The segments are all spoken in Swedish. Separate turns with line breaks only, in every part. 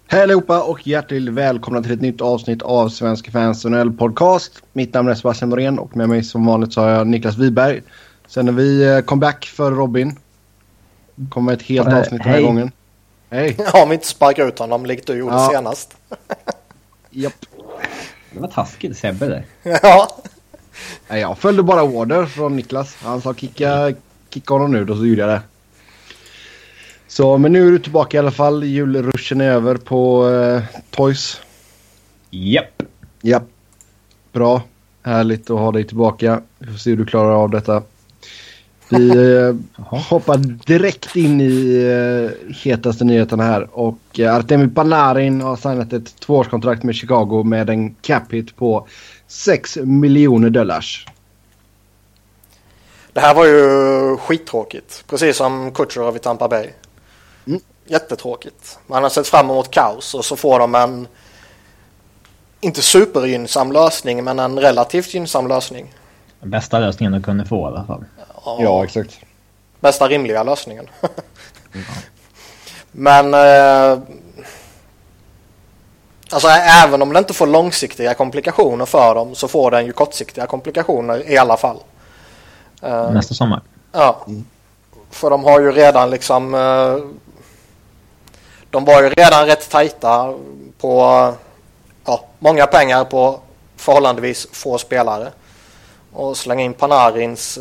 Hej allihopa och hjärtligt välkomna till ett nytt avsnitt av Svenska Fans NHL-podcast. Mitt namn är Sebastian Norén och med mig som vanligt så har jag Niklas Wiberg. Sen när vi comeback för Robin. Kommer ett helt avsnitt den här gången. Hej!
Ja, om vi inte sparkar ut honom likt du gjorde senast.
Japp.
Det var taskigt Sebbe där.
Ja.
Nej, jag följde bara order från Niklas. Han sa kicka honom nu, då så gjorde jag det. Så, men nu är du tillbaka i alla fall. Julruschen är över på Toys.
Japp.
Japp. Bra. Härligt att ha dig tillbaka. Vi får se hur du klarar av detta. Vi hoppar direkt in i hetaste nyheterna här. Och Artemi Panarin har signat ett 2-årskontrakt med Chicago med en cap hit på $6 miljoner.
Det här var ju skittråkigt. Precis som Kucherov i Tampa Bay. Jättetråkigt. Man har sett fram emot kaos och så får de en inte supergynnsam lösning men en relativt gynnsam lösning.
Den bästa lösningen du kunde få i alla fall.
Ja, exakt.
Bästa rimliga lösningen. Men alltså även om den inte får långsiktiga komplikationer för dem så får den ju kortsiktiga komplikationer i alla fall.
Nästa sommar.
Ja. För de har ju redan liksom de var ju redan rätt tajta på många pengar på förhållandevis få spelare. Och slänga in Panarins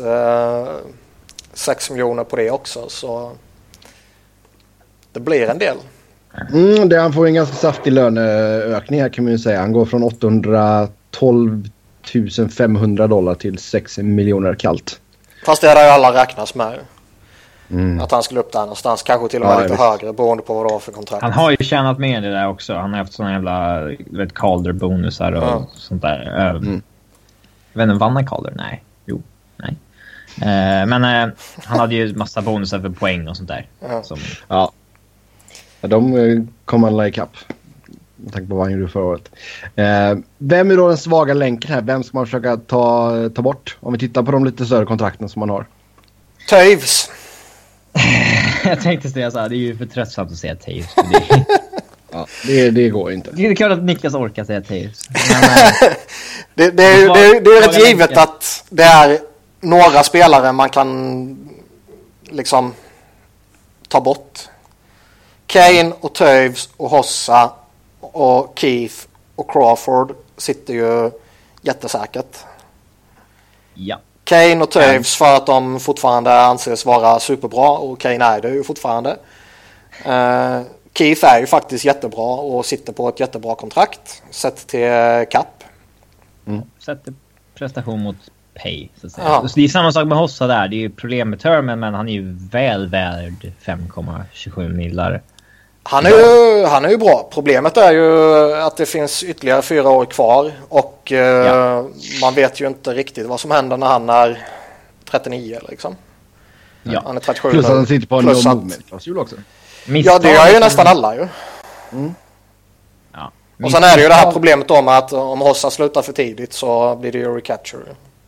6 miljoner på det också, så det blir en del.
Han får en ganska saftig löneökning här kan man ju säga. Han går från $812 500 till $6 miljoner kallt.
Fast det hade ju alla räknats med. Att han skulle upp där någonstans, kanske till och med lite högre beroende på vad det var för kontrakt.
Han har ju tjänat med det där också. Han har haft såna jävla Calder-bonusar och sånt där. Jag vet inte, vann han Calder? Nej. Jo, nej. Men han hade ju massa bonusar för poäng och sånt där.
Ja, de kom alla ikapp. Jag tänker på vad han gjorde förra året. Vem är då den svaga länken här? Vem ska man försöka ta bort? Om vi tittar på de lite större kontrakten som man har.
Toews.
Jag tänkte säga så här, det är ju för tröttsamt att säga Toews.
Ja, det går inte.
Det är klart att Niklas orkar säga Toews.
Det är rätt givet att det är några spelare man kan liksom ta bort. Kane och Toews och Hossa och Keith och Crawford sitter ju jättesäkert.
Ja.
Kane och Toews för att de fortfarande anses vara superbra, och Kane är det ju fortfarande. Keith är ju faktiskt jättebra och sitter på ett jättebra kontrakt sett till cap.
Sätter prestation mot pay så att säga. Ja. Det är samma sak med Hossa där. Det är ju problem med termen, men han är ju väl värd 5,27 millar.
Han är ju bra. Problemet är ju att det finns ytterligare 4 år kvar och man vet ju inte riktigt vad som händer när han är 39 liksom.
Ja.
Han är 37.
Plus att han sitter på en no-movement-klausul också.
Ja, det gör ju nästan alla ju.
Ja.
Och sen är det ju det här problemet om att om Hossa slutar för tidigt så blir det ju recapture.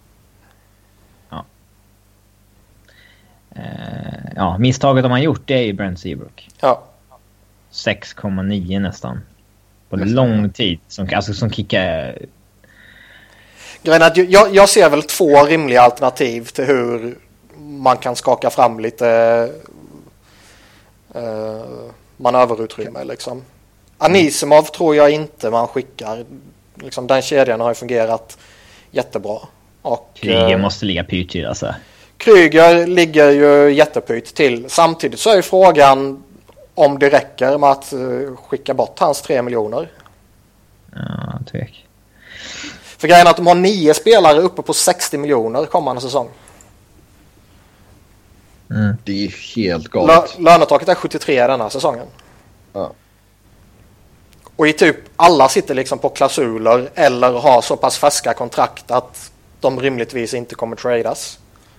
Ja, misstaget de har gjort det är ju Brent Seabrook.
Ja.
6,9 nästan. På lång tid. Som kickar...
Grejen är att jag ser väl 2 rimliga alternativ till hur man kan skaka fram lite manöverutrymme liksom. Anisimov tror jag inte man skickar. Liksom, den kedjan har ju fungerat jättebra. Och
Kryger måste ligga pyrt till alltså.
Kryger ligger ju jättepyrt till. Samtidigt så är ju frågan om det räcker med att skicka bort hans 3 miljoner.
Ja, tvek.
För grejen är att de har 9 spelare uppe på 60 miljoner kommande säsong.
Det är helt galet.
Lönetaket är 73 denna säsongen.
Ja.
Och i typ alla sitter liksom på klausuler eller har så pass färska kontrakt att de rimligtvis inte kommer tradas.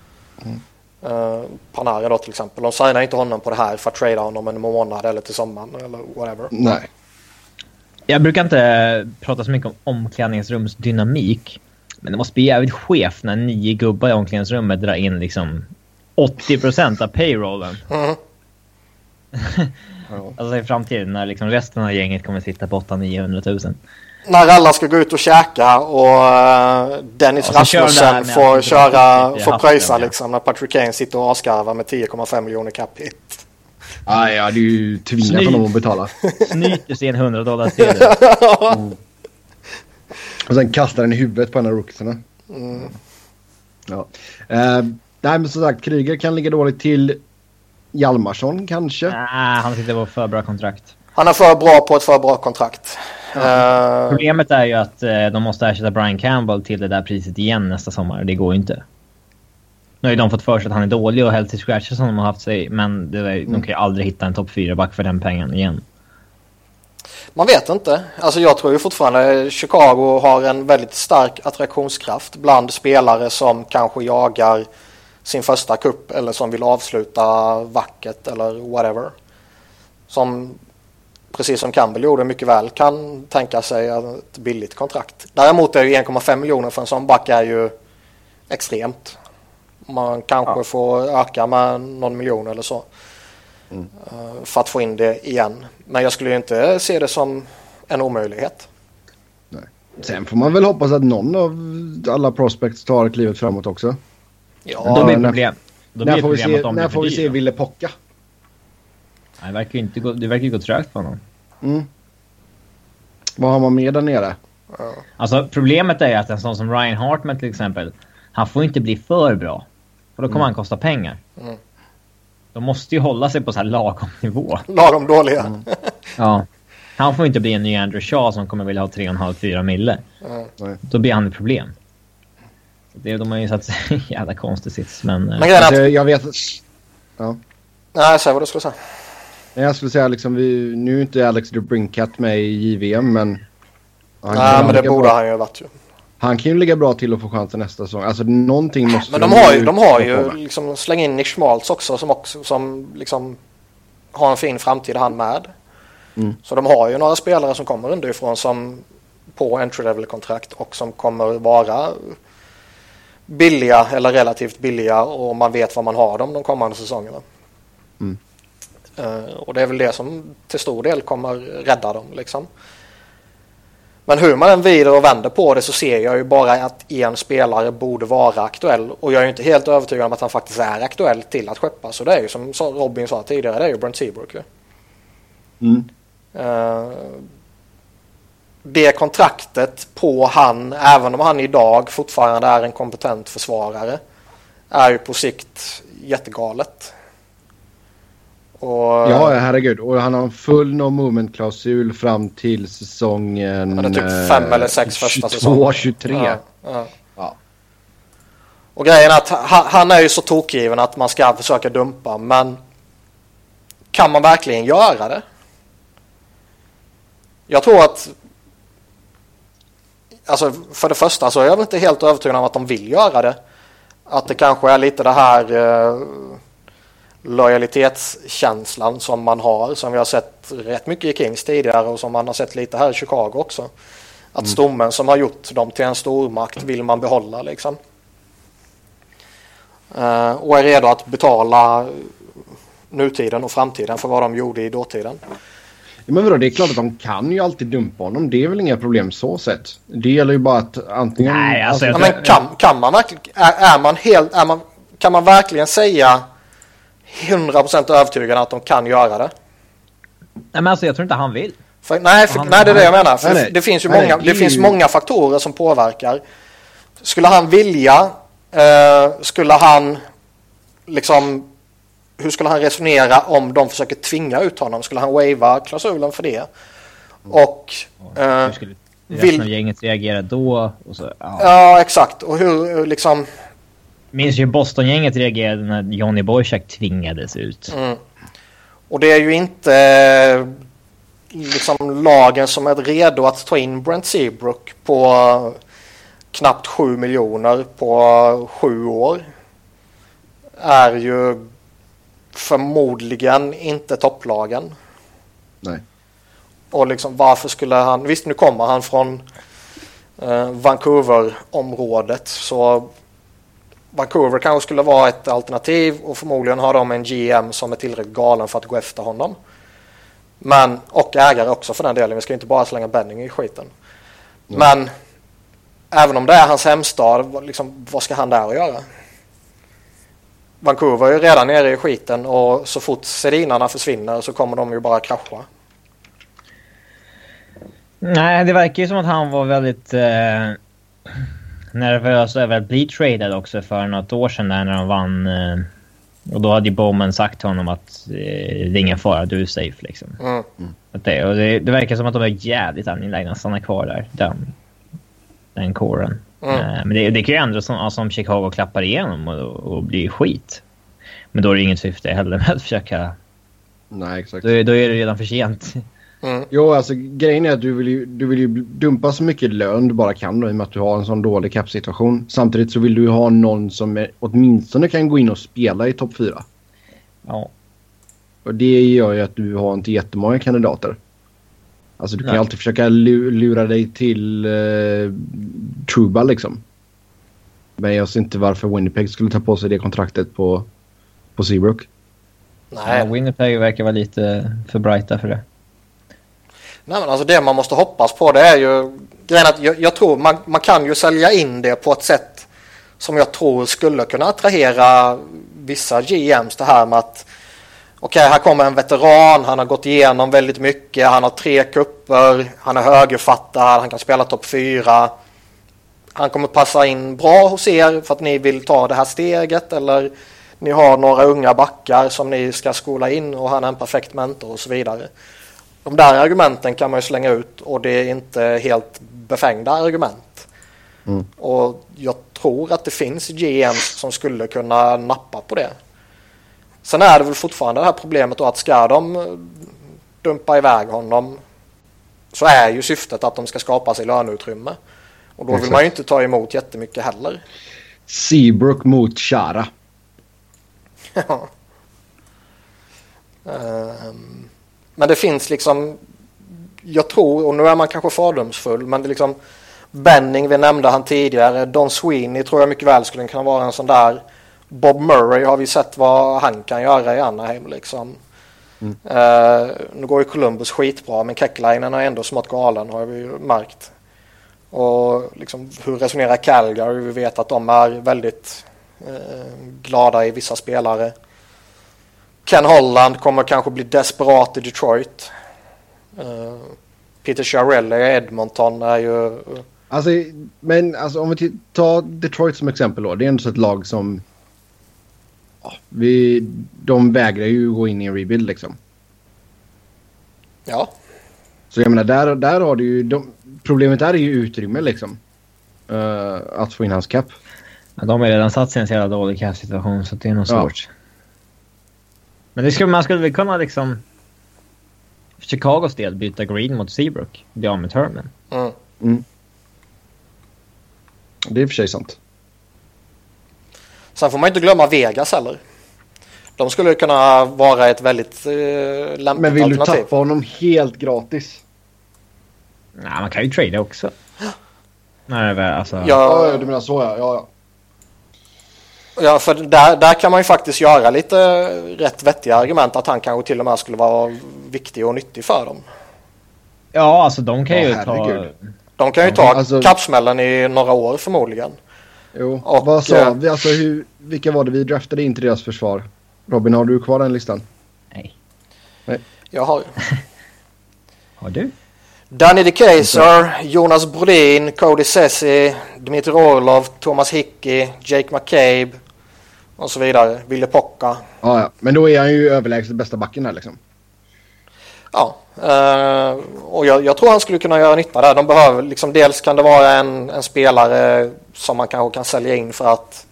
Panarin då till exempel. De signar inte honom på det här för att trada honom en månad eller till sommaren eller whatever.
Nej.
Jag brukar inte prata så mycket om omklädningsrumsdynamik. Men det måste bli jävligt chef när 9 gubbar i omklädningsrummet drar in liksom 80% av payrollen. Alltså i framtiden när liksom resten av gänget kommer sitta på 800-900 000.
När alla ska gå ut och käka och Dennis Rasmussen får pröjsa liksom, när Patrick Kane sitter och avskarvar med 10,5 miljoner cap hit.
Ja, det är ju tvingat honom att betala.
Snyter sig en $100
Och sen kastar den i huvudet på en av rookiesarna. Ja. Nej, men som sagt, Kryger kan ligga dåligt till. Hjalmarsson kanske.
Han sitter på för bra kontrakt.
Han är för bra på ett för bra kontrakt.
Problemet är ju att de måste ersätta Brian Campbell till det där priset igen nästa sommar. Det går ju inte. Nu har ju de fått för sig att han är dålig och helt i scratches som de har haft sig. Men de kan ju aldrig hitta en topp 4-back för den pengen igen.
Man vet inte. Alltså jag tror ju fortfarande Chicago har en väldigt stark attraktionskraft bland spelare som kanske jagar sin första kupp eller som vill avsluta vacket eller whatever. Som precis som Campbell gjorde mycket väl kan tänka sig ett billigt kontrakt. Däremot är ju 1,5 miljoner för en sån back är ju extremt. Man kanske får öka med någon miljon eller så. För att få in det igen. Men jag skulle ju inte se det som en omöjlighet.
Nej. Sen får man väl hoppas att någon av alla prospects tar klivet framåt också.
Ja, då blir det problem.
När får vi se Ville Pocka?
Nej, det verkar ju gå trögt på honom.
Vad har man med där nere?
Alltså problemet är att en sån som Ryan Hartman till exempel, han får inte bli för bra. För då kommer han kosta pengar. De måste ju hålla sig på så här lagom nivå.
Lagom dåliga.
Ja. Han får inte bli en ny Andrew Shaw som kommer vilja ha 3,5-4 mille. Då blir han ett problem. De har ju satt sig jävla konstigt sits. Men
alltså, jag vet... Ja.
Nej, säg vad du skulle säga.
Jag skulle säga liksom, nu är inte Alex DeBrincat med i JVM, men...
Nej, men det borde han ju ha varit ju.
Han kan ju ligga bra till att få chansen nästa säsong. Alltså någonting måste...
Men de har ju liksom släng in Nick Schmaltz också som liksom har en fin framtid han med. Så de har ju några spelare som kommer underifrån som på entry-level-kontrakt och som kommer vara billiga eller relativt billiga och man vet vad man har dem de kommande säsongerna. Och det är väl det som till stor del kommer rädda dem liksom. Men hur man än vidare och vänder på det så ser jag ju bara att en spelare borde vara aktuell. Och jag är ju inte helt övertygad om att han faktiskt är aktuell till att skeppa. Så det är ju som Robin sa tidigare, det är ju Brent Seabrook. Det kontraktet på han, även om han idag fortfarande är en kompetent försvarare, är ju på sikt jättegalet.
Ja, herregud. Och han har en full no-movement-klausul fram till säsongen...
Ja, det är typ 5 eller 6 första säsongen.
22-23.
Ja. Och grejen är att han är ju så tokgiven att man ska försöka dumpa. Men kan man verkligen göra det? Jag tror att... Alltså, för det första så är jag inte helt övertygad om att de vill göra det. Att det kanske är lite det här... lojalitetskänslan som man har, som vi har sett rätt mycket i Kings tidigare och som man har sett lite här i Chicago också. Att stommen som har gjort dem till en stormakt vill man behålla liksom. Och är redo att betala nutiden och framtiden för vad de gjorde i dåtiden.
Men vadå, det är klart att de kan ju alltid dumpa honom. Det är väl inga problem så sett. Det gäller ju bara att antingen...
Nej, alltså,
men kan man verkligen... Kan man verkligen säga 100% övertygad att de kan göra det?
Nej, men alltså jag tror inte han vill.
Nej, det är det jag menar. För det finns ju finns många faktorer som påverkar. Skulle han vilja, skulle han liksom, hur skulle han resonera om de försöker tvinga ut honom? Skulle han waiva klausulen för det? Och
hur skulle resten av gänget reagera då? Och så,
ja, exakt. Och hur liksom...
Minns ju Boston-gänget reagerade när Johnny Boychuk tvingades ut.
Och det är ju inte liksom lagen som är redo att ta in Brent Seabrook på knappt 7 miljoner på 7 år. Är ju förmodligen inte topplagen.
Nej.
Och liksom varför skulle han... Visst, nu kommer han från Vancouver-området, så Vancouver kanske skulle vara ett alternativ och förmodligen har de en GM som är tillräckligt galen för att gå efter honom. Men, och ägare också för den delen. Vi ska inte bara slänga Benning i skiten. Men även om det är hans hemstad, liksom, vad ska han där att göra? Vancouver är ju redan nere i skiten och så fort sedinarna försvinner så kommer de ju bara krascha.
Nej, det verkar ju som att han var väldigt nervös över att bli traded också för något år sedan när de vann. Och då hade ju Bowman sagt till honom att det är ingen fara, du är safe liksom. Det verkar som att de är jävligt angelägna att stanna kvar där. Den kåren. Men det kan ju ändå som Chicago klappar igenom och blir skit. Men då är det inget syfte heller med att försöka.
Nej, exakt.
Då är det redan för sent.
Jo, alltså grejen är att du vill ju dumpa så mycket lön du bara kan då, i och med att du har en sån dålig cap-situation. Samtidigt så vill du ha någon som åtminstone kan gå in och spela i topp 4.
Ja.
Och det gör ju att du har inte jättemånga kandidater. Alltså du kan ju alltid försöka lura dig till Trouba liksom. Men jag ser inte varför Winnipeg skulle ta på sig det kontraktet på Seabrook.
Nej.
Ja, Winnipeg verkar vara lite för brighta för det.
Nej, men alltså det man måste hoppas på, det är ju grejen att jag tror man kan ju sälja in det på ett sätt som jag tror skulle kunna attrahera vissa GMs, det här med att okej, här kommer en veteran, han har gått igenom väldigt mycket, han har 3 kupper, han är högerfattad, han kan spela topp 4. Han kommer passa in bra hos er för att ni vill ta det här steget, eller ni har några unga backar som ni ska skola in och han är en perfekt mentor och så vidare. De där argumenten kan man ju slänga ut och det är inte helt befängda argument. Och jag tror att det finns GMs som skulle kunna nappa på det. Sen är det väl fortfarande det här problemet då att ska de dumpa iväg honom så är ju syftet att de ska skapa sig löneutrymme. Och då vill man ju inte ta emot jättemycket heller.
Seabrook mot Chara.
Men det finns liksom, jag tror, och nu är man kanske fördomsfull, men det är liksom Benning, vi nämnde han tidigare, Don Sweeney tror jag mycket väl skulle kunna vara en sån där. Bob Murray har vi sett vad han kan göra i Anaheim liksom. Nu går ju Columbus skitbra, men Kekalainen är ändå smått galen, har vi ju märkt. Och liksom, hur resonerar Calgary? Vi vet att de är väldigt glada i vissa spelare. Ken Holland kommer kanske bli desperat i Detroit. Peter Chiarelli i Edmonton är ju...
Alltså om vi tar Detroit som exempel då. Det är ändå så ett lag som... de vägrar ju gå in i en rebuild liksom.
Ja.
Så jag menar, där har du ju... Problemet är ju utrymme liksom. Att få in hans cap.
Ja, de har redan satt sig i en så jävla dålig cap-situation så det är nog svårt. Men man skulle väl kunna liksom för Chicagos del byta Green mot Seabrook. Det är med Herman.
Det är för sig sant.
Sen får man inte glömma Vegas heller. De skulle kunna vara ett väldigt lämpligt alternativ.
Men vill du tappa honom helt gratis?
Nej, man kan ju trada också. Nej, alltså...
Ja, du menar så, ja.
Ja, för där kan man ju faktiskt göra lite rätt vettiga argument att han kanske till och med skulle vara viktig och nyttig för dem.
Ja, alltså de kan ju ta...
De kan ju ta kappsmällen i några år förmodligen.
Jo, och vad sa vi? Alltså, vilka var det vi draftade in till deras försvar? Robin, har du kvar den listan?
Nej.
Jag har.
Har du?
Danny DeKeyser, Jonas Brodin, Cody Ceci, Dmitry Orlov, Thomas Hickey, Jake McCabe och så vidare. Ville Pocka.
Ja, men då är han ju överlägset bästa backen här liksom.
Ja, och jag tror han skulle kunna göra nytta där. De behöver liksom, dels kan det vara en spelare som man kanske kan sälja in för att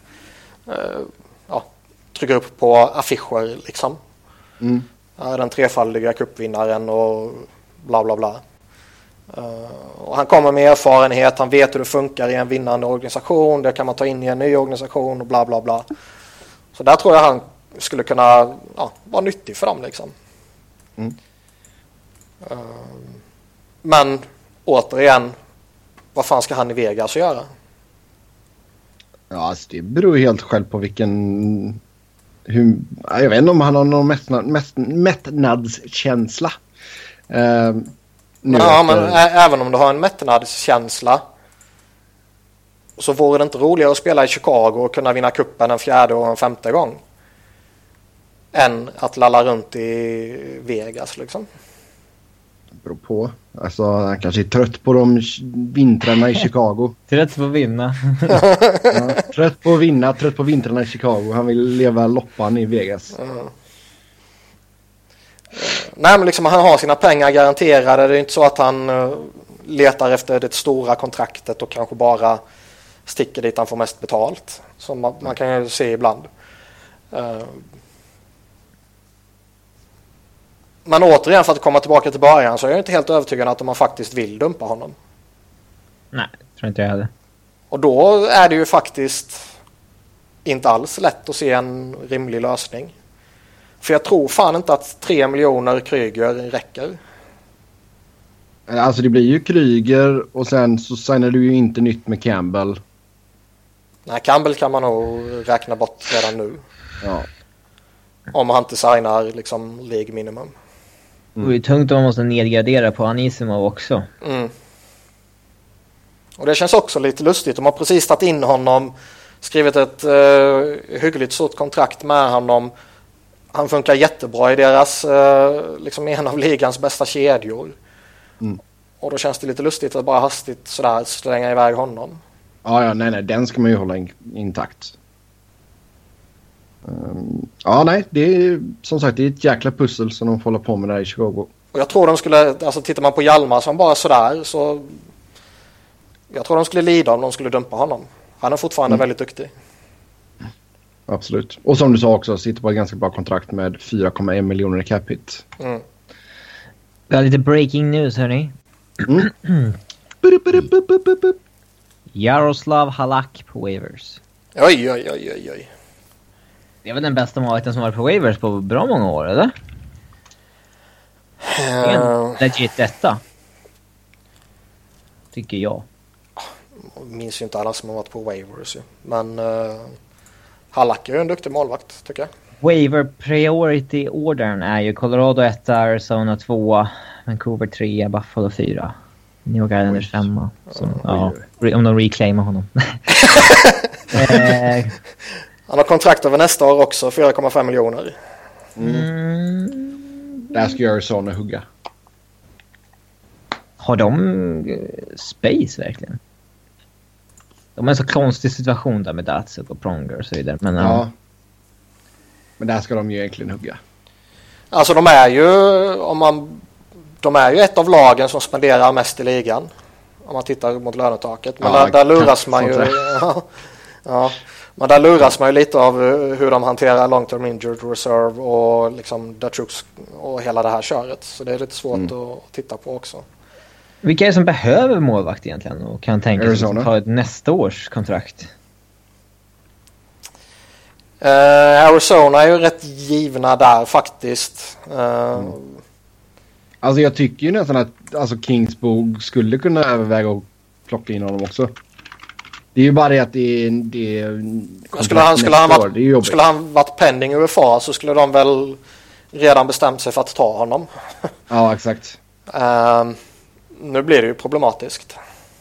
trycka upp på affischer liksom. Den trefaldiga cupvinnaren och bla bla bla. Och han kommer med erfarenhet, han vet hur det funkar i en vinnande organisation, det kan man ta in i en ny organisation och bla bla bla. Så där tror jag han skulle kunna vara nyttig för dem liksom. Men återigen, vad fan ska han i Vegas göra?
Ja, alltså det beror helt själv på jag vet inte om han har någon mättnadskänsla.
Men även om du har en mättnadskänsla så vore det inte roligare att spela i Chicago och kunna vinna kuppen en 4:e och en 5:e gång än att lalla runt i Vegas liksom.
Det beror på. Alltså, han kanske är trött på de vintrarna i Chicago.
Trött på att vinna.
Trött på att vinna, trött på vintrarna i Chicago. Han vill leva loppan i Vegas.
Nej, men liksom han har sina pengar garanterade. Det är inte så att han letar efter det stora kontraktet och kanske bara sticker dit han får mest betalt. Som man kan ju se ibland. Men återigen, för att komma tillbaka till början, så är jag inte helt övertygad att man faktiskt vill dumpa honom.
Nej, tror inte jag hade.
Och då är det ju faktiskt inte alls lätt att se en rimlig lösning. För jag tror fan inte att 3 miljoner Kryger räcker.
Alltså det blir ju Kryger och sen så signar du ju inte nytt med Campbell.
Nej, Campbell kan man nog räkna bort redan nu.
Ja.
Om han inte signar liksom League minimum.
Det är tungt om man måste nedgradera på Anisimov också.
Och det känns också lite lustigt. De har precis tagit in honom, skrivit ett hyggligt stort kontrakt med honom. Han funkar jättebra i deras liksom en av ligans bästa kedjor. Och då känns det lite lustigt att bara hastigt sådär slänga iväg honom.
Ja, nej, den ska man ju hålla intakt. Ja, nej, det är som sagt det är ett jäkla pussel som de får hålla på med där i Chicago.
Och jag tror de skulle, alltså tittar man på Hjalmar som bara sådär, så jag tror de skulle lida om de skulle dumpa honom. Han är fortfarande väldigt duktig.
Absolut. Och som du sa också, sitter på ett ganska bra kontrakt med 4,1 miljoner i cap hit.
Vi har lite breaking news, hörni. Jaroslav Halak på waivers.
Oj.
Det är väl den bästa målvakten som varit på waivers på bra många år, eller? Det är en legit detta. Tycker jag.
Jag minns ju inte alla som har varit på waivers. Men Halak är ju en duktig målvakt, tycker jag.
Waiver priority ordern är ju Colorado 1, Arizona 2, Vancouver 3, Buffalo 4. New York Islanders 5. Om de reclaimar honom.
Han har kontrakt över nästa år också, 4,5 miljoner.
Där ska Arizona hugga.
Har de space verkligen? De är en så konstig situation där med Datsuk och Pronger och så vidare. Men,
men där ska de ju egentligen hugga.
Alltså de är ju ett av lagen som spenderar mest i ligan. Om man tittar mot lönetaket. Men där luras man ju. Men där luras man ju lite av hur de hanterar long term injured reserve och liksom Datsuks och hela det här köret. Så det är lite svårt att titta på också.
Vilka är det som behöver målvakt egentligen och kan tänka sig att ta ett nästa års kontrakt?
Arizona är ju rätt givna där faktiskt.
Alltså jag tycker ju nästan att Kingsbog skulle kunna överväga att plocka in honom också. Det är ju bara det att det är
skulle han varit pending UFA så skulle de väl redan bestämt sig för att ta honom.
Ja, exakt.
Nu blir det ju problematiskt.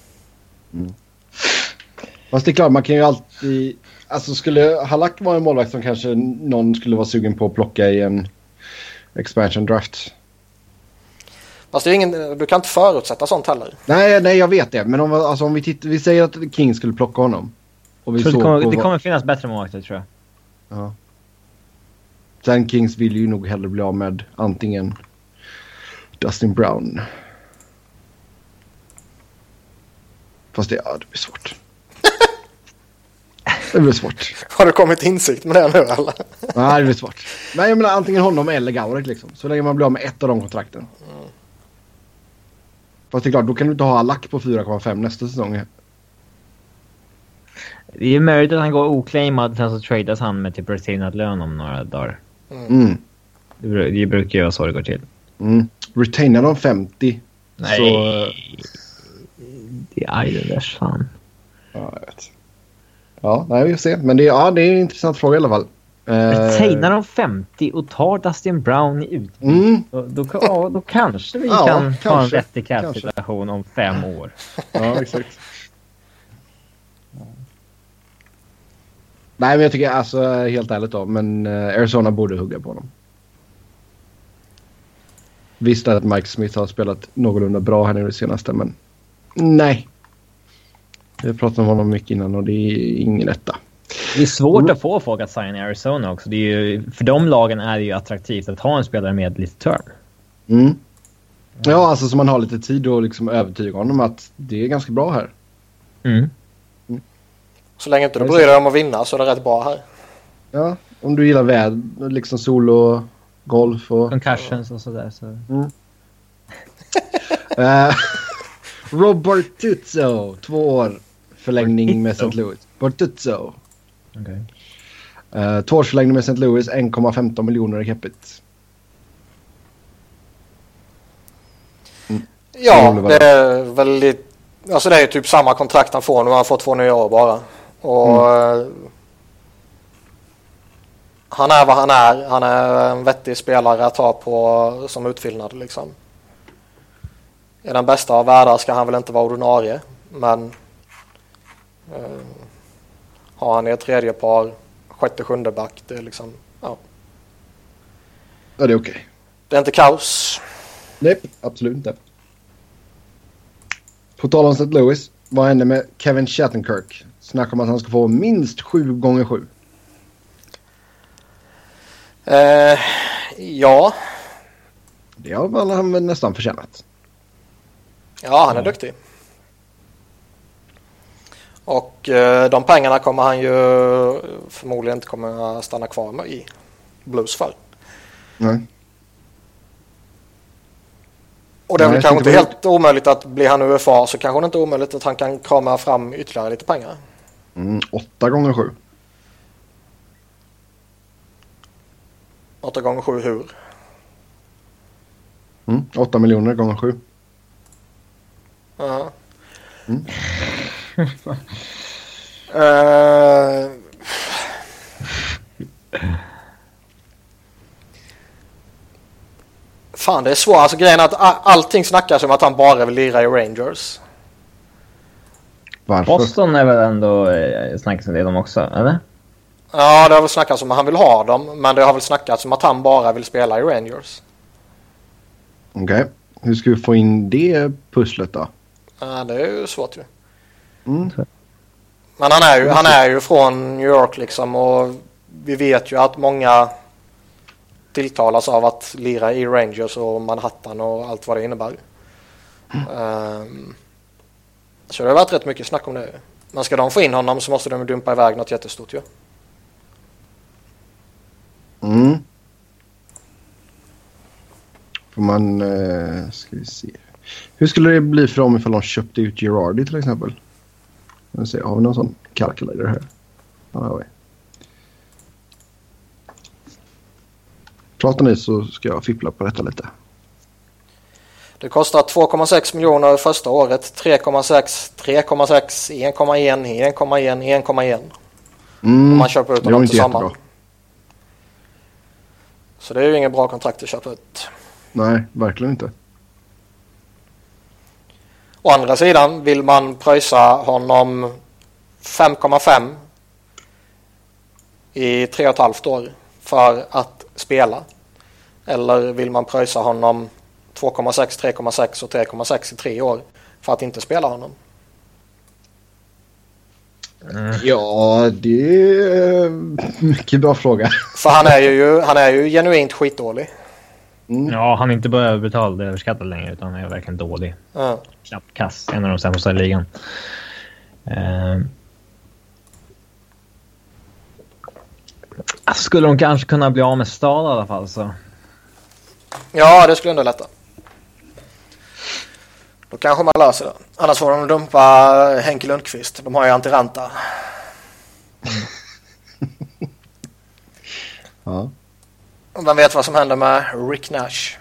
Fast det är klart, man kan ju alltid... Alltså skulle Halak vara en målvakt som kanske någon skulle vara sugen på att plocka i en expansion draft?
Fast det är du kan inte förutsätta sånt heller.
Nej, jag vet det. Men om vi säger att King skulle plocka honom. Och vi
det kommer finnas bättre målvakter, tror jag.
Ja. Sen Kings vill ju nog hellre bli av med antingen Dustin Brown. Fast det blir svårt. Det blir svårt.
Har du kommit insikt med det nu, eller?
Nej, det blir svårt. Nej, jag menar antingen honom eller Gaurek liksom. Så länge man blir av med ett av de kontrakten. Fast det är klart, då kan du inte ha lack på 4,5 nästa säsong.
Det är ju möjligt att han går oclaimad, sen så tradas han med typ retainad lön om några dagar. Det brukar ju vara så det går till.
Retainad om 50.
Nej.
Så...
Det är Islanders fan.
Ja, jag vet. Ja, nej, vi får se. Men det är en intressant fråga i alla fall.
Signar de 50 och tar Dustin Brown i utbyte, då kanske vi kan ha en vettig cap-situation om 5 år.
Ja, exakt. Nej, men jag tycker alltså helt ärligt då, men Arizona borde hugga på dem. Visst att Mike Smith har spelat någorlunda bra här nu det senaste, men nej. Vi har pratat om honom mycket innan och det är ingen etta.
Det är svårt att få folk att signa i Arizona också. Det är ju, för de lagen är det ju attraktivt att ha en spelare med lite turn.
Ja, alltså så man har lite tid och liksom övertyga honom att det är ganska bra här.
Så länge inte du bryr dig om att vinna så är det rätt bra här.
Ja, om du gillar liksom sol och golf och...
concussions och sådär. Så.
Robert Tutso, 2 år förlängning med St. Louis. Bortuzzo.
Okay.
2 års förlängning med St. Louis, 1,15 miljoner i capita.
Ja, det är väldigt... Alltså det är typ samma kontrakt han får nu. Han har fått 2 nya år bara. Och han är vad han är. Han är en vettig spelare att ha på som utfyllnad liksom. I den bästa av världar ska han väl inte vara ordinarie. Men har han i ett tredje par, 6:e, 7:e back, det är liksom, ja.
Ja, det är okej.
Det är inte kaos.
Nej, absolut inte. På tal om St. Louis, vad hände med Kevin Shattenkirk? Snackar om att han ska få minst 7x7.
Ja.
Det har väl han nästan förtjänat.
Ja, han är duktig. Och de pengarna kommer han ju förmodligen inte kommer stanna kvar med i Blues för.
Nej.
Och det är väl kanske inte helt omöjligt att bli han UFA, så kanske det inte är omöjligt att han kan krama fram ytterligare lite pengar.
8x7.
8x7 hur?
8 miljoner gånger 7.
Ja. Fan, det är svårt. Alltså grejen är att allting snackas om att han bara vill lira i Rangers.
Varför?
Boston är väl ändå snackas om det de också, eller?
Ja, det har väl snackats om att han vill ha dem, men det har väl snackats om att han bara vill spela i Rangers.
Okej. Hur ska vi få in det pusslet då?
Ja, det är ju svårt ju. Men han är ju från New York liksom, och vi vet ju att många tilltalas av att lira i Rangers och Manhattan och allt vad det innebär. Så det har varit rätt mycket snack om det. Men ska de få in honom så måste de dumpa iväg något jättestort ju.
Får man... ska vi se. Hur skulle det bli för dem ifall de köpte ut Girardi till exempel? Har vi någon sån calculator här? Ja, har vi. Pratar ni så ska jag fippla på detta lite.
Det kostar 2,6 miljoner första året, 3,6, 3,6, 1,1, 1,1, 1,1. Om man köper ut dem tillsammans. Så det är ju ingen bra kontrakt att köpa ut.
Nej, verkligen inte.
Å andra sidan, vill man pröjsa honom 5,5 i 3,5 år för att spela? Eller vill man pröjsa honom 2,6, 3,6 och 3,6 i 3 år för att inte spela honom?
Ja, det är en mycket bra fråga.
För han är ju genuint skitdålig.
Ja, han är inte bara överbetald, överskattad längre, utan han är verkligen dålig. Knappt kass, en av de sämsta i ligan. Skulle de kanske kunna bli av med Stad i alla fall så?
Ja, det skulle underlätta. Då kanske man löser det. Annars får de dumpa Henke Lundqvist. De har ju Antiranta.
Ja.
Och vem vet vad som händer med Rick Nash?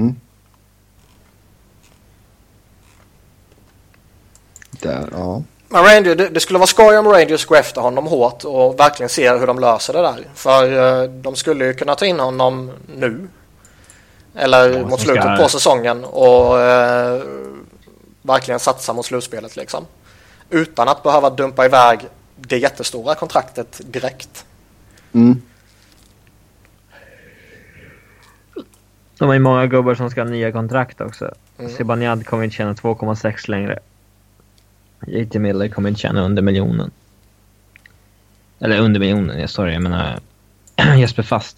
Där, ja.
Men det skulle vara skoj om Rangers går efter honom hårt och verkligen ser hur de löser det där. För de skulle ju kunna ta in honom nu. Eller mot slutet på säsongen och verkligen satsa mot slutspelet liksom. Utan att behöva dumpa iväg det jättestora kontraktet direkt.
Mm. De har ju många gubbar som ska ha nya kontrakt också. Zibanejad kommer inte tjäna 2,6 längre. JT Miller kommer inte tjäna under miljonen. Eller under miljonen, jag menar Jesper Fast.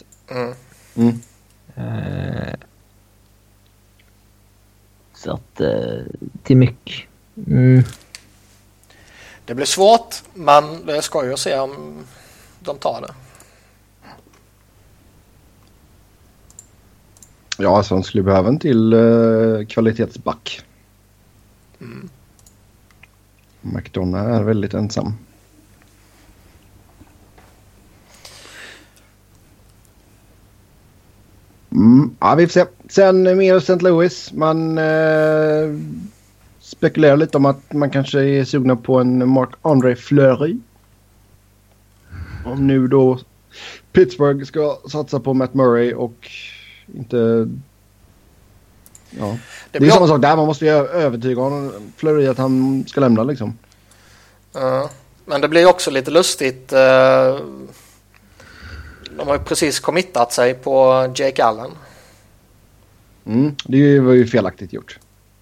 Så att det är mycket.
Det blir svårt, men det ska ju se om de tar det.
Ja, så de skulle behöva en till kvalitetsback. McDonough är väldigt ensam. Ja, vi får se. Sen mer St. Louis. Man spekulerar lite om att man kanske är sugna på en Marc-André Fleury. Om nu då Pittsburgh ska satsa på Matt Murray och inte... Ja. Det är samma sak där. Man måste ju övertyga honom Fleury att han ska lämna liksom.
Men det blir också lite lustigt. De har ju precis committat sig på Jake Allen.
Det var ju felaktigt gjort.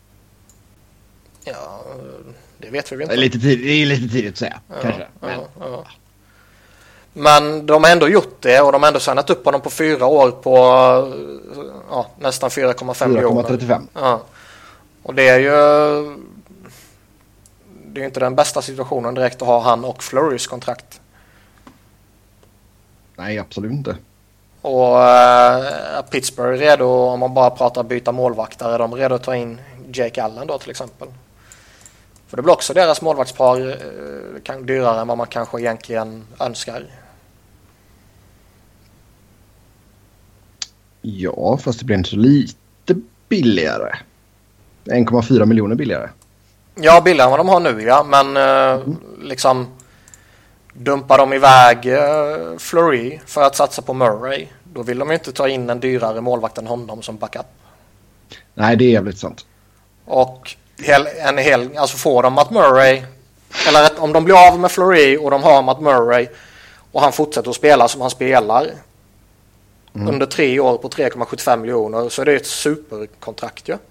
Ja, det vet vi inte.
Det är lite tidigt att säga, kanske.
Men de har ändå gjort det och de har ändå signat upp honom på 4 år på nästan 4,5 miljoner.
4,35.
Ja. Och det är ju inte den bästa situationen direkt att ha han och Flurys kontrakt.
Nej, absolut inte.
Och Pittsburgh är redo, om man bara pratar byta målvakter, är de redo att ta in Jake Allen då till exempel. För det blir också deras målvaktspar kan dyrare än vad man kanske egentligen önskar.
Ja, fast det blir inte så lite billigare. 1,4 miljoner billigare.
Ja, billigare än vad de har nu, ja. Men liksom dumpar de iväg Fleury för att satsa på Murray, då vill de ju inte ta in en dyrare målvakt än honom som backup.
Nej, det är jävligt sant.
Och alltså får de Matt Murray, eller om de blir av med Fleury och de har Matt Murray och han fortsätter att spela som han spelar under 3 år på 3,75 miljoner, så är det ett superkontrakt ju.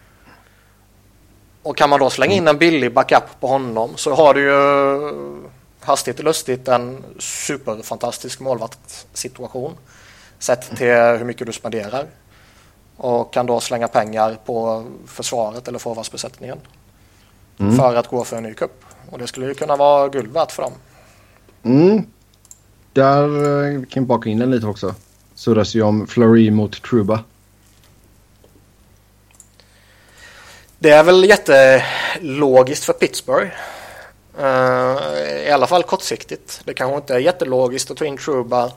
Och kan man då slänga in en billig backup på honom, så har du ju hastigt och lustigt en superfantastisk målvaktssituation sett till hur mycket du spenderar, och kan då slänga pengar på försvaret eller forwardsbesättningen för att gå för en ny cup. Och det skulle ju kunna vara guld värt för dem.
Där kan jag baka in den lite också. Surras ju om Fleury mot Trouba.
Det är väl jättelogiskt för Pittsburgh. I alla fall kortsiktigt. Det kanske inte är jättelogiskt att ta in Trouba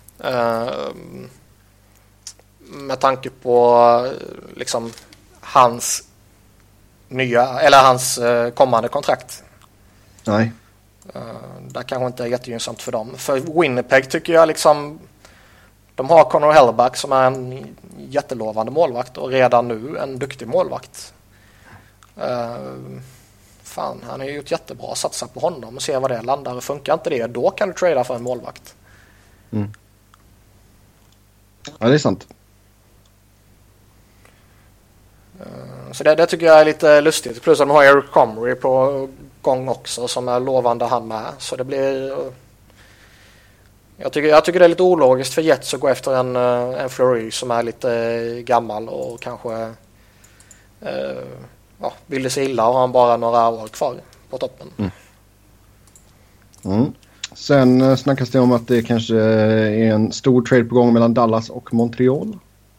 med tanke på liksom hans kommande kontrakt.
Nej.
Det kanske inte är jättegynnsamt för dem. För Winnipeg tycker jag liksom, de har Connor Hellback som är en jättelovande målvakt och redan nu en duktig målvakt. Han har ju gjort jättebra, satsa på honom och se vad det landar. Funkar inte det, då kan du trada för en målvakt.
Ja, det är sant.
Så det tycker jag är lite lustigt. Plus att de har Eric Comrie på gång också som är lovande han med. Så det blir... Jag tycker det är lite ologiskt för Jets att gå efter en Fleury som är lite gammal och kanske vill det sig illa och har han bara några år kvar på toppen.
Sen snackas det om att det kanske är en stor trade på gång mellan Dallas och Montreal.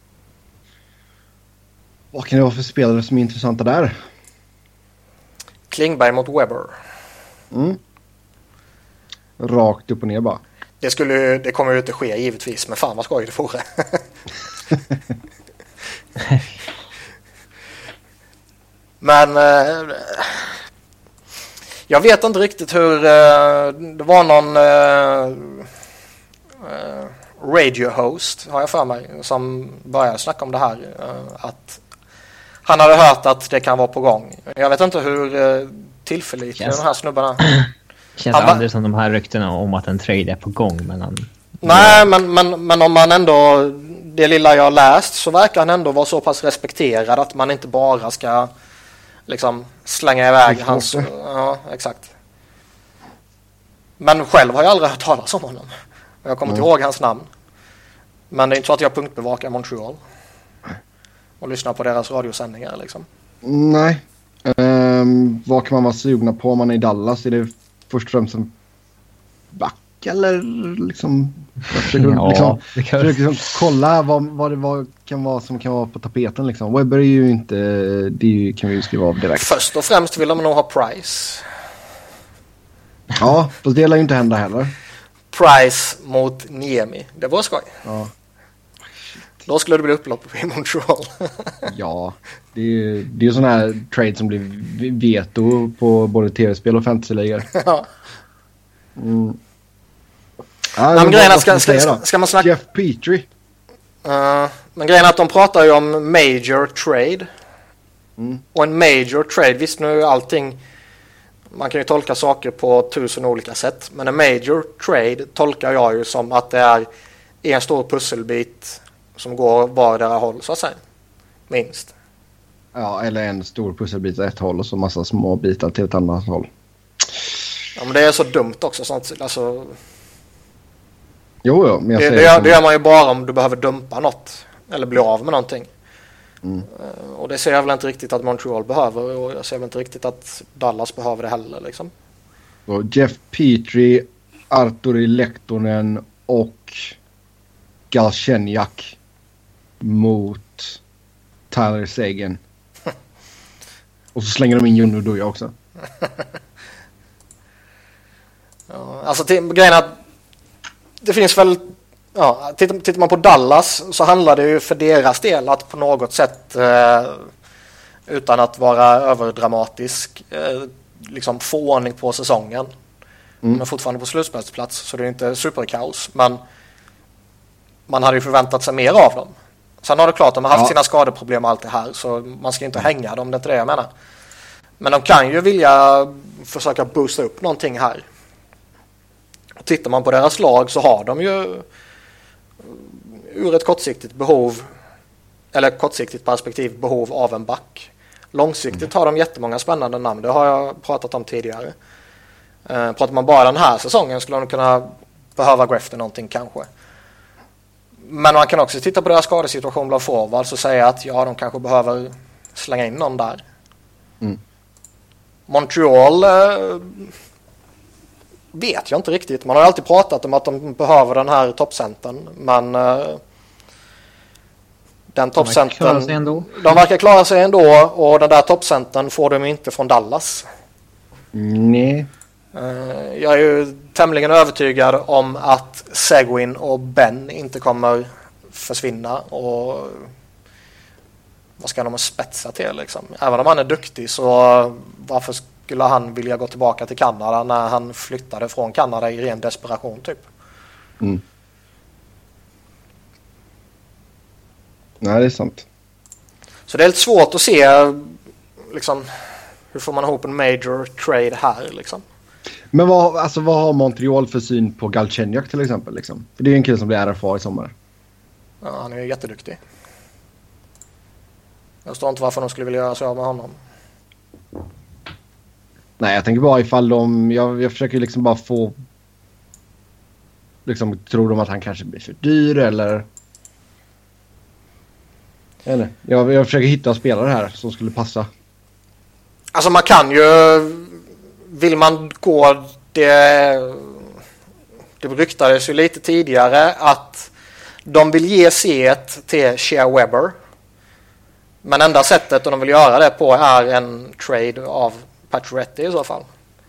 Vad kan det vara för spelare som är intressanta där?
Klingberg mot Weber.
Rakt upp och ner bara.
Det kommer ju inte ske givetvis, men fan vad skoj det vore. Men Jag vet inte riktigt hur det var någon radio host, har jag för mig, som började snacka om det här, att han hade hört att det kan vara på gång. Jag vet inte hur tillförlitliga de här snubbarna.
Känns aldrig som de här ryktena om att en trade är på gång mellan...
Nej, men om man ändå, det lilla jag har läst, så verkar han ändå vara så pass respekterad att man inte bara ska liksom slänga iväg hans... Ja, exakt. Men själv har jag aldrig hört talas om honom. Jag kommer inte ihåg hans namn. Men det är inte så att jag punktbevakar Montreal och lyssnar på deras radiosändningar liksom.
Nej. Vad kan man vara sugna på om man är i Dallas? Är det först och främst en back eller liksom... Jag försöker liksom kolla vad det kan vara som kan vara på tapeten liksom. Webber är ju inte... Det kan vi ju skriva av direkt.
Först och främst vill de nog ha Price.
Ja, fast det lär ju inte hända heller.
Price mot Niemi. Det var skoj.
Ja.
Då skulle det bli upplopp i Montreal.
Ja, det är ju sån här trade som blir veto på både tv-spel och fantasyligor.
Ja.
Mm.
Men grejen är, ska man snacka...
Jeff Petrie.
Men grejen är att de pratar ju om major trade. Och en major trade, visst nu är allting... Man kan ju tolka saker på 1000 olika sätt. Men en major trade tolkar jag ju som att det är en stor pusselbit som går vardera håll, så att säga. Minst.
Ja, eller en stor pusselbit åt ett håll och så massa små bitar till ett annat håll.
Ja, men det är så dumt också. Sånt, alltså...
Jo, men
det gör man ju bara om du behöver dumpa något. Eller bli av med någonting. Och det ser jag väl inte riktigt att Montreal behöver. Och jag ser väl inte riktigt att Dallas behöver det heller. Liksom.
Och Jeff Petrie, Arturi Lehtonen och Galchenyuk mot Tyler Seguin. Och så slänger de in Junno Duja också.
Ja, alltså grejen är att det finns väl, ja, tittar man på Dallas så handlar det ju för deras del att på något sätt utan att vara överdramatisk liksom få ordning på säsongen. De är fortfarande på slutspelsplats så det är inte superkaos, men man hade ju förväntat sig mer av dem. Sen har det klart, de har haft sina skadeproblem och allt det här, så man ska inte hänga dem, det är inte det jag menar. Men de kan ju vilja försöka boosta upp någonting här. Tittar man på deras lag så har de ju ur ett kortsiktigt behov, eller kortsiktigt perspektiv, behov av en back. Långsiktigt har de jättemånga spännande namn, det har jag pratat om tidigare. Pratar man bara den här säsongen skulle de kunna behöva gå efter någonting kanske. Men man kan också titta på deras skadesituation bland forwards och säga att ja, de kanske behöver slänga in någon där. Montreal vet jag inte riktigt. Man har alltid pratat om att de behöver den här toppcentern, men den toppcentern, de verkar klara sig ändå, och den där toppcentern får de inte från Dallas.
Nej.
Jag är ju tämligen övertygad om att Seguin och Ben inte kommer försvinna, och vad ska de spetsa till liksom? Även om han är duktig, så varför skulle han vilja gå tillbaka till Kanada när han flyttade från Kanada i ren desperation typ?
Nej, det är sant.
Så det är lite svårt att se liksom, hur får man ihop en major trade här liksom.
Men vad har Montreal för syn på Galchenyuk till exempel? Liksom? För det är en kille som blir RFA i sommar.
Ja, han är ju jätteduktig. Jag förstår inte varför de skulle vilja göra sig av med honom.
Nej, jag tänker bara ifall jag försöker liksom bara få... Liksom, tror de att han kanske blir för dyr eller... Eller jag försöker hitta spelare här som skulle passa.
Alltså man kan ju... Vill man gå... Det ryktades ju lite tidigare att de vill ge C1 till Shea Weber. Men enda sättet de vill göra det på är en trade av Pacioretty i så fall.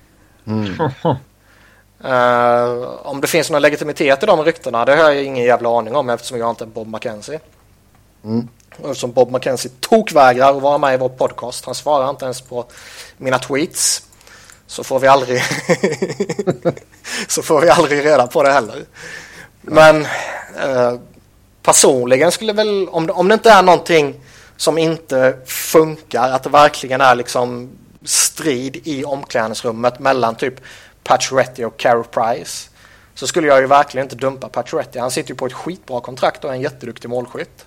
Om det finns någon legitimitet i de ryktena, det har jag ingen jävla aning om, eftersom jag inte är Bob McKenzie. Och eftersom Bob McKenzie tokvägrar att vara med i vår podcast. Han svarar inte ens på mina tweets. så får vi aldrig så får vi aldrig reda på det heller. Men personligen skulle väl, om det inte är någonting som inte funkar, att det verkligen är liksom strid i omklädningsrummet mellan typ Pacioretty och Carey Price, så skulle jag ju verkligen inte dumpa Pacioretty. Han sitter ju på ett skitbra kontrakt och är en jätteduktig målskytt.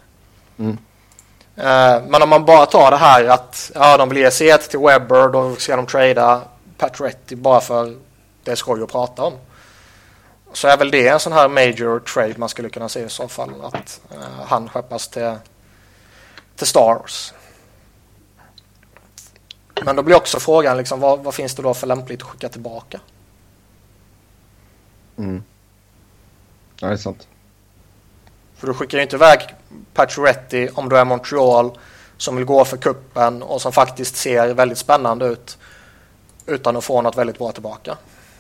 Men om man bara tar det här att de vill ge C1 till Webber, då ska de trada Pacioretty bara för det är skoj att prata om, så är väl det en sån här major trade man skulle kunna se i så fall, att han skeppas till Stars. Men då blir också frågan liksom, vad finns det då för lämpligt att skicka tillbaka?
Ja, det är sant.
För du skickar ju inte iväg Pacioretty om du är Montreal som vill gå för kuppen och som faktiskt ser väldigt spännande ut utan att få något väldigt bra tillbaka.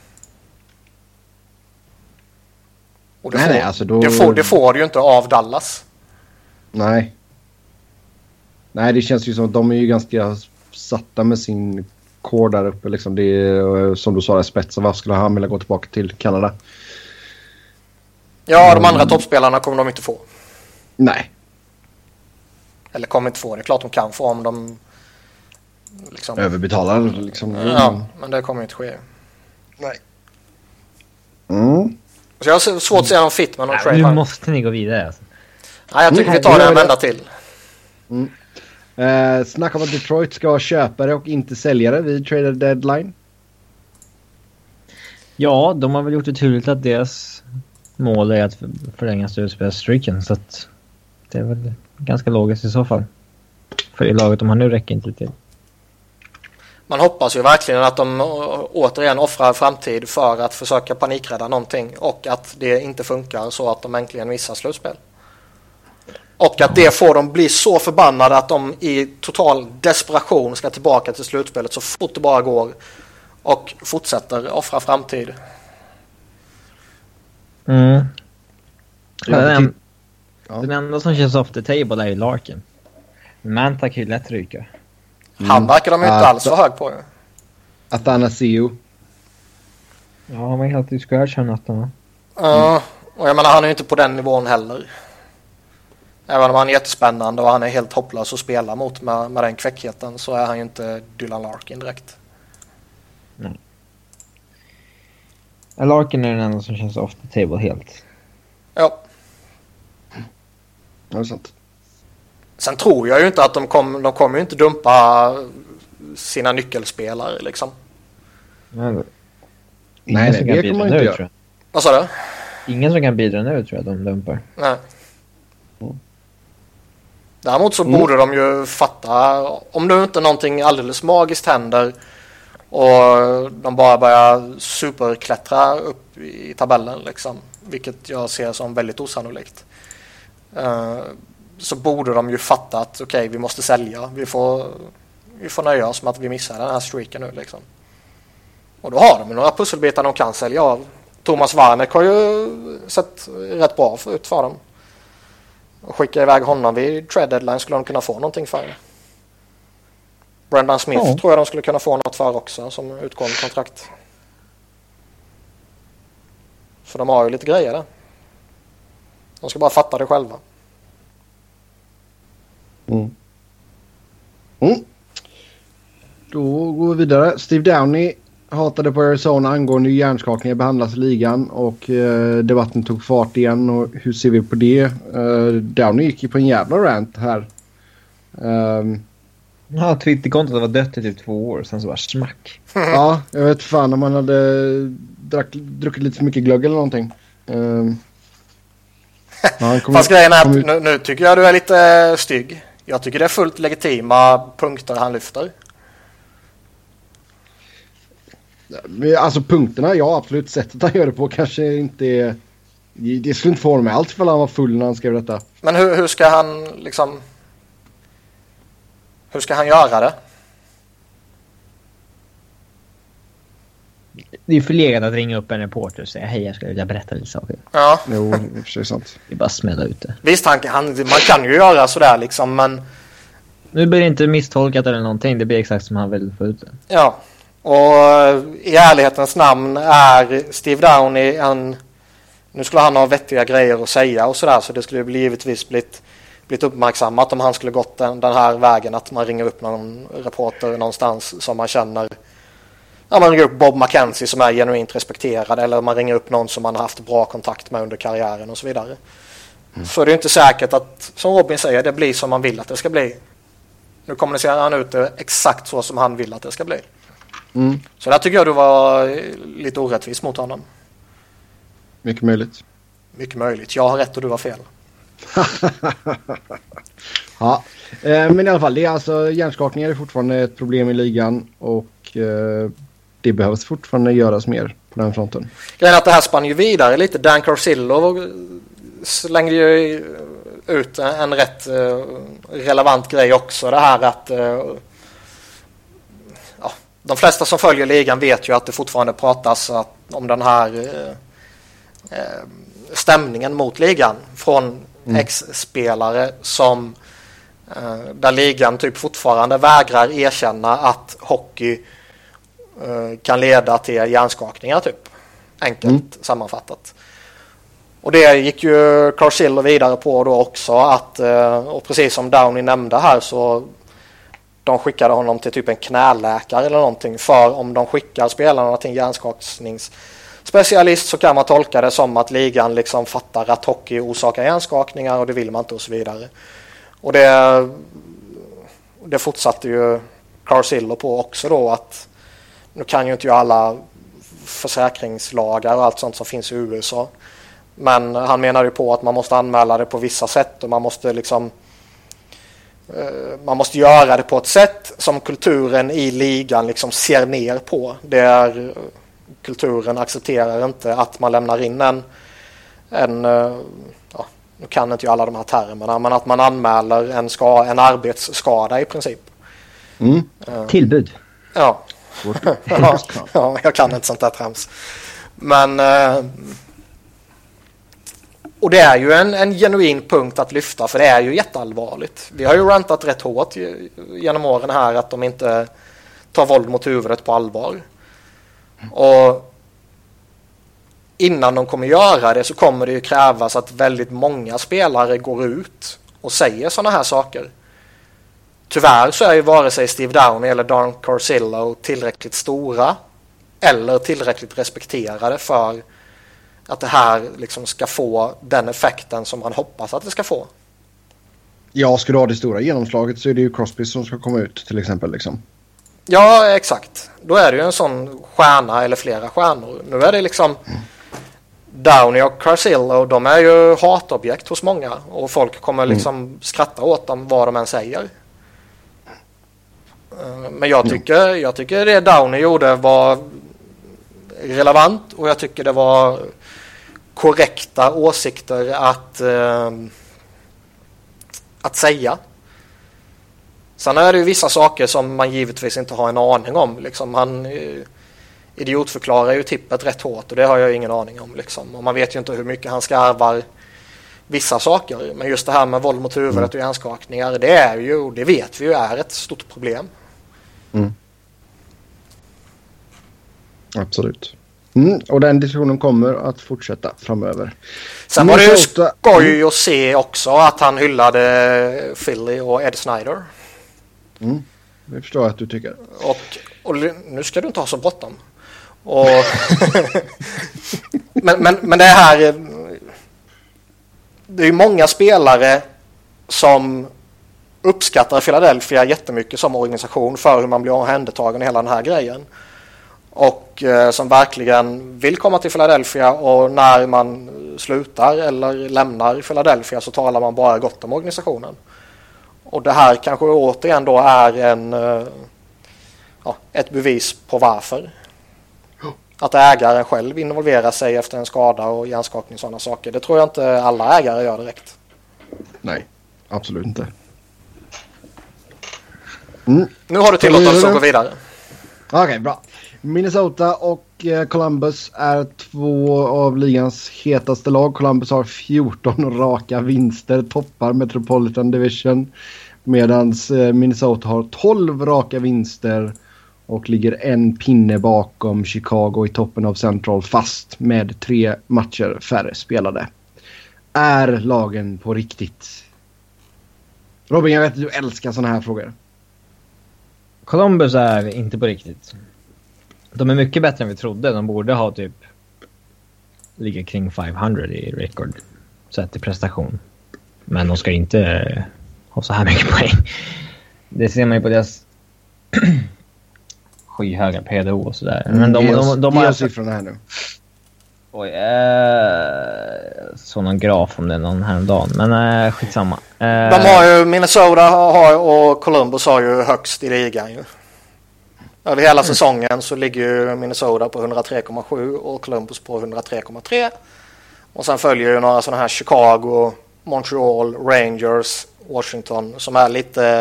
Och det får du ju inte av Dallas.
Nej, det känns ju som att de är ju ganska satta med sin core där uppe. Liksom. Det är, som du sa, spetsen. Vad skulle han vilja gå tillbaka till Kanada?
Ja, de andra toppspelarna kommer de inte få.
Nej.
Eller kommer inte få. Det är klart de kan få om de liksom
överbetalar. Liksom.
Ja, men det kommer inte ske.
Nej.
Så jag har svårt att säga någon fit med någon trade.
Nu måste ni gå vidare. Alltså.
Nej, jag tycker vi tar det en vända till.
Snacka om att Detroit ska köpa det och inte sälja det vid trade deadline.
Ja, de har väl gjort det tydligt att deras mål är att förlänga slutspelsstreaken, så att det är väl ganska logiskt i så fall. För det laget de har nu räcker inte till.
Man hoppas ju verkligen att de återigen offrar framtid för att försöka panikrädda någonting, och att det inte funkar så att de äntligen missar slutspel. Och att det får de bli så förbannade att de i total desperation ska tillbaka till slutspelet så fort det bara går och fortsätter offra framtid.
Den enda som känns off the table är ju Larkin. Manta kan ju lätt ryka.
Han verkar de ju inte alls så hög på.
Athanasiou.
Ja, han var helt i scratch här natten.
Och jag menar, han är ju inte på den nivån heller. Även om han är jättespännande och han är helt hopplös att spela mot med den kväckheten, så är han ju inte Dylan Larkin direkt.
Nej. Larkin är den enda som känns off the table helt.
Ja.
Det är sant.
Sen tror jag ju inte att de kommer ju inte dumpa sina nyckelspelare liksom.
Nej, det kommer man inte göra.
Vad sa du?
Ingen som kan bidra nu tror jag de dumpar.
Nej. Däremot så borde de ju fatta, om det inte någonting alldeles magiskt händer och de bara börjar superklättra upp i tabellen liksom, vilket jag ser som väldigt osannolikt, så borde de ju fatta att okej, vi måste sälja, vi får nöja oss med att vi missar den här streaken nu liksom. Och då har de några pusselbitar de kan sälja av. Thomas Warneck har ju sett rätt bra ut för dem. Och skicka iväg honom vid trade deadline skulle de kunna få någonting för. Brendan Smith tror jag de skulle kunna få något för också som utgående kontrakt. För de har ju lite grejer där. De ska bara fatta det själva.
Då går vi vidare. Steve Downey hatade på Arizona angående hjärnskakningar behandlas i ligan och debatten tog fart igen. Och hur ser vi på det? Downey gick ju på en jävla rant här.
Ja, Twitterkontot var dött i typ 2 år, sen så var smack.
Ja, jag vet fan om man hade druckit lite för mycket glögg eller någonting.
Fast grejen är att nu tycker jag du är lite stygg. Jag tycker det är fullt legitima punkter han lyfter.
Alltså punkterna, ja absolut. Sättet han gör det på kanske inte är... Det skulle inte få med allt för han var full när han skrev detta.
Men hur ska han liksom... Hur ska han göra det?
Det är förlegat att ringa upp en reporter och säga hej, jag skulle vilja berätta lite saker.
Ja.
Jo, det är för sig sant.
Det är bara smälla ut det.
Visst, man kan ju göra sådär liksom, men...
Nu blir det inte misstolkat eller någonting, det blir exakt som han vill få ut det.
Ja, Och i ärlighetens namn är Steve Downey nu skulle han ha vettiga grejer att säga och sådär, så det skulle givetvis blivit uppmärksammat om han skulle gått den här vägen, att man ringer upp någon reporter någonstans som man känner. Ja, man ringer upp Bob McKenzie som är genuint respekterad, eller man ringer upp någon som man har haft bra kontakt med under karriären och så vidare. Så det är inte säkert att, som Robin säger, det blir som man vill att det ska bli. Nu kommunicerar han ut det exakt så som han vill att det ska bli. Så där tycker jag du var lite orättvis mot honom.
Mycket möjligt.
Mycket möjligt. Jag har rätt och du har fel.
Ja, men i alla fall, det är alltså, hjärnskakningar är fortfarande ett problem i ligan och det behövs fortfarande göras mer på den fronten.
Grejen är att det här spann ju vidare lite. Dan Carcillo slängde ju ut en rätt relevant grej också. Det här att de flesta som följer ligan vet ju att det fortfarande pratas om den här stämningen mot ligan från ex-spelare som där ligan typ fortfarande vägrar erkänna att hockey kan leda till hjärnskakningar typ. Enkelt sammanfattat. Och det gick ju Carcillo vidare på då också att, och precis som Downey nämnde här, så de skickade honom till typ en knäläkare eller någonting, för om de skickar spelarna till en hjärnskakningsspecialist så kan man tolka det som att ligan liksom fattar att hockey orsakar hjärnskakningar och det vill man inte och så vidare. Och det fortsatte ju Carcillo på också då, att nu kan ju inte alla försäkringslagar och allt sånt som finns i USA, men han menar ju på att man måste anmäla det på vissa sätt och man måste göra det på ett sätt som kulturen i ligan liksom ser ner på. Kulturen accepterar inte att man lämnar in nu kan inte ju alla de här termerna, men att man anmäler en arbetsskada i princip.
Tillbud.
Ja. Ja, jag kan inte sånt där trams. Men och det är ju en genuin punkt att lyfta, för det är ju jätteallvarligt. Vi har ju rantat rätt hårt genom åren här att de inte tar våld mot huvudet på allvar. Och innan de kommer göra det så kommer det ju krävas att väldigt många spelare går ut och säger sådana här saker. Tyvärr så är ju vare sig Steve Downey eller Dan Carcillo tillräckligt stora eller tillräckligt respekterade för att det här liksom ska få den effekten som man hoppas att det ska få.
Ja, ska du ha det stora genomslaget så är det ju Crosby som ska komma ut till exempel liksom.
Ja, exakt. Då är det ju en sån stjärna eller flera stjärnor. Nu är det liksom Downey och Carcillo, de är ju hatobjekt hos många och folk kommer liksom skratta åt dem vad de än säger. Men jag tycker det Downey gjorde var relevant och jag tycker det var korrekta åsikter att säga. Sen är det ju vissa saker som man givetvis inte har en aning om. Liksom, han idiotförklarar ju tippet rätt hårt och det har jag ingen aning om. Liksom. Och man vet ju inte hur mycket han skarvar vissa saker. Men just det här med våld mot huvudet och hjärnskakningar, det vet vi ju är ett stort problem.
Absolut. Och den diskussionen kommer att fortsätta framöver.
Sen var det ju skoj att se också att han hyllade Philly och Ed Snyder.
Jag förstår att du tycker.
Och nu ska du inte ha så bråttom. Men det här, det är ju många spelare som uppskattar Philadelphia jättemycket som organisation för hur man blir omhändertagen i hela den här grejen. Och som verkligen vill komma till Philadelphia, och när man slutar eller lämnar Philadelphia så talar man bara gott om organisationen. Och det här kanske återigen då är ett bevis på varför. Att ägaren själv involverar sig efter en skada och hjärnskakning och sådana saker. Det tror jag inte alla ägare gör direkt.
Nej, absolut inte.
Nu har du tillåtelse att gå vidare.
Okej, bra. Minnesota och Columbus är två av ligans hetaste lag. Columbus har 14 raka vinster, toppar Metropolitan Division. Medan Minnesota har 12 raka vinster och ligger en pinne bakom Chicago i toppen av Central fast med 3 matcher färre spelade. Är lagen på riktigt? Robin, jag vet att du älskar såna här frågor.
Columbus är inte på riktigt. De är mycket bättre än vi trodde. De borde ha typ ligga kring 500 i record sett i prestation. Men de ska inte ha så här mycket poäng. Det ser man ju på deras skyhöga PDO och sådär. Men de har
siffrorna här nu.
Oj, så någon graf om det någon häromdagen. Men skitsamma.
De har ju Minnesota och Columbus har ju högst i ligan ju. Över hela säsongen så ligger ju Minnesota på 103,7 och Columbus på 103,3. Och sen följer ju några sådana här Chicago, Montreal, Rangers, Washington som är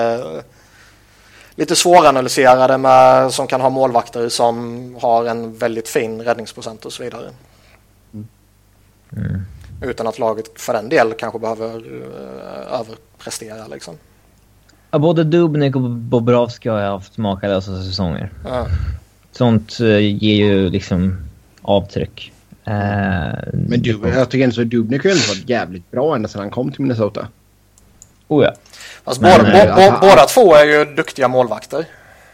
lite svåranalyserade med, som kan ha målvakter som har en väldigt fin räddningsprocent och så vidare. Utan att laget för den del kanske behöver överprestera liksom.
Ja, både Dubnik och Bobrovski har haft makalösa säsonger. Ja. Sånt ger ju liksom avtryck.
Men jag tycker ändå att Dubnik har inte varit jävligt bra ända sedan han kom till Minnesota.
Oh ja.
Alltså båda två är ju duktiga målvakter.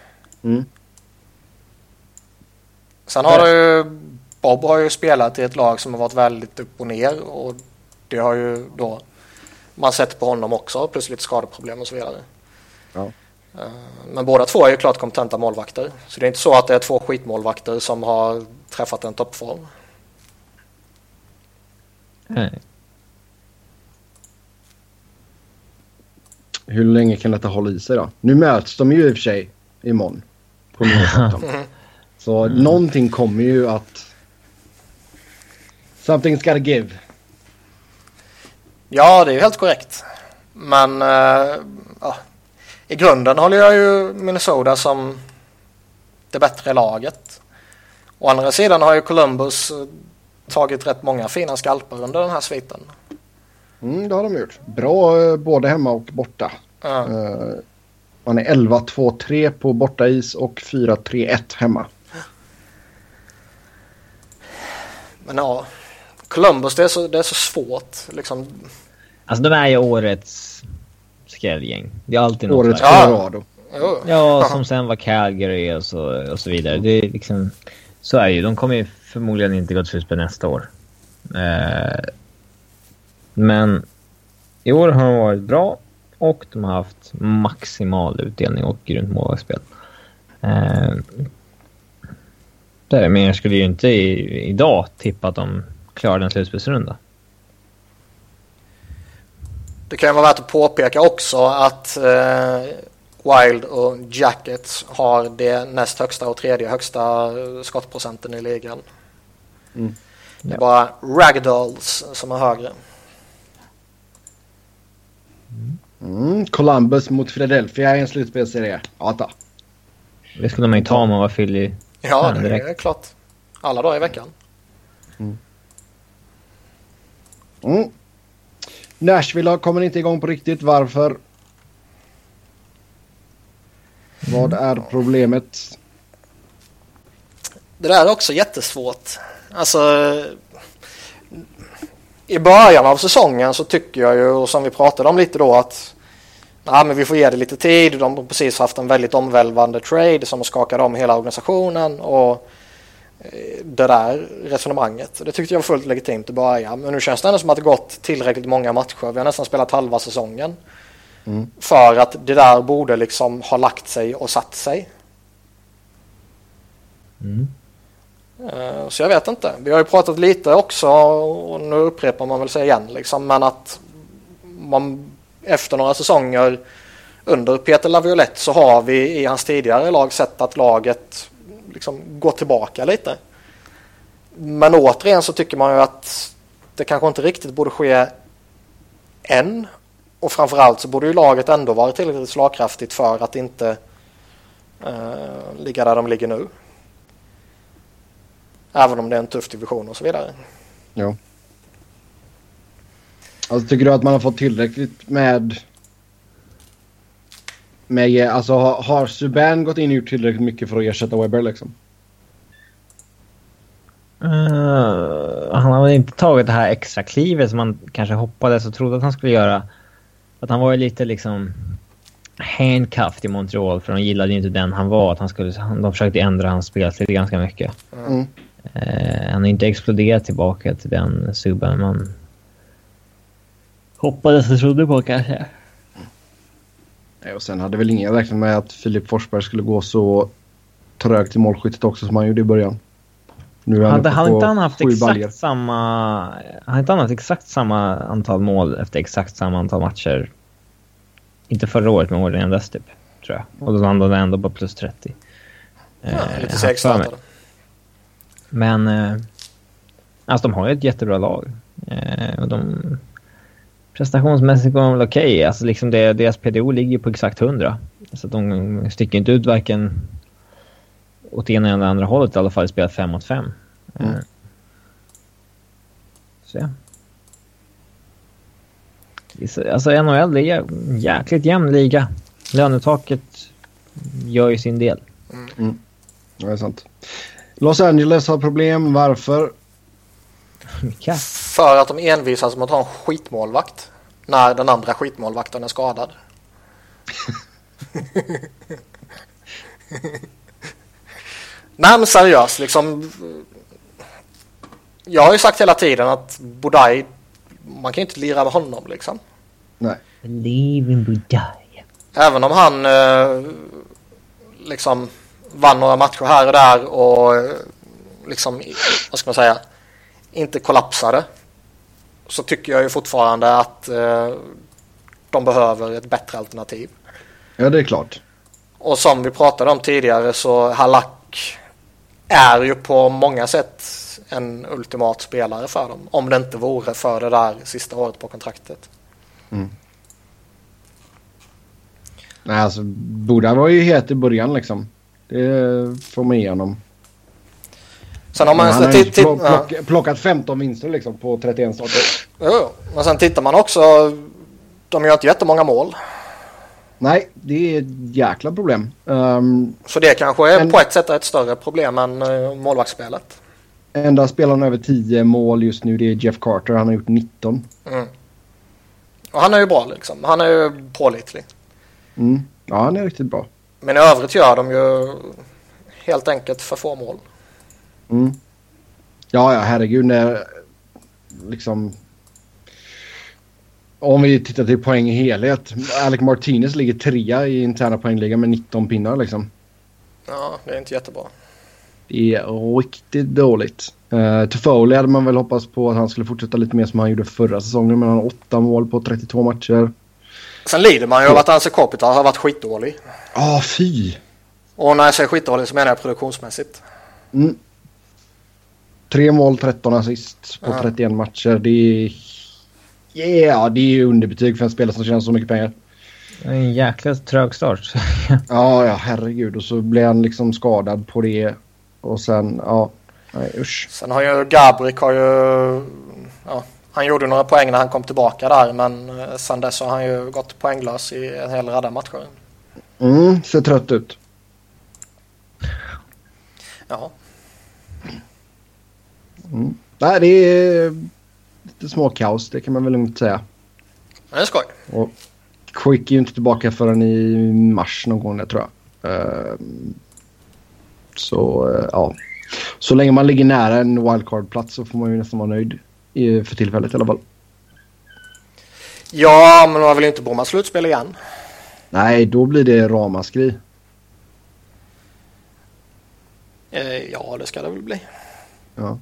Sen har Bob har ju spelat i ett lag som har varit väldigt upp och ner och det har ju då man sett på honom också, plus lite skadeproblem och så vidare.
Ja.
Men båda två är ju klart kompetenta målvakter. Så det är inte så att det är 2 skitmålvakter som har träffat en toppform.
Nej.
Hur länge kan detta hålla i sig då? Nu möts de ju i och för sig imorgon på nyårsafton. Så någonting kommer ju att something's gotta give.
Ja, det är ju helt korrekt. Men i grunden håller jag ju Minnesota som det bättre laget. Å andra sidan har ju Columbus tagit rätt många fina skalper under den här sviten.
Det har de gjort. Bra både hemma och borta. Man är 11-2-3 på bortais och 4-3-1 hemma.
Men ja, Columbus det är så svårt liksom.
Alltså de är ju årets skrällgäng. Det är alltid något.
Årets Colorado.
Ja, som sen var Calgary och så vidare. Det är liksom, så är ju. De kommer ju förmodligen inte gå till slutspel nästa år. Men i år har de varit bra och de har haft maximal utdelning och runt målvaktsspel. Men jag skulle ju inte idag tippa att de klarar en slutspelsrunda.
Det kan vara värt att påpeka också att Wild och Jackets har det näst högsta och tredje högsta skottprocenten i ligan. Det är bara Ragdolls som är högre.
Columbus mot Philadelphia i en slutspelserie. Ja, då.
Det skulle man ju ta om man var Philly.
Ja, det är klart. Alla dagar i veckan.
Nashville kommer inte igång på riktigt. Varför? Vad är problemet?
Det där är också jättesvårt. Alltså, i början av säsongen så tycker jag ju, och som vi pratade om lite då, att men vi får ge det lite tid. De har precis haft en väldigt omvälvande trade som har skakat om hela organisationen och det där resonemanget. Det tyckte jag var fullt legitimt i början. Men nu känns det ändå som att det gått tillräckligt många matcher. Vi har nästan spelat halva säsongen. För att det där borde liksom ha lagt sig och satt sig. Så jag vet inte. Vi har ju pratat lite också och nu upprepar man väl sig igen liksom, men att man efter några säsonger under Peter Laviolette så har vi i hans tidigare lag sett att laget liksom går tillbaka lite. Men återigen så tycker man ju att det kanske inte riktigt borde ske än. Och framförallt så borde ju laget ändå vara tillräckligt slagkraftigt för att inte ligga där de ligger nu. Även om det är en tuff division och så vidare.
Ja. Alltså tycker du att man har fått tillräckligt med Men alltså, har Subban gått in och gjort tillräckligt mycket för att ersätta Webber liksom?
Han har väl inte tagit det här extra klivet som man kanske hoppades och trodde att han skulle göra. Att han var ju lite liksom handcuffed i Montreal, för de gillade ju inte den han var. Att de försökte ändra hans spelstil ganska mycket. Han har inte exploderat tillbaka till den Subban man hoppades och trodde på kanske.
Och sen hade väl ingen räknat med att Filip Forsberg skulle gå så trögt i målskyttet också som han gjorde i början. Nu
hade han inte haft exakt samma antal mål efter exakt samma antal matcher? Inte förra året, men året dess typ, tror jag. Och då landade han ändå på plus 30.
Lite sexigt.
Men alltså de har ju ett jättebra lag. Och prestationsmässigt går de väl okej. Alltså liksom deras PDO ligger på exakt 100. Så de sticker inte ut varken åt ena eller andra hållet, i alla fall spelat 5-5. Så ja. Alltså NHL är jäkligt jämn liga. Lönetaket gör ju sin del.
Det är sant. Los Angeles har problem. Varför?
För att de envisas med att ha en skitmålvakt när den andra skitmålvakten är skadad. Nej, men seriöst liksom. Jag har ju sagt hela tiden att Bodaj, man kan ju inte lira med honom liksom.
Nej.
Believe in Bodaj.
Även om han liksom vann några matcher här och där och liksom, vad ska man säga, inte kollapsade, så tycker jag ju fortfarande att de behöver ett bättre alternativ.
Ja, det är klart.
Och som vi pratade om tidigare, så Halak är ju på många sätt en ultimat spelare för dem, om det inte vore för det där sista året på kontraktet.
Nej, alltså Boda var ju het i början liksom. Det får man igenom.
Sen har man
han har plockat 15 vinster liksom på 31 starter.
Jo, men sen tittar man också, de gör inte jättemånga mål.
Nej, det är ett jäkla problem.
Så det kanske är på ett sätt ett större problem än målvaktsspelet.
Enda spelaren över 10 mål just nu, det är Jeff Carter. Han har gjort 19.
Och han är ju bra liksom. Han är ju pålitlig.
Ja, han är riktigt bra.
Men i övrigt gör de ju helt enkelt för få mål.
Ja, herregud. När, liksom, om vi tittar till poäng i helhet. Alec Martinez ligger 3 i interna poängligan med 19 pinnar liksom.
Ja, det är inte jättebra.
Det är riktigt dåligt. Toffoli hade man väl hoppats på att han skulle fortsätta lite mer som han gjorde förra säsongen. Men han har 8 mål på 32 matcher.
Sen lider man ju av att Anse Kopitar har varit skitdålig.
Fy!
Och när jag säger skitdålig så menar jag produktionsmässigt.
3 mål, 13 assist på 31 matcher. Det är ju underbetyg för en spelare som tjänar så mycket pengar.
En jäkla trög start.
Ja, herregud. Och så blev han liksom skadad på det. Och sen, nej, usch.
Sen har ju Gabrick han gjorde några poäng när han kom tillbaka där, men sen dess har han ju gått poänglös i en hel radda matcher.
Ser trött ut.
Ja.
Nej, det är lite små kaos, det kan man väl inte säga.
Men det är skoj.
Och Quick är ju inte tillbaka förrän i mars någon gång, jag tror jag. Så länge man ligger nära en wildcard-plats så får man ju nästan vara nöjd för tillfället i alla fall.
Ja, men man vill inte bomma slutspel igen.
Nej, då blir det ramaskri.
Ja, det ska det väl bli.
Ja.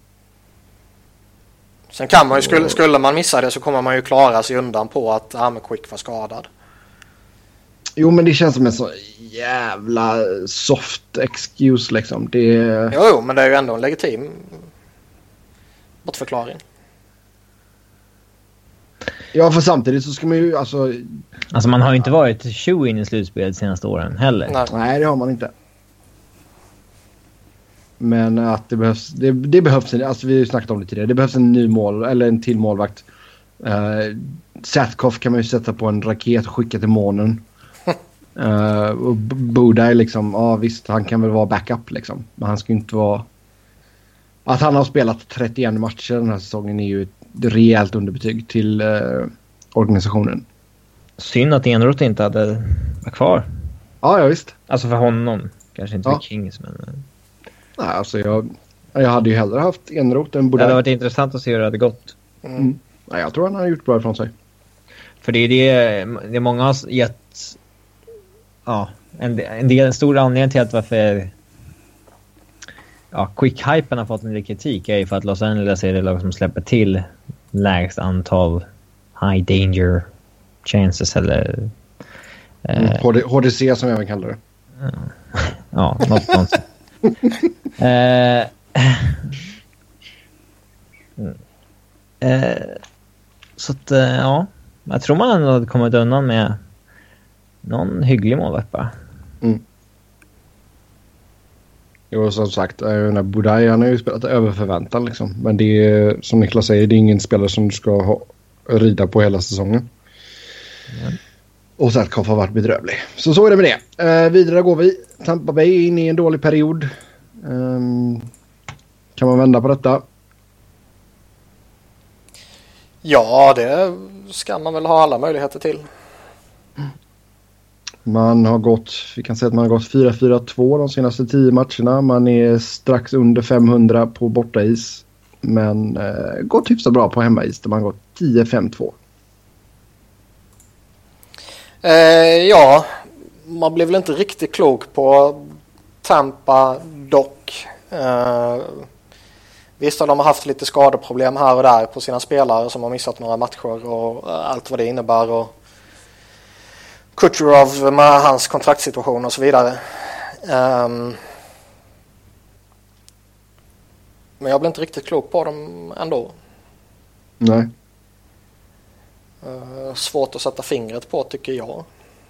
Sen kan man ju, skulle man missa det så kommer man ju klara sig undan på att Quick var skadad.
Jo, men det känns som en så jävla soft excuse liksom.
Jo, men det är ju ändå en legitim bortförklaring.
Ja, för samtidigt så ska man ju alltså
man har ju inte varit 20 in i slutspelet de senaste åren heller.
Nej, det har man inte. Men att det behövs alltså vi har ju snackat om det tidigare. Det behövs en ny en till målvakt. Satkoff kan man ju sätta på en raket och skicka till månen. Och Budaj liksom, ja visst han kan väl vara backup liksom. Men han ska inte vara... Att han har spelat 31 matcher den här säsongen är ju ett rejält underbetyg till organisationen.
Synd att Enroth inte hade varit kvar.
Ja, visst.
Alltså för honom. Kanske inte för Kings, men...
Nej, alltså jag hade ju hellre haft Enroth än Budaj.
Det hade varit intressant att se hur det hade gått.
Mm. Nej, jag tror han har gjort bra ifrån sig.
För det är många har gett... Ja, en stor anledning till att varför... Ja, Quick-hypen har fått en del kritik är ju för att Los Angeles är det lag som släpper till lägst antal high danger chances eller...
HDC som jag även kallar det.
Ja, något sånt. Så att, ja. Jag tror man ändå hade kommit undan med någon hygglig målvakt bara.
Mm. Jo, som sagt, Budaj han har ju spelat över förväntan liksom. Men det är, som Niklas säger, det är ingen spelare som du ska rida på hela säsongen. Mm. Och Zlatkoff har varit bedrövlig. Så är det med det. Vidare går vi. Tampa Bay är inne i en dålig period. Kan man vända på detta?
Ja, det ska man väl ha alla möjligheter till.
Man har gått, vi kan säga att man har gått 4-4-2 de senaste 10 matcherna. Man är strax under 500 på bortais. Men gått hyfsat bra på hemmais där man har gått 10-5-2.
Ja, man blev väl inte riktigt klok på Tampa dock. Visst har de haft lite skadeproblem här och där på sina spelare som har missat några matcher och allt vad det innebär och Kucherov med hans kontraktssituation och så vidare. Men jag blev inte riktigt klok på dem ändå.
Nej.
Svårt att sätta fingret på tycker jag.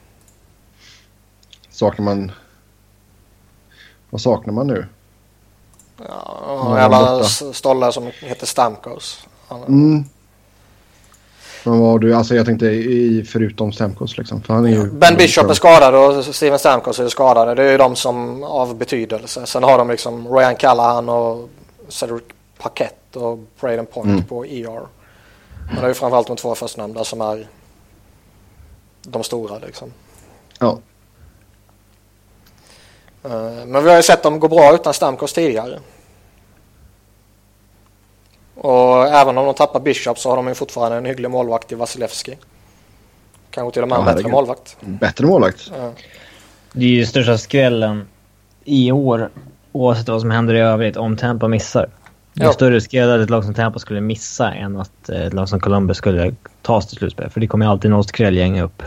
Vad saknar man nu?
Ja, jävla stolle som heter Stamkos.
Men vad du, alltså jag tänkte förutom Stamkos liksom. För han är ju
Ben Bishop är skadad och Steven Stamkos är skadade. Det är ju de som av betydelse. Sen har de liksom Ryan Callahan och Cedric Paquette och Braden Point på ER. Men det är ju framförallt de två förstnämnda som är de stora liksom.
Ja.
Men vi har ju sett dem gå bra utan Stamkos tidigare. Och även om de tappar Bishop så har de ju fortfarande en hygglig målvakt i Vasilevski. Kanske till och med en bättre målvakt.
Bättre målvakt.
Ja.
Det är ju största skrällen i år oavsett vad som händer i övrigt om Tampa missar. Det är större skräll att ett lag som Tampa skulle missa än att ett lag som Columbus skulle ta till slutspel. För det kommer ju alltid något skrällgäng upp.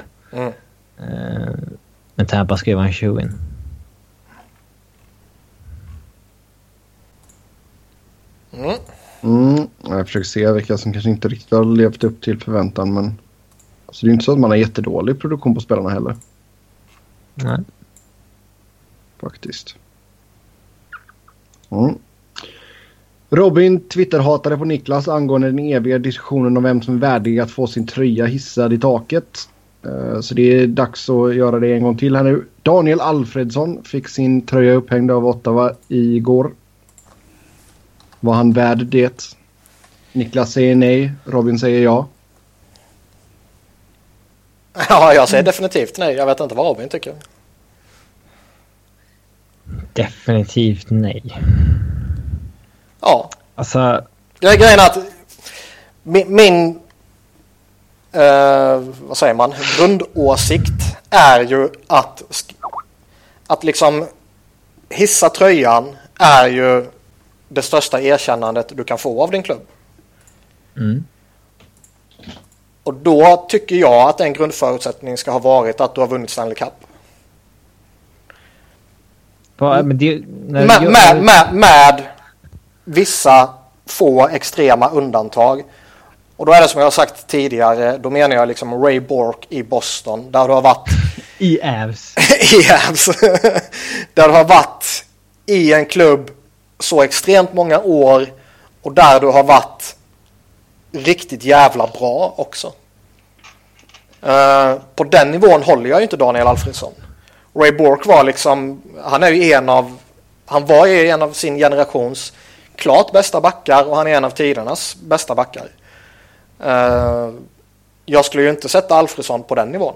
Men Tampa skrev en show-in.
Jag försöker se vilka som kanske inte riktigt har levt upp till förväntan. Men alltså, det är inte så att man har jättedålig produktion på spelarna heller.
Nej.
Faktiskt. Robin Twitter-hatade på Niklas angående den eviga diskussionen om vem som är värdig att få sin tröja hissad i taket. Så det är dags att göra det en gång till här nu. Daniel Alfredsson fick sin tröja upphängd av Ottawa igår. Var han värd det? Niklas säger nej. Robin säger ja.
Ja, jag säger definitivt nej. Jag vet inte vad Robin tycker.
Definitivt nej.
Ja.
Alltså...
Grejen är att min vad säger man? Grundåsikt är ju att liksom hissa tröjan är ju det största erkännandet du kan få av din klubb. Och då tycker jag att en grundförutsättning ska ha varit att du har vunnit Stanley Cup. Med vissa få extrema undantag. Och då är det som jag har sagt tidigare, då menar jag liksom Ray Bourque i Boston, där du har varit
i Avs.
I Avs. Där du har varit i en klubb så extremt många år och där du har varit riktigt jävla bra också. På den nivån håller jag ju inte Daniel Alfredsson. Ray Bourque var liksom, han var en av sin generations klart bästa backar och han är en av tidernas bästa backar. Jag skulle ju inte sätta Alfredsson på den nivån.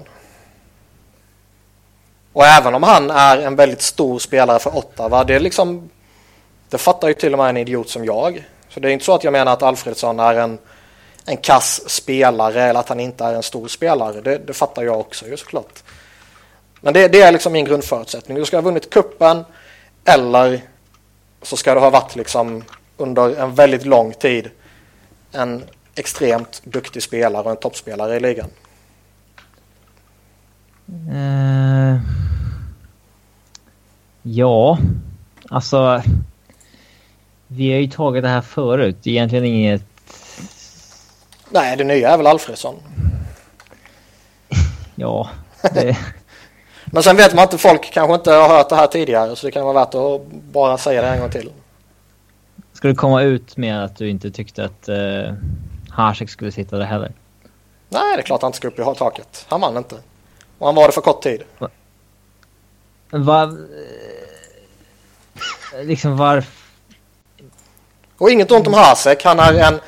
Och även om han är en väldigt stor spelare för Ottawa, det fattar ju till och med en idiot som jag. Så det är inte så att jag menar att Alfredsson är en kass spelare eller att han inte är en stor spelare. Det fattar jag också ju såklart. Men det är liksom min grundförutsättning. Du ska ha vunnit kuppen eller så ska du ha varit liksom under en väldigt lång tid en extremt duktig spelare och en toppspelare i ligan.
Ja, alltså vi har ju tagit det här förut. Egentligen inget...
Nej, det nya är väl Alfredsson.
Ja, det...
Men sen vet man att folk kanske inte har hört det här tidigare, så det kan vara värt att bara säga det en gång till.
Ska du komma ut med att du inte tyckte att Hasek skulle sitta där heller?
Nej, det är klart han inte ska upp i taket. Han vann inte. Och han var det för kort tid.
Liksom varför?
Och inget ont om Hasek. Han är en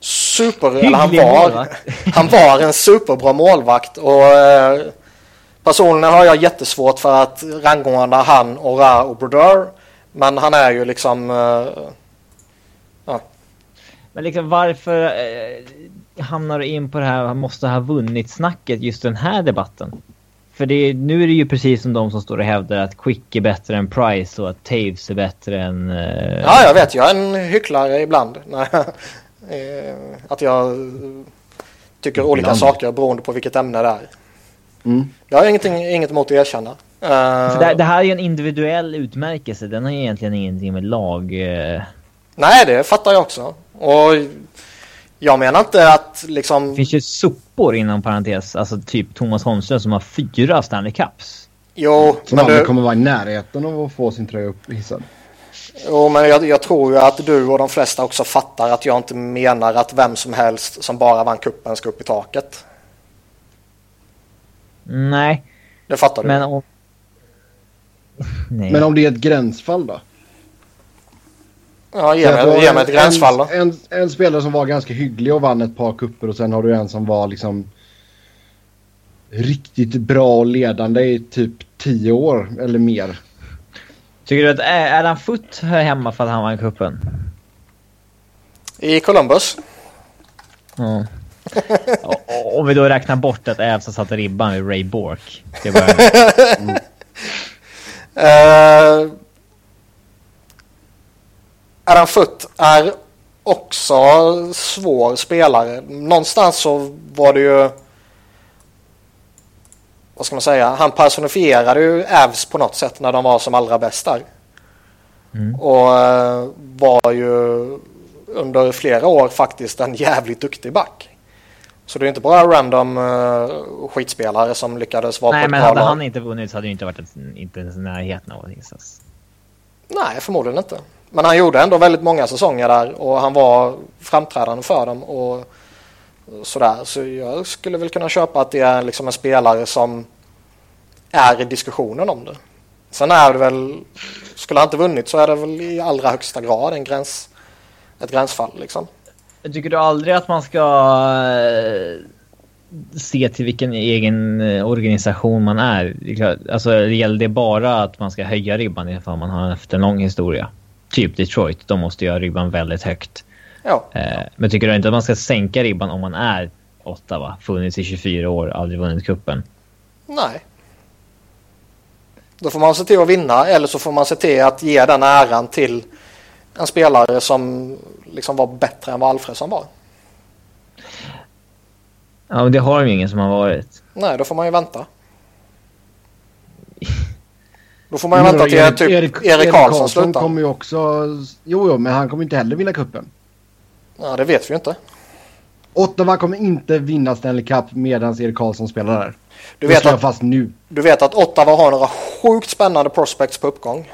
han var en superbra målvakt. Och personligen har jag jättesvårt för att rangordna han och Ra och Brodeur. Men han är ju liksom... ja.
Men liksom varför hamnar du in på det här, han måste ha vunnit snacket just den här debatten? För nu är det ju precis som de som står och hävdar att Quick är bättre än Price och att Taves är bättre än...
Ja, jag vet. Jag är en hycklare ibland. Att jag tycker olika saker beroende på vilket ämne det är. Jag har inget emot att erkänna.
Det här är ju en individuell utmärkelse. Den har ju egentligen ingenting med lag...
Nej, det fattar jag också. Och jag menar inte att liksom...
Det finns ju sopor inom parentes. Alltså typ Thomas Holmström som har 4 Stanley Cups.
Jo,
som aldrig kommer vara i närheten av att få sin tröja upphissad.
Jo, men jag tror ju att du och de flesta också fattar att jag inte menar att vem som helst som bara vann kuppen ska upp i taket.
Nej.
Det fattar du.
Men om det är ett gränsfall då?
Ja, ge mig ett gränsfall då.
En spelare som var ganska hygglig och vann ett par kupper och sen har du en som var liksom riktigt bra och ledande i typ 10 år eller mer.
Tycker du att Adam Foote hör hemma för att han vann kuppen?
I Columbus?
Ja. Om vi då räknar bort att Ävs har satt ribban vid Ray Bourque.
Adam Foote är också svår spelare. Någonstans så var det ju, vad ska man säga, han personifierade ju Ävs på något sätt när de var som allra bäst där. Och var ju under flera år faktiskt en jävligt duktig back. Så det är inte bara random skitspelare som lyckades vara...
Nej, men hade han inte vunnit så hade det inte varit inte ens närheten av att insats.
Nej, förmodligen inte. Men han gjorde ändå väldigt många säsonger där och han var framträdande för dem och sådär. Så jag skulle väl kunna köpa att det är liksom en spelare som är i diskussionen om det. Sen är det väl, skulle han inte vunnit så är det väl i allra högsta grad ett gränsfall liksom.
Tycker du aldrig att man ska se till vilken egen organisation man är? Alltså gäller det bara att man ska höja ribban ifall man har efter en lång historia? Typ Detroit, de måste göra ribban väldigt högt.
Ja.
Men tycker du inte att man ska sänka ribban om man är Ottawa, funnits i 24 år, aldrig vunnit kuppen?
Nej. Då får man se till att vinna, eller så får man se till att ge den äran till en spelare som liksom var bättre än vad Alfredsson var.
Ja, men det har ju ingen som har varit.
Nej, då får man ju vänta. Då får man ju vänta till typ Erik Karlsson slutar.
Kommer ju också... Jo, men han kommer inte heller vinna kuppen.
Ja, det vet vi ju inte.
Ottawa kommer inte vinna Stanley Cup medan Erik Karlsson spelar där.
Du vet att Ottawa har några sjukt spännande prospects på uppgång.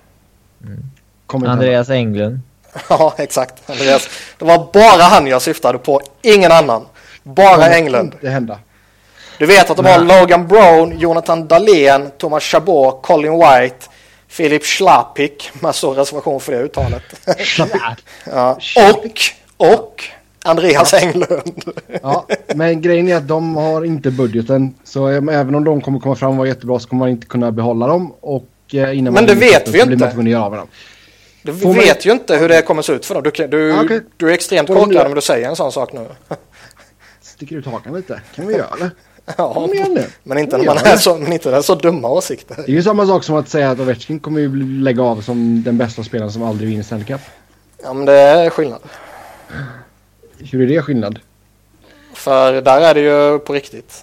Andreas Englund.
Ja, exakt. Andreas. Det var bara han jag syftade på. Ingen annan. Bara Englund.
Det hända.
Du vet att de har Logan Brown, Jonathan Dahlén, Thomas Chabot, Colin White, Filip Schlapik, med så reservation för det uttalet. Ja. Och Andreas Englund.
Ja, men grejen är att de har inte budgeten. Så även om de kommer komma fram och vara jättebra så kommer man inte kunna behålla dem. Och innan
men det vet vi inte.
Vi göra av dem.
Vi vet ju inte hur det kommer se ut för dem. Du är extremt korkad om du säger en sån sak nu.
Sticker ut hakan lite. Kan vi göra det?
Ja, men inte när man är så dumma åsikter.
Det är ju samma sak som att säga att Ovechkin kommer ju lägga av som den bästa spelaren som aldrig vinner Stanley Cup.
Ja, men det är skillnad.
Hur är det skillnad?
För där är det ju på riktigt.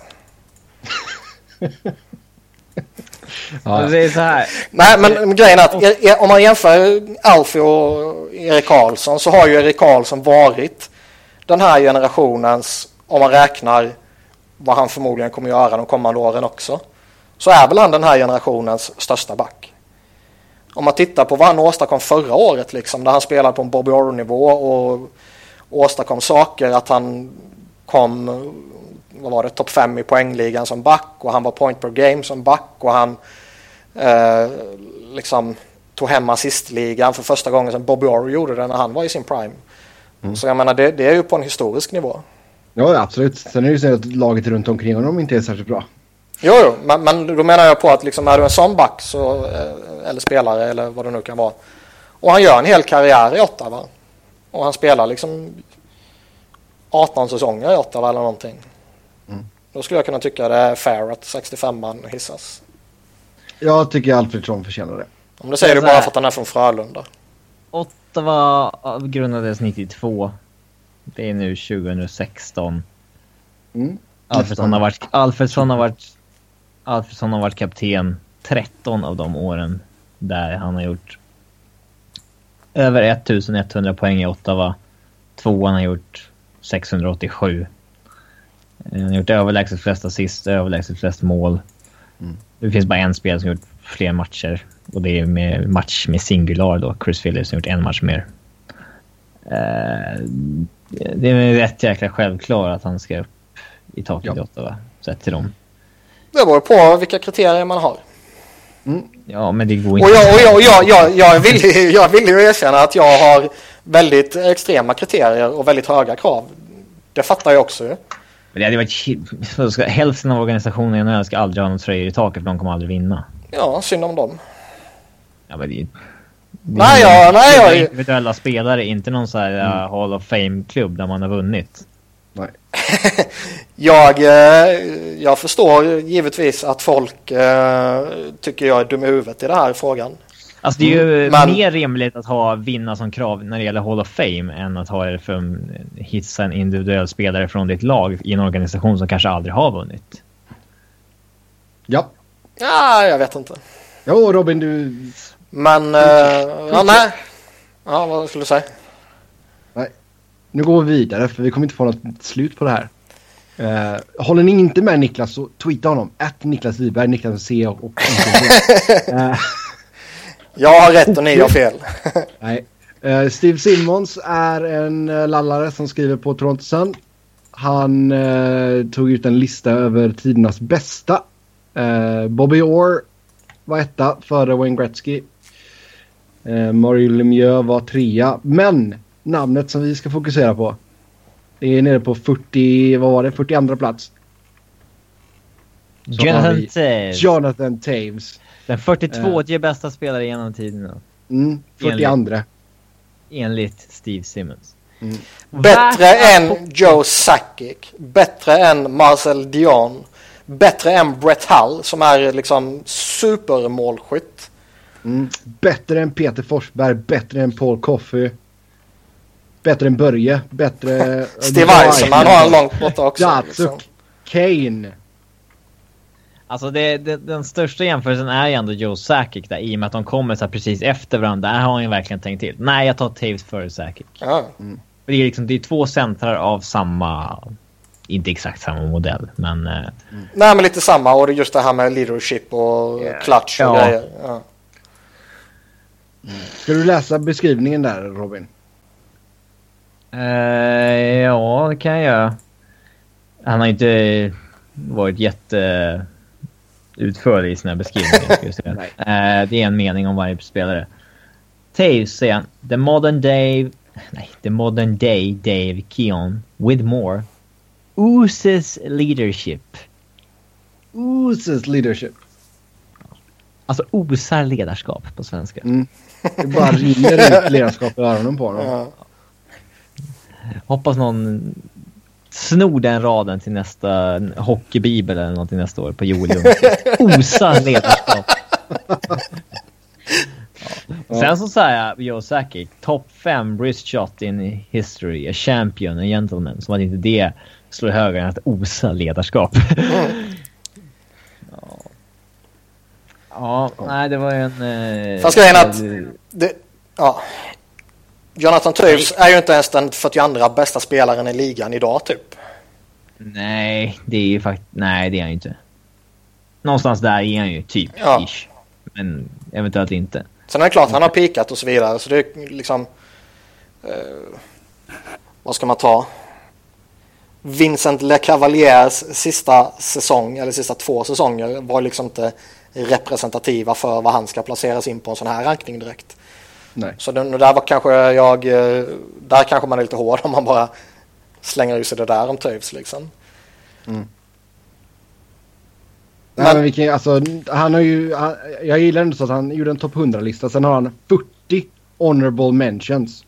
Ja. Det är så här.
Nej, men grejen är att om man jämför Alfie och Erik Karlsson så har ju Erik Karlsson varit den här generationens, om man räknar vad han förmodligen kommer göra de kommande åren också, så är väl han den här generationens största back. Om man tittar på vad han åstadkom förra året liksom, där han spelade på en Bobby Orr-nivå och åstadkom saker, att han kom, vad var det, topp 5 i poängligan som back och han var point per game som back och han liksom tog hem assistligan för första gången sedan Bobby Orr gjorde det när han var i sin prime. Så jag menar, det är ju på en historisk nivå.
Ja, absolut. Sen är det ju så att laget runt omkring honom inte är särskilt bra.
Jo, men då menar jag på att liksom, är du en sån back så, eller spelare eller vad det nu kan vara, och han gör en hel karriär i Ottawa och han spelar liksom 18 säsonger i Ottawa eller någonting. Då skulle jag kunna tycka det är fair att 65man hissas. Jag
tycker Alfredsson förtjänar det.
Om det säger du bara för att han är från Frölunda.
Ottawa grundades 92. Det är nu 2016. Alfredsson har varit kapten 13 av de åren, där han har gjort över 1100 poäng i Ottawa. Tvåan har gjort 687. Han har gjort överlägset flest assist, överlägset flest mål. Det finns bara en spelare som har gjort fler matcher, och det är med match med singular då. Chris Phillips har gjort en match mer. Det är rätt jäkla självklart att han ska upp i taket i Ottawa, sett till dem.
Det beror på vilka kriterier man har.
Ja, men det går inte.
Jag vill ju erkänna att jag har väldigt extrema kriterier och väldigt höga krav. Det fattar jag också.
Men det hade varit hälften av organisationen i NHL ska aldrig ha någon tröjor i taket, för de kommer aldrig vinna.
Ja, synd om dem.
Ja, men det
nej,
individuella spelare, inte någon så här Hall of Fame-klubb där man har vunnit.
Nej.
Jag förstår givetvis att folk tycker jag är dum i huvudet i den här frågan.
Alltså det är ju mer rimligt att vinna som krav när det gäller Hall of Fame än att ha det för hissa en individuell spelare från ditt lag i en organisation som kanske aldrig har vunnit.
Ja,
jag vet inte.
Jo, Robin, du...
Men, nej. Ja, vad skulle du säga?
Nej, nu går vi vidare för vi kommer inte få något slut på det här. Håller ni inte med Niklas så tweeta honom. @Niklas Wiberg, Niklas med C och
jag har rätt och ni har fel.
Nej. Steve Simmons är en lallare som skriver på Toronto Sun. Han tog ut en lista över tidernas bästa. Bobby Orr var etta före Wayne Gretzky. Mario Lemieux var trea. Men namnet som vi ska fokusera på är nere på 42 plats. Jonathan Toews.
Den 42 bästa spelare genom tiden.
42.
Enligt Steve Simmons.
Bättre än Joe Sakic. Bättre än Marcel Dion. Bättre än Brett Hull som är liksom supermålskytt.
Bättre än Peter Forsberg. Bättre än Paul Coffey. Bättre än Börje. Bättre...
Steve Eisenman har en långt borta också.
Liksom. Kane.
Alltså den största jämförelsen är ju ändå Joe Sakic där, i och med att de kommer så precis efter varandra. Där har han ju verkligen tänkt till. Nej, jag tar Toews före Sakic. Det är liksom, det är två centrar av samma, inte exakt samma modell, men
nej, men lite samma, och det är just det här med leadership och clutch och grejer. Ja.
Ska du läsa beskrivningen där, Robin?
Ja, det kan jag göra. Han har inte varit utförlig i sina beskrivningar. Det är en mening om varje spelare. Taves säger han, the modern day Dave Keon with more oozes leadership.
Oozes leadership.
Alltså osar ledarskap på svenska.
Det bara rinner ut ledarskap i öronen på dem. Ja.
Hoppas någon snor den raden till nästa hockeybibel eller något nästa år på Joel Osar ledarskap. Ja. Sen så säger jag Joe Sakic, top 5 wrist shot in history, a champion, a gentleman. Som att inte det slår högre än att osa ledarskap. Nej, det var ju en...
Fast grejen att Jonathan Toews är ju inte ens den 42 bästa spelaren i ligan idag typ.
Nej, det är ju faktiskt... Nej, det är han ju inte. Någonstans där är han ju typ ish. Men eventuellt inte.
Sen är det klart han har pikat och så vidare. Så det är liksom... vad ska man ta? Vincent LeCavaliers sista säsong, eller sista 2 säsonger, var liksom inte representativa för vad han ska placeras in på en sån här rankning direkt.
Nej. Så
där var kanske där kanske man är lite hård om man bara slänger ut sig det där om Toews liksom.
Men vilken, alltså, han har ju, jag gillar ändå så att han gjorde en topp 100-lista. Sen har han 40 honorable mentions.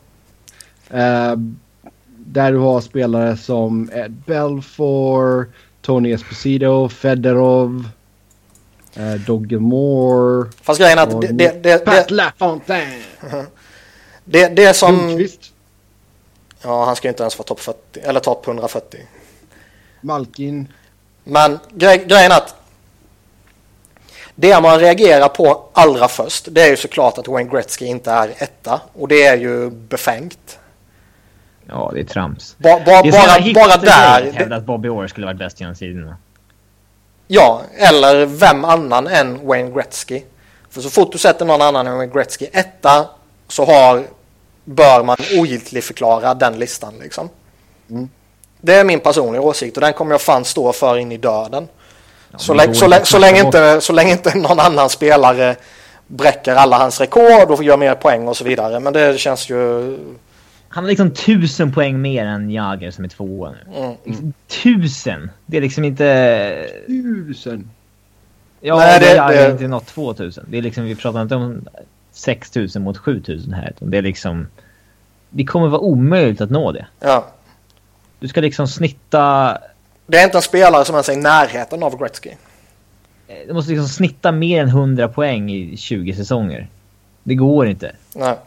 Där du har spelare som Ed Belfour, Tony Esposito, Fedorov, Dogge Moore.
Fast grejen att
Pat LaFontaine.
Det som...
Lundqvist.
Ja, han ska ju inte ens vara topp 40 eller topp 140.
Malkin.
Men grejen att det man reagerar på allra först, det är ju såklart att Wayne Gretzky inte är etta. Och det är ju befängt.
Ja, det är trams.
Bara där...
hävda att Bobby Orr skulle varit bäst genom sidorna.
Ja, eller vem annan än Wayne Gretzky. För så fort du sätter någon annan än Wayne Gretzky etta, så bör man ogiltigförklara den listan liksom. Det är min personliga åsikt och den kommer jag fan stå för in i döden. Ja, så länge inte någon annan spelare bräcker alla hans rekord och gör mer poäng och så vidare. Men det känns ju...
Han har liksom 1000 poäng mer än Jagr som är 2 nu. 1000! Det är liksom inte...
1000?
Ja, nej, det är inte något 2000. Det är liksom, vi pratar inte om 6000 mot 7000 här. Det är liksom... Det kommer vara omöjligt att nå det.
Ja.
Du ska liksom snitta...
Det är inte en spelare som ens är i närheten av Gretzky.
Du måste liksom snitta mer än 100 poäng i 20 säsonger. Det går inte.
Nej.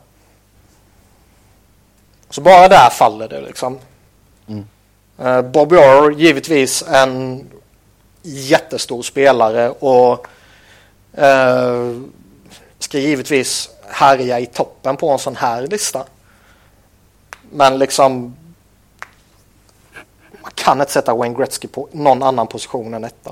Så bara där faller det liksom. Bobby Orr, givetvis en jättestor spelare och ska givetvis härja i toppen på en sån här lista. Men liksom man kan inte sätta Wayne Gretzky på någon annan position än etta.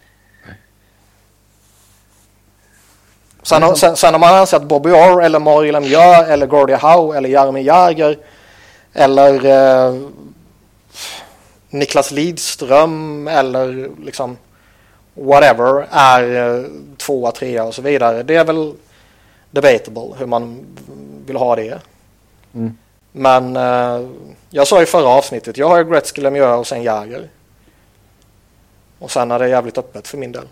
Sen om man anser att Bobby Orr eller Mario Lemieux eller Gordie Howe eller Jaromir Jagr eller Niklas Lidström eller liksom whatever är 2, 3 och så vidare. Det är väl debatable hur man vill ha det. Men jag sa i förra avsnittet, jag har ju Gretzky, Lemieux och sen Jagr. Och sen är det jävligt öppet för min del.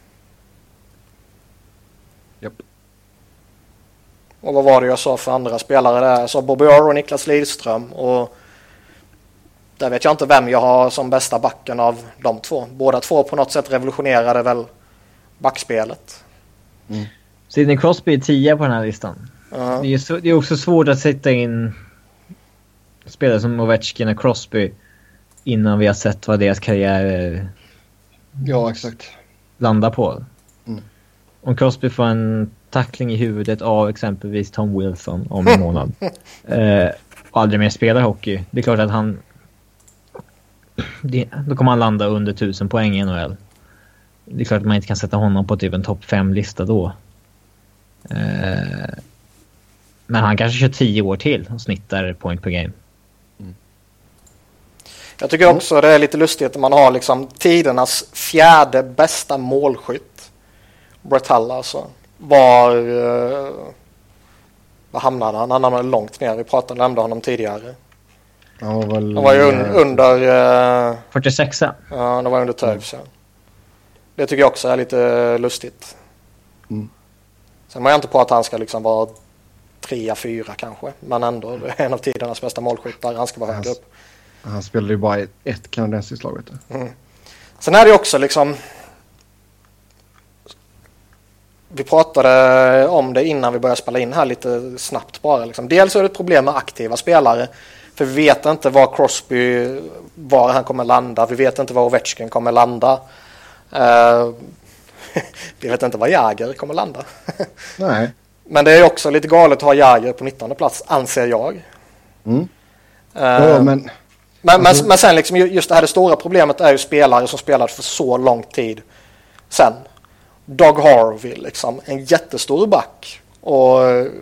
Japp.
Och vad var det jag sa för andra spelare där? Jag sa Bobby Orr och Niklas Lidström. Och där vet jag inte vem jag har som bästa backen av de två. Båda två på något sätt revolutionerade väl backspelet.
Sidney Crosby är 10 på den här listan. Det är också svårt att sätta in spelare som Ovechkin och Crosby innan vi har sett vad deras karriär
exakt
landar på. Om Crosby får en tackling i huvudet av exempelvis Tom Wilson om en månad och aldrig mer spelar hockey, det är klart att då kommer han landa under 1000 poäng i NHL. Det är klart att man inte kan sätta honom på typ en topp 5-lista då. Men han kanske kör 10 år till och snittar point per game.
Jag tycker också det är lite lustigt att man har liksom tidernas 4:e bästa målskytt. Brett Hull alltså. Var hamnade han? Han hamnade långt ner. Vi nämnde honom tidigare. Han var ju under...
46.
Ja, det var under Toews. Det tycker jag också är lite lustigt. Sen var jag inte på att han ska liksom vara 3-4 kanske. Men ändå, det är en av tidernas bästa målskyttar. Han ska vara högre upp.
Han spelade ju bara ett kanadensiskt lag, vet du.
Sen är det också liksom... Vi pratade om det innan vi började spela in här lite snabbt bara. Liksom. Dels är det ett problem med aktiva spelare. För vi vet inte var Crosby, var han kommer landa. Vi vet inte var Ovechkin kommer landa. Vi vet inte var Jäger kommer landa.
Nej.
Men det är också lite galet att ha Jäger på 19:e plats, anser jag. Men sen liksom just det här, det stora problemet är ju spelare som spelat för så lång tid sen. Doug Harvey, liksom, en jättestor back. Och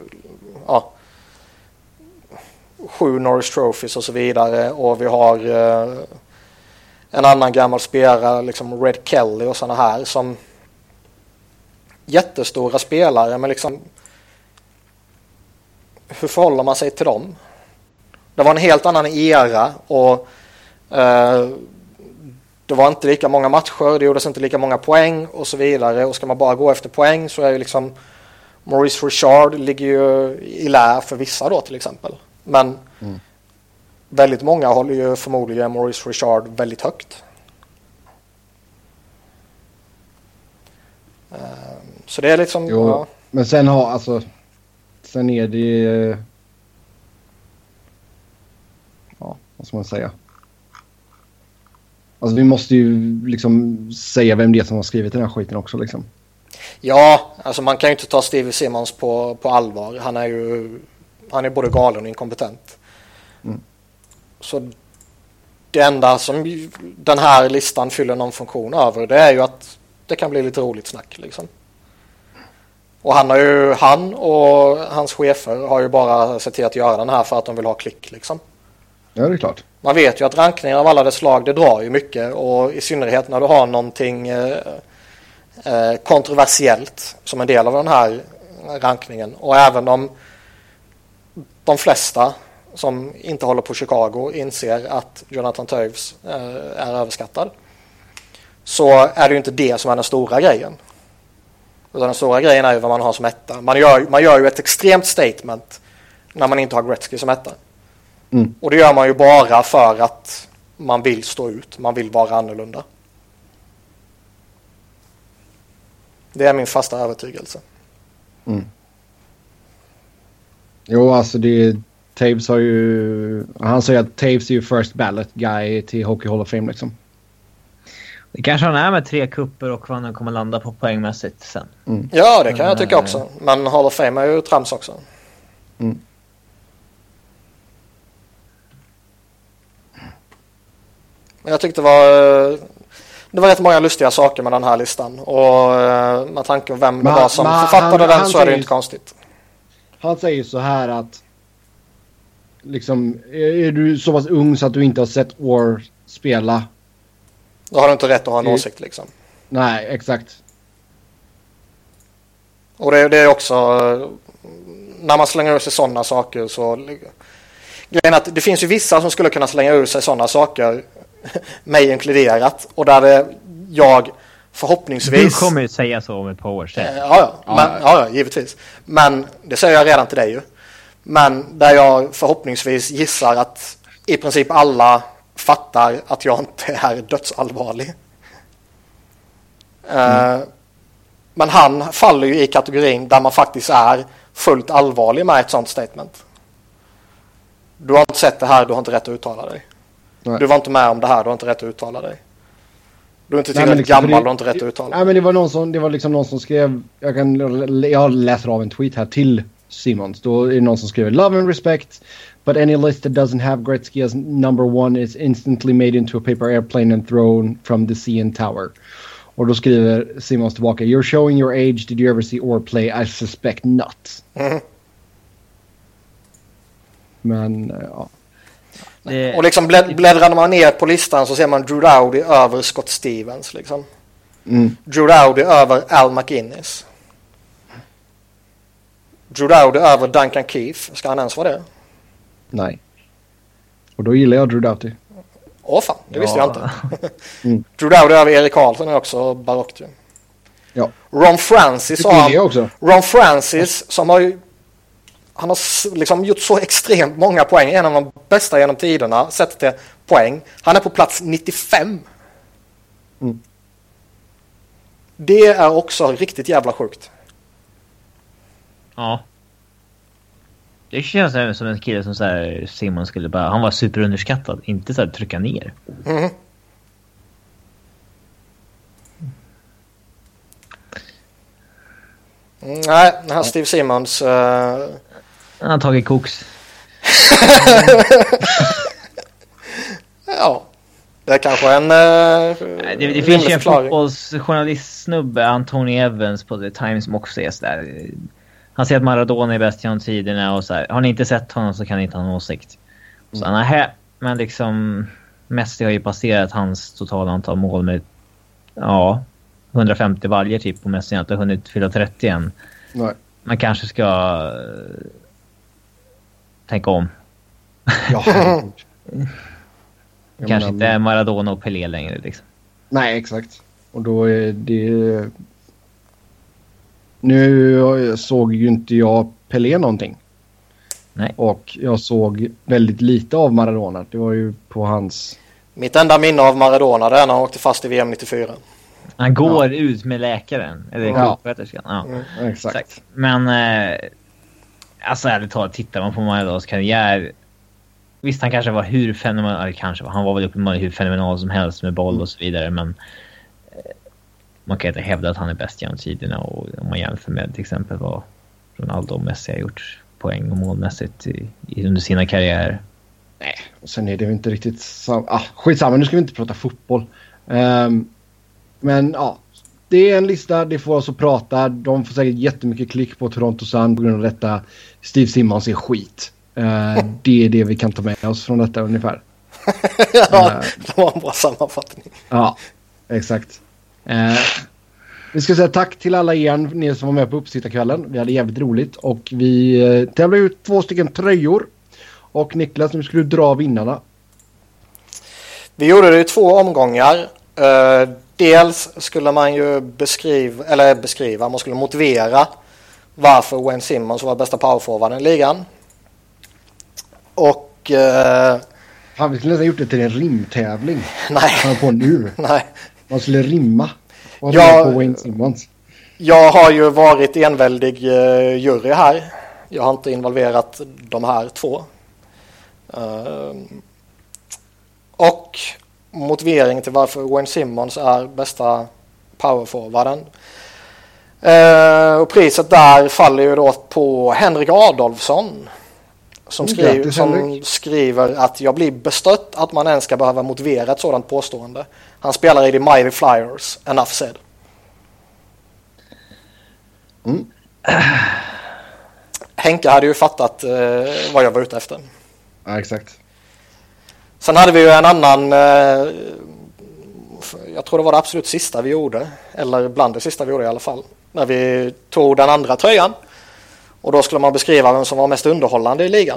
7 Norris Trophies och så vidare. Och vi har en annan gammal spelare, liksom Red Kelly och såna här, som jättestora spelare, men liksom hur förhåller man sig till dem? Det var en helt annan era och det var inte lika många matcher, det gjordes inte lika många poäng och så vidare, och ska man bara gå efter poäng så är ju liksom Maurice Richard ligger ju i lä för vissa då till exempel, men väldigt många håller ju förmodligen Maurice Richard väldigt högt. Så det är liksom...
Jo, men sen är det... vad ska man säga? Alltså vi måste ju liksom säga vem det är som har skrivit den här skiten också liksom.
Ja, alltså man kan ju inte ta Stevie Simmons på allvar. Han är både galen och inkompetent. Så det enda som den här listan fyller någon funktion över, det är ju att det kan bli lite roligt snack liksom. Och han och hans chefer har ju bara sett till att göra den här för att de vill ha klick liksom.
Ja, det är klart.
Man vet ju att rankningar av alla dess slag, det drar ju mycket, och i synnerhet när du har någonting kontroversiellt som en del av den här rankningen. Och även om de flesta som inte håller på Chicago inser att Jonathan Toews är överskattad, så är det ju inte det som är den stora grejen. Utan den stora grejen är ju vad man har som etta. Man gör ju ett extremt statement när man inte har Gretzky som etta. Och det gör man ju bara för att man vill stå ut. Man vill vara annorlunda. Det är min fasta övertygelse.
Jo, alltså Taves har ju... Han säger att Taves är ju first ballot guy till Hockey Hall of Fame liksom.
Det kanske han är med 3 kupper och vad han kommer landa på poängmässigt sen.
Ja, det kan jag tycka också. Men Hall of Fame är ju trams också. Men jag tyckte det var rätt många lustiga saker med den här listan. Och med tanke på vem det var som författade den, så är det inte konstigt.
Han säger så här att liksom, är du så pass ung så att du inte har sett War spela,
då har du inte rätt att ha en åsikt liksom.
Nej, exakt.
Och det är också, när man slänger ur sig sådana saker, så grejen att det finns ju vissa som skulle kunna slänga ur sig sådana saker, mig inkluderat, och där jag förhoppningsvis...
Du kommer ju säga så om ett par år sedan.
Ja, givetvis. Men det säger jag redan till dig ju. Men där jag förhoppningsvis gissar att i princip alla fattar att jag inte är dödsallvarlig. Men han faller ju i kategorin där man faktiskt är fullt allvarlig med ett sånt statement. Du har inte sett det här, du har inte rätt att uttala dig. Nej. Du var inte med om det här, du har inte rätt att uttala dig. Du är inte tillräckligt gammal, du har inte rätt att uttala dig.
Nej, men det var liksom någon som skrev, jag läser av en tweet här till Simons. Då är det någon som skriver: Love and respect, but any list that doesn't have Gretzky as number 1 is instantly made into a paper airplane and thrown from the CN Tower. Och då skriver Simons tillbaka: You're showing your age, did you ever see Orr play? I suspect not. Men ja.
Och liksom bläddrar man ner på listan så ser man Drew Dowdy över Scott Stevens liksom. Drew Dowdy över Al McInnes. Drew Dowdy över Duncan Keith. Ska han ens vara det?
Nej. Och då gillar jag Drew Dowdy.
Fan, det visste jag inte. Drew Dowdy över Erik Karlsson är också barockt.
Ja.
Ron Francis Ron Francis som han har liksom gjort så extremt många poäng. En av de bästa genom tiderna sett till poäng. Han är på plats 95. Det är också riktigt jävla sjukt.
Ja. Det känns som en kille som så här, Simon skulle bara... Han var superunderskattad. Inte så här trycka ner.
Nej, den här Steve Simmons...
Han har tagit koks.
Ja. Det är kanske en...
det finns ju en fotbollsjournalistsnubbe, Anthony Evans på The Times, som också är så där... Han säger att Maradona är bäst genom tiderna och så här. Har ni inte sett honom så kan ni inte ha en åsikt. Så men liksom Messi har ju passerat hans totala antal mål med 150 varje typ, på Messi har inte hunnit fylla 30 än.
Nej.
Man kanske ska tänka om.
Ja.
Kanske inte Maradona och Pelé längre liksom.
Nej, exakt. Och då är det... Nu såg ju inte jag Pelé någonting.
Nej.
Och jag såg väldigt lite av Maradona. Det var ju på hans...
Mitt enda minne av Maradona är när han åkte fast i VM 94.
Han går ut med läkaren. Eller sjuksköterskan. Ja.
Exakt.
Men alltså ärligt talat, tittar man på Maradonas karriär... Visst, han kanske var hur fenomenal... Han var väl uppenbarligen hur fenomenal som helst med boll och så vidare. Men... Man kan inte hävda att han är bäst genom tiderna, och om man jämför med till exempel vad Ronaldo och Messi har gjort poäng och målmässigt under sina karriärer.
Nej, och sen är det ju inte riktigt skitsamma, nu ska vi inte prata fotboll. Men det är en lista, det får oss att prata. De får säkert jättemycket klick på Toronto Sun på grund av detta. Steve Simmons är skit. Det är det vi kan ta med oss från detta ungefär.
Ja, det var en bra sammanfattning.
Ja, exakt. Vi ska säga tack till alla ni som var med på uppsittarkvällen. Vi hade jävligt roligt och vi tävlade ut 2 stycken tröjor. Och Niklas, nu skulle du dra vinnarna.
Vi gjorde det i 2 omgångar. Dels skulle man ju beskriva, man skulle motivera varför Wayne Simmons var bästa powerforwarden i ligan. Och
vi skulle nästan gjort det till en rimtävling.
Nej.
På nu.
Nej.
Man skulle rimma. På Wayne Simmons.
Jag har ju varit enväldig jury här. Jag har inte involverat de här 2. Och motivering till varför Wayne Simmons är bästa powerforwarden. Och priset där faller ju då på Henrik Adolfsson. Som skriver att jag blir bestött att man ens ska behöva motivera ett sådant påstående. Han spelar i The Mighty Flyers. Enough said. Henke hade ju fattat vad jag var ute efter.
Ja, exakt.
Sen hade vi ju en annan... jag tror det var det absolut sista vi gjorde. Eller bland det sista vi gjorde i alla fall. När vi tog den andra tröjan. Och då skulle man beskriva vem som var mest underhållande i ligan.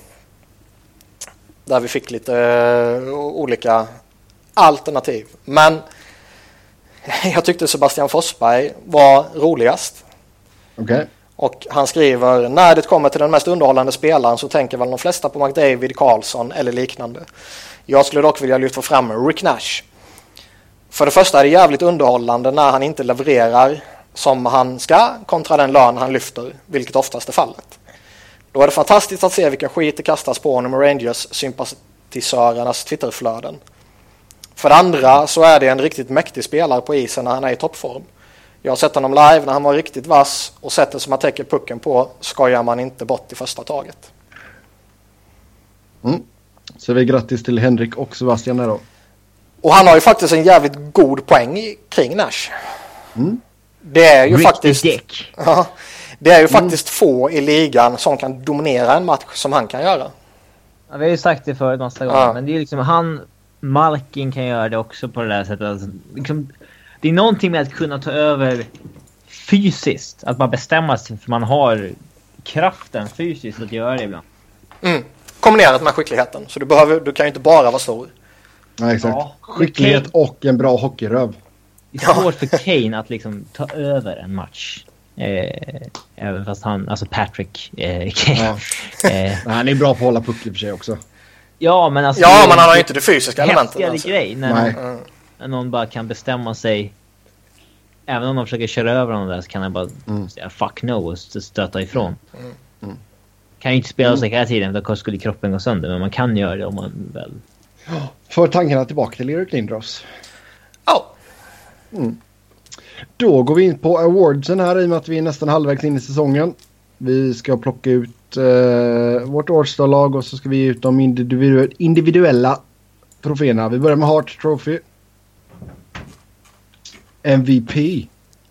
Där vi fick lite olika alternativ. Men jag tyckte Sebastian Forsberg var roligast.
Okej.
Och han skriver: när det kommer till den mest underhållande spelaren så tänker väl de flesta på McDavid, Karlsson eller liknande. Jag skulle dock vilja lyfta fram Rick Nash. För det första är det jävligt underhållande när han inte levererar som han ska kontra den lön han lyfter, vilket oftast är fallet. Då är det fantastiskt att se vilka skit det kastas på honom och Rangers-sympatisörernas Twitterflöden. För det andra så är det en riktigt mäktig spelare på isen när han är i toppform. Jag har sett honom live när han var riktigt vass, och sättet som han täcker pucken på skojar man inte bort i första taget.
Så vi grattis till Henrik och Sebastian där då.
Och han har ju faktiskt en jävligt god poäng kring Nash. Det är ju faktiskt få i ligan som kan dominera en match som han kan göra.
vi har ju sagt det förut massa gånger, men det är liksom Malkin kan göra det också på det där sättet. Alltså, liksom, det är någonting med att kunna ta över fysiskt. Att man bestämmer sig för man har kraften fysiskt att göra det ibland.
Kombinerat med skickligheten. Så du kan ju inte bara vara stor.
Ja, exakt. Ja, skicklighet och en bra hockeyröv.
Det är svårt för Kane att liksom ta över en match. Även fast Patrick Kane.
Han är bra på att hålla puck i för sig också.
Ja, men alltså...
Ja, men han har ju inte det fysiska elementet.
Alltså. Grej när någon bara kan bestämma sig. Även om de försöker köra över honom där så kan han bara säga fuck no och stöta ifrån. Kan ju inte spela sig hela tiden, då skulle kroppen gå sönder. Men man kan göra det om man väl...
För tankarna tillbaka till Eric Lindros.
Ja.
Då går vi in på awardsen här i och med att vi är nästan halvvägs in i säsongen. Vi ska plocka ut vårt All-Star-lag och så ska vi ge ut de individuella troféerna. Vi börjar med Hart Trophy. MVP.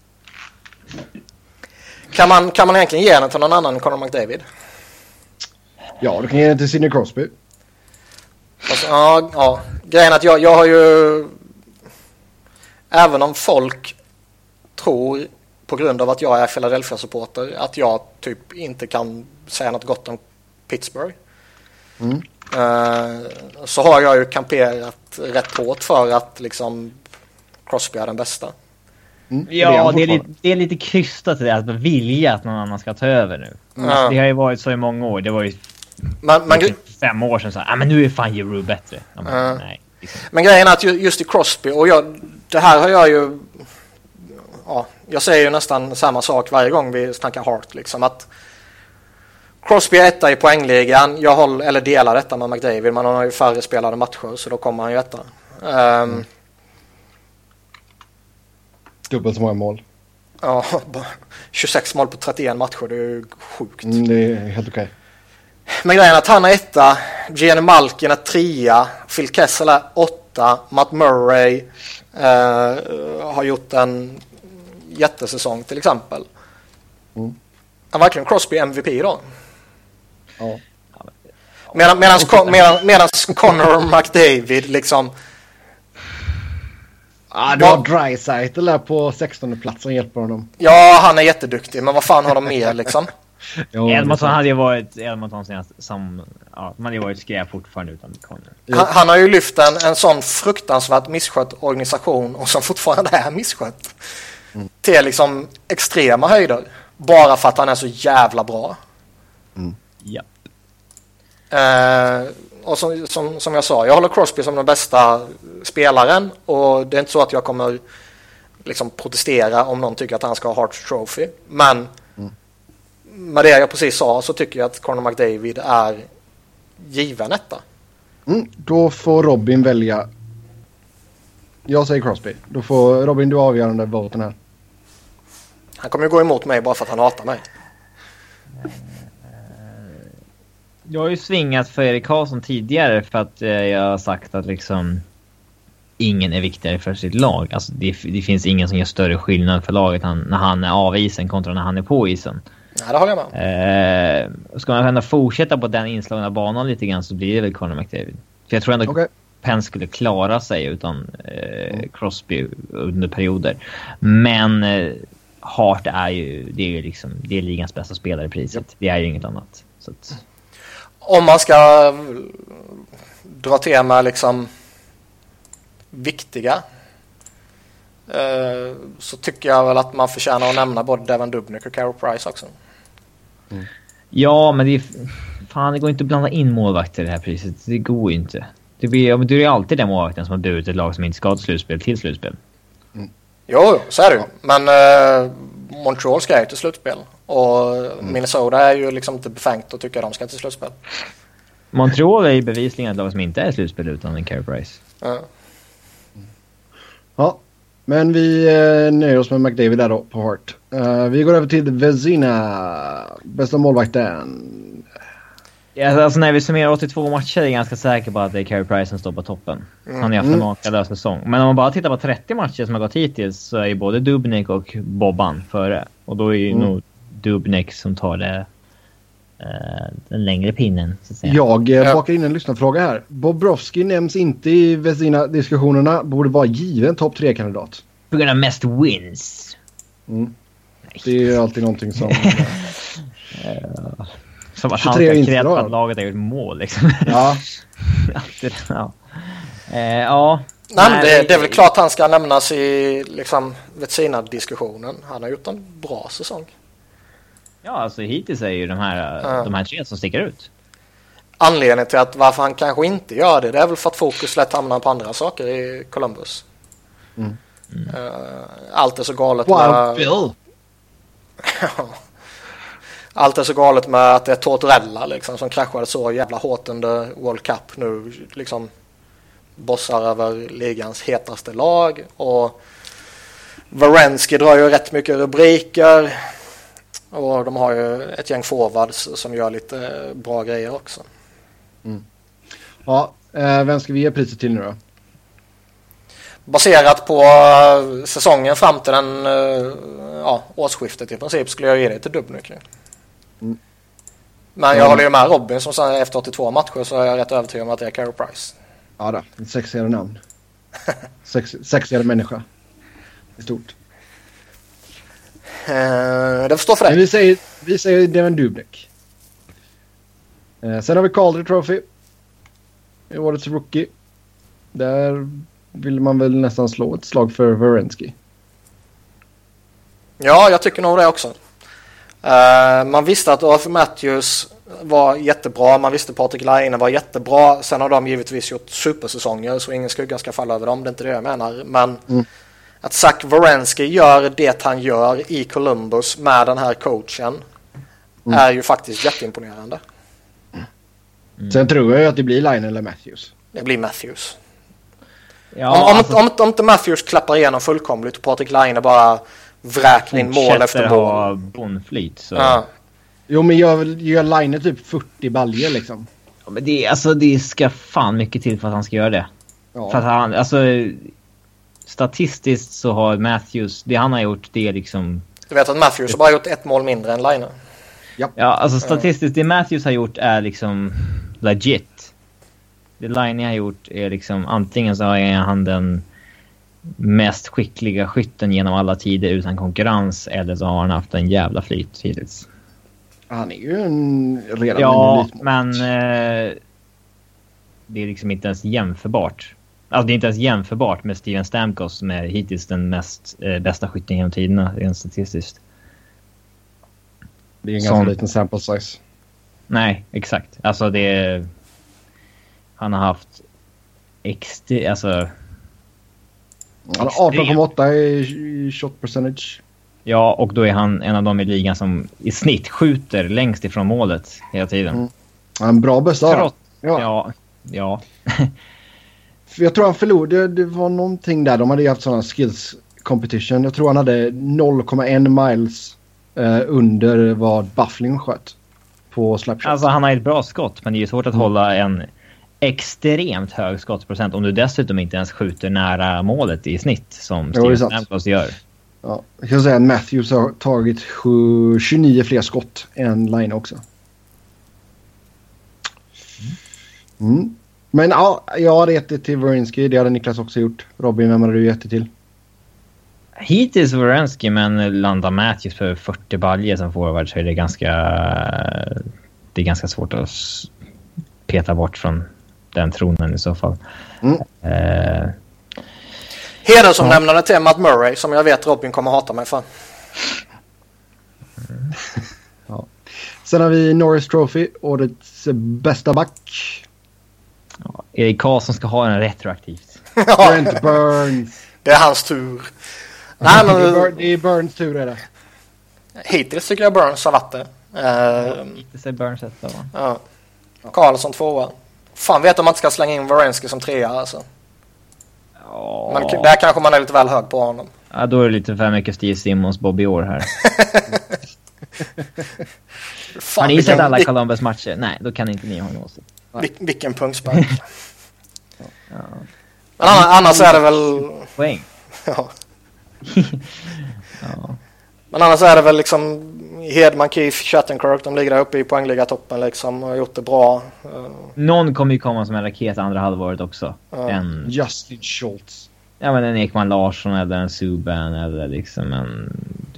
Kan man egentligen ge den till någon annan än Connor McDavid?
Ja, du kan ge den till Sidney Crosby.
Alltså, ja. Grejen är att jag har ju... Även om folk tror på grund av att jag är Philadelphia-supporter att jag typ inte kan säga något gott om Pittsburgh. Så har jag ju kamperat rätt hårt för att liksom Crosby är den bästa.
Ja, det är lite krystat det att vilja att någon annan ska ta över nu. Det har ju varit så i många år. Det var ju men 5 år sedan så här, men nu är fan Giroux bättre. Nej.
Men grejen är att just i Crosby och det här har jag ju jag säger ju nästan samma sak varje gång vi snackar Hart liksom, att Crosby är etta i poängligan. Jag delar detta med McDavid, men han har ju färre spelade matcher så då kommer han ju etta.
Dubbelt så många mål.
Ja, 26 mål på 31 matcher, det är ju sjukt.
Det är helt okej.
Men grejen är att han är etta, Gene Malkin är 3, Phil Kessel är 8, Matt Murray har gjort en jättesäsong till exempel. Är verkligen Crosby MVP då?
Ja.
Medan Connor McDavid liksom...
Du har Draisaitl där på 16:e platsen hjälper honom.
Ja, han är jätteduktig, men vad fan har de mer liksom?
Edmonton hade ju varit Edmonton som man hade ju varit skräp fortfarande utan Connor.
Han har ju lyft en sån fruktansvärt misskött organisation och som fortfarande är misskött till liksom extrema höjder bara för att han är så jävla bra.
Ja.
Och som jag sa, jag håller Crosby som den bästa spelaren och det är inte så att jag kommer liksom protestera om någon tycker att han ska ha Hart Trophy, men med det jag precis sa så tycker jag att Connor McDavid är given etta.
Då får Robin välja. Jag säger Crosby. Då får Robin, du avgörande voten här.
Han kommer ju gå emot mig bara för att han hatar mig.
Jag har ju svingat för Erik Karlsson tidigare för att jag har sagt att liksom ingen är viktigare för sitt lag. Alltså det finns ingen som gör större skillnad för laget när han är av isen kontra när han är på isen.
Nej, det håller jag med.
Ska man ändå fortsätta på den inslagna banan lite grann så blir det väl Connor McDavid. För jag tror ändå Penn skulle klara sig utan Crosby under perioder. Men Hart är ju det är ligans bästa spelare i priset. Det är ju inget annat. Så att...
Om man ska dra till med liksom viktiga så tycker jag väl att man förtjänar att nämna både Devin Dubnyk och Carey Price också.
Ja, men det går inte att blanda in målvakter i det här priset. Det går ju inte. Det är ju alltid den målvakten som har burit ett lag som inte ska till slutspel.
Jo, så är det ju. Men Montreal ska ju till slutspel. Och Minnesota är ju liksom inte befängt att tycka att de ska till slutspel.
Montreal är ju bevisligen ett lag som inte är slutspel utan en Carey Price.
Ja, men vi nöjer oss med McDavid där då på Hart. Vi går över till Vezina, bästa målvakten.
Ja, alltså när vi summerar 82 matcher är jag ganska säker på att det är Carey Price som står på toppen. Han har haft en makalös säsong. Men om man bara tittar på 30 matcher som har gått hittills så är ju både Dubnyk och Boban före. Och då är ju nog Dubnyk som tar den längre pinnen, så att säga.
Jag bakar in en lyssnarfråga här. Bobrovsky nämns inte i Vezina-diskussionerna. Borde vara given topp 3-kandidat.
På grund av mest wins.
Det är ju alltid någonting som...
Som att han ska kräva att laget har gjort mål, liksom.
Ja.
Ja.
Nej, men det är väl klart han ska nämnas i liksom Vezina-diskussionen. Han har gjort en bra säsong.
Ja, alltså hittills är ju de här tre som sticker ut.
Anledningen till att varför han kanske inte gör det är väl för att fokus lätt hamnar på andra saker i Columbus. Allt är så galet med...
Bill.
Allt är så galet med att det är Tortorella liksom, som kraschade så jävla hårt under World Cup nu liksom bossar över ligans hetaste lag, och Werenski drar ju rätt mycket rubriker, och de har ju ett gäng forwards som gör lite bra grejer också.
Ja, vem ska vi ge priset till nu då?
Baserat på säsongen fram till den årsskiftet i princip skulle jag ge det till Dubnyk. Men jag håller ju med Robin som sa efter 82 matcher, så är jag rätt övertygad om att det är Carey Price.
Ja då, en sexigare namn. Sexigare människa. I stort.
Det förstår för dig.
Men vi säger Devin Dubnyk. Sen har vi Calder Trophy. I årets rookie. Där vill man väl nästan slå ett slag för Werenski.
Ja, jag tycker nog det också. Man visste att Arthur Matthews var jättebra. Man visste att Patrik Laine var jättebra. Sen har de givetvis gjort supersäsonger, så ingen skugga ska falla över dem. Det är inte det jag menar. Men att Zach Werenski gör det han gör i Columbus med den här coachen är ju faktiskt jätteimponerande.
Sen tror jag ju att det blir Laine eller Matthews.
Det blir Matthews.
Ja,
Om inte Matthews klappar igenom fullkomligt och Patrik Laine bara vräker in mål efter mål.
Ha bonflyt, så.
Ja.
Jo, men gör Laine typ 40 baljer liksom.
Ja, men det ska fan mycket till för att han ska göra det.
Ja.
För att han, alltså statistiskt så har Matthews, det han har gjort, det är liksom...
Du vet att Matthews har bara gjort ett mål mindre än Laine.
Ja,
alltså statistiskt, det Matthews har gjort är liksom legit. Det Laine har gjort är liksom, antingen så har han den mest skickliga skytten genom alla tider utan konkurrens, eller så har han haft en jävla flyt hittills.
Han är ju redan
ja,
en elitmål.
Men det är liksom inte ens jämförbart. Alltså det är inte ens jämförbart med Steven Stamkos, som är hittills den bästa skytten genom tiderna rent statistiskt.
Det är en ganska liten sample size.
Nej, exakt. Alltså han har haft alltså
han har 18,8 i shot percentage.
Ja, och då är han en av de i ligan som i snitt skjuter längst ifrån målet hela tiden.
Han är en bra bössa.
Ja.
För jag tror han förlorade. Det var någonting där. De hade ju haft sådana skills competition. Jag tror han hade 0,1 miles under vad Buffling sköt på slapshot.
Alltså han har ett bra skott, men det är ju svårt att hålla en extremt hög skottsprocent om du dessutom inte ens skjuter nära målet i snitt som Steven Stamkos gör.
Ja, jag kan säga att Matthews har tagit 29 fler skott än Laine också. Men ja, jag hade gett det till Werenski. Det hade Niklas också gjort. Robin, vem hade du gett det till?
Hittills Werenski, men landar Matthews för 40 baljer som forward, så är det ganska svårt att peta bort från den tronen i så fall.
Hedersomnämnande till Matt Murray, som jag vet Robin kommer hata mig för.
Ja. Sen har vi Norris Trophy, årets bästa back.
Ja, Erik Karlsson ska ha den retroaktivt.
Brent Burns.
Det är hans tur. Nej, men
det är Burns tur är det.
Hittills tycker jag Burns har varit det.
Hittills är Burns ett då, va?
Ja. Karlsson 2. Fan, vet om man inte ska slänga in Werenski som 3 alltså.
Ja.
Men där kanske man är lite väl hög på honom.
Ja, då är det lite för mycket Steve Simmons Bobby Orr här. Har ni sett alla Columbus matcher? Nej, då kan inte ni ha en åsikt.
Vilken punkspark. Men annars är det väl...
Poäng.
Ja.
Ja.
Men annars är det väl liksom Hedman, Keith, Shattenkirk, de ligger där uppe i poängliga toppen liksom och har gjort det bra.
Någon kommer ju komma som en raket andra halvåret också. En
Justin Schultz.
Ja, men en Ekman Larsson eller en Subban eller liksom en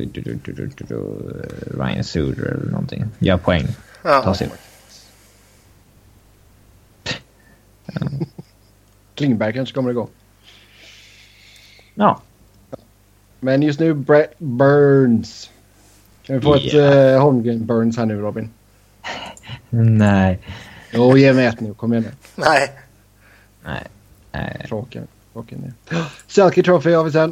Ryan Suter eller någonting. Gör poäng. Ta sig.
Klingberg kanske kommer igång.
Ja.
Men just nu Brett Burns. Kan vi få ett Holmgren Burns här nu, Robin?
Nej.
Jo, ge mig ett nu. Kom igen nu.
Nej.
Tråkigt. Selke Trophy har vi sen.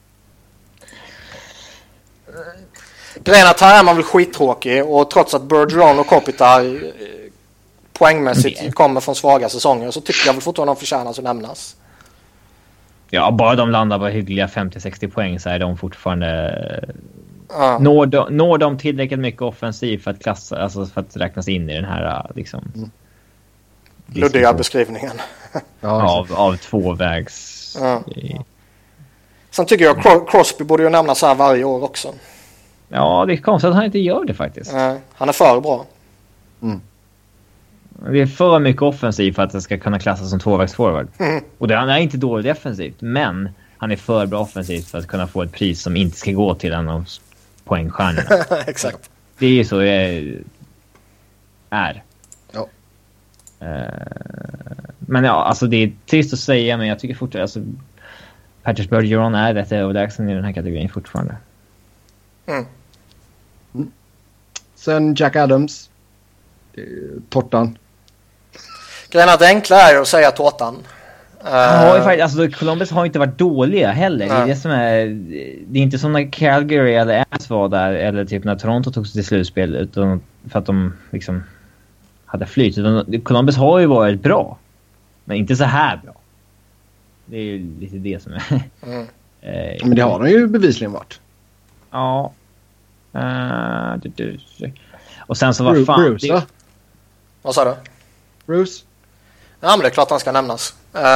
Grejen att här är man väl skittråkig och trots att Bergeron och Kopitar poängmässigt kommer från svaga säsonger så tycker jag väl fortfarande de förtjänar att nämnas.
Ja, bara de landar på hyggliga 50-60 poäng så är de fortfarande... Når de tillräckligt mycket offensivt för att klassa, alltså för att räknas in i den här liksom...
luddiga beskrivningen.
av tvåvägs...
Sen tycker jag Crosby borde ju nämnas här varje år också.
Ja, det är konstigt att han inte gör det faktiskt.
Han är för bra.
Det är för mycket offensivt för att det ska kunna klassas som tvåvägsforward. Och han är inte dålig defensivt, men han är för bra offensivt för att kunna få ett pris som inte ska gå till en av poängstjärnorna.
Exakt.
Det är ju så det är.
Ja.
Men ja, alltså det är trist att säga, men jag tycker fortfarande alltså, Patrice Bergeron är rätt överlägsen i den här kategorin fortfarande.
Sen Jack Adams. Tortan.
Grejen att det enkla är ju att säga tårtan.
Alltså Columbus har inte varit dåliga heller. Det är det som är... Det är inte som när Calgary eller Avs var där, eller typ när Toronto tog sig till slutspel, utan för att de liksom hade flyt. Utan Columbus har ju varit bra, men inte så här bra. Det är ju lite det som är...
Men det har de ju bevisligen varit.
Ja. Och sen så var fan...
Bruce, va?
Vad sa du?
Bruce?
Ja, men det är klart han ska nämnas.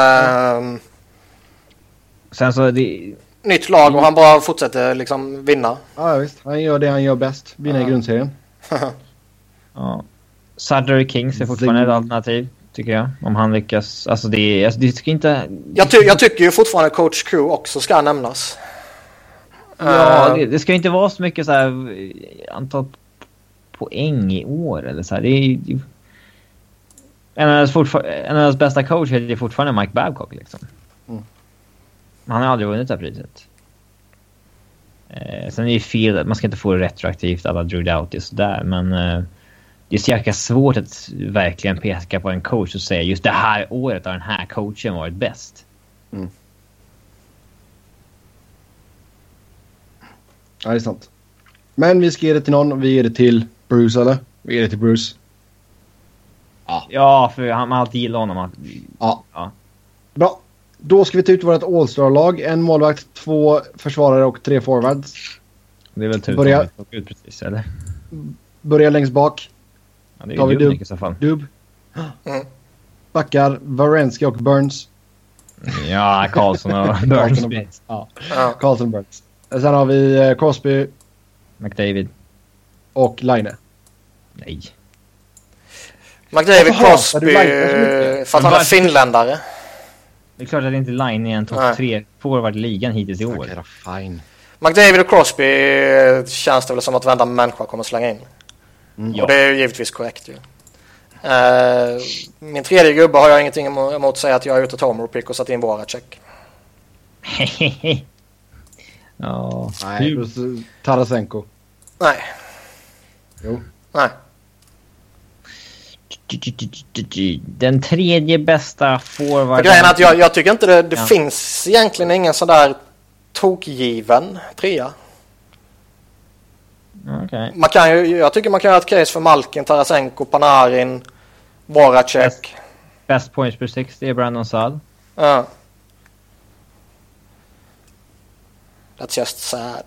Sen så det...
Nytt lag och han bara fortsätter liksom vinna.
Ja, visst. Han gör det han gör bäst. Vinna i grundserien.
Ja. Sudbury Kings är fortfarande ett alternativ, tycker jag. Om han lyckas... Alltså det ska inte...
Jag tycker ju fortfarande Coach Q också ska nämnas.
Ja, det ska inte vara så mycket så här antal poäng i år eller så här. Det är ju... En av deras bästa coach är fortfarande Mike Babcock liksom. Han har aldrig vunnit det här priset. Sen är det fel att man ska inte få det retroaktivt alla Drew Doughty och sådär, men det är så jäkla svårt att verkligen peka på en coach och säga just det här året har den här coachen varit bäst.
Ja, det är sant. Men vi ska ge det till någon och vi ger det till Bruce, eller? Vi ger det till Bruce.
Ja, för man alltid gillar honom.
Ja. Bra. Då ska vi ta ut vårt All-Star-lag. En målvakt, 2 försvarare och 3 forwards.
Det är väl tur att de ut precis, eller?
Börja längst bak.
Ja, det är ju Dubnik i så fall.
Backar, Werenski och Burns.
Ja, Karlsson och Burns.
Karlsson och Burns. Sen har vi Crosby.
McDavid.
Och Line.
Nej.
McDavid, Crosby för att han är finländare.
Det är klart att det inte Line är en topp 3 forward i ligan hittills i år.
Fine.
McDavid och Crosby känns det väl som att varenda människa kommer slänga in. Och det är ju givetvis korrekt ju. Min tredje gubbe har jag ingenting emot att säga att jag har gjort ett homer-pick och satt in Voracek.
Ja.
Nej, Tarasenko.
Nej.
Jo.
Nej.
Den tredje bästa forwarden.
Grejen är att jag tycker inte det finns egentligen ingen sån där tokgiven trea.
Okay.
Jag tycker man kan göra ett case för Malkin, Tarasenko, Panarin, Voracek.
Best points per 60 är Brandon Saad.
Ja. That's just sad.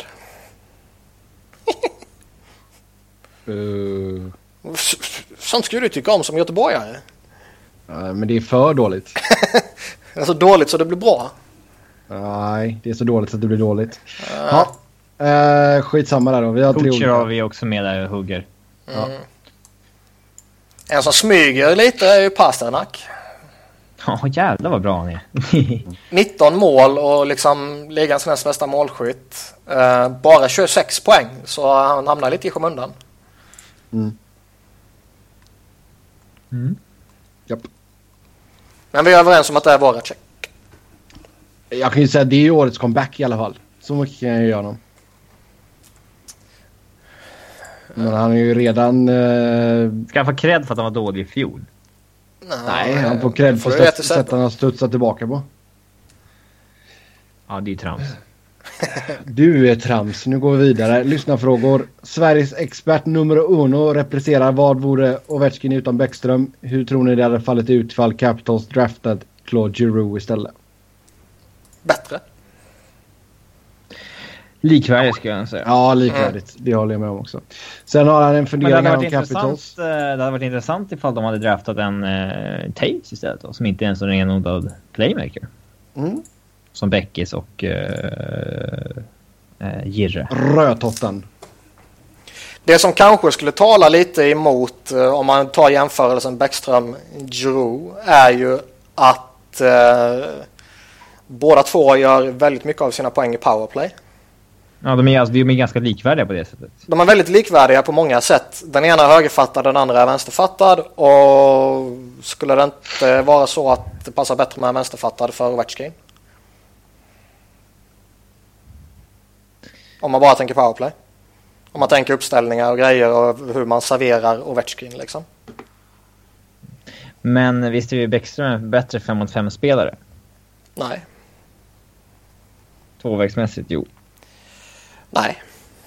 Sånt skulle du tycka om som göteborgare.
Men det är för dåligt.
Det är så dåligt så det blir bra.
Nej, det är så dåligt så att det blir dåligt. Ja. Skitsamma där då. Vi har tre olika.
Har vi också med där och hugger.
Ja. En som smyger lite är ju Pasternak.
Ja, jävlar vad bra han är.
19 mål och liksom ligans näst bästa målskytt. Bara 26 poäng, så han hamnar lite i skymundan.
Japp.
Men vi är överens om att det är våra check.
Jag kan ju säga att det är ju årets comeback i alla fall. Så mycket kan jag göra honom. Men han är ju redan...
Ska han få cred för att han var dålig i fjol?
Nej, han får cred för sättet han har studsat tillbaka på.
Ja, det är ju trams.
Du är trams. Nu går vi vidare. Lyssnarfrågor. Sveriges expert nummer 1 representerar vad vore Ovechkin utan Bäckström. Hur tror ni det hade fallit ut ifall Capitals draftat Claude Giroux istället?
Bättre.
Likvärdigt skulle jag säga.
Ja, likvärdigt. Det håller jag med om också. Sen har han en fundering om Capitals.
Det hade varit intressant ifall de hade draftat en Taves istället då, som inte ens är en renodlad playmaker. Som Beckis och Girre.
Rötotten.
Det som kanske skulle tala lite emot, om man tar jämförelsen Bäckström-Giroux, är ju att båda två gör väldigt mycket av sina poäng i powerplay.
Ja, de är ganska likvärdiga på det sättet.
De är väldigt likvärdiga på många sätt. Den ena är högerfattad, den andra är vänsterfattad. Och skulle det inte vara så att det passar bättre med en vänsterfattad för Ovechkin? Om man bara tänker powerplay. Om man tänker uppställningar och grejer och hur man serverar Ovechkin liksom.
Men visst är ju Bäckström en bättre 5-mot-5-spelare?
Nej.
Tvåvägsmässigt, jo.
Nej.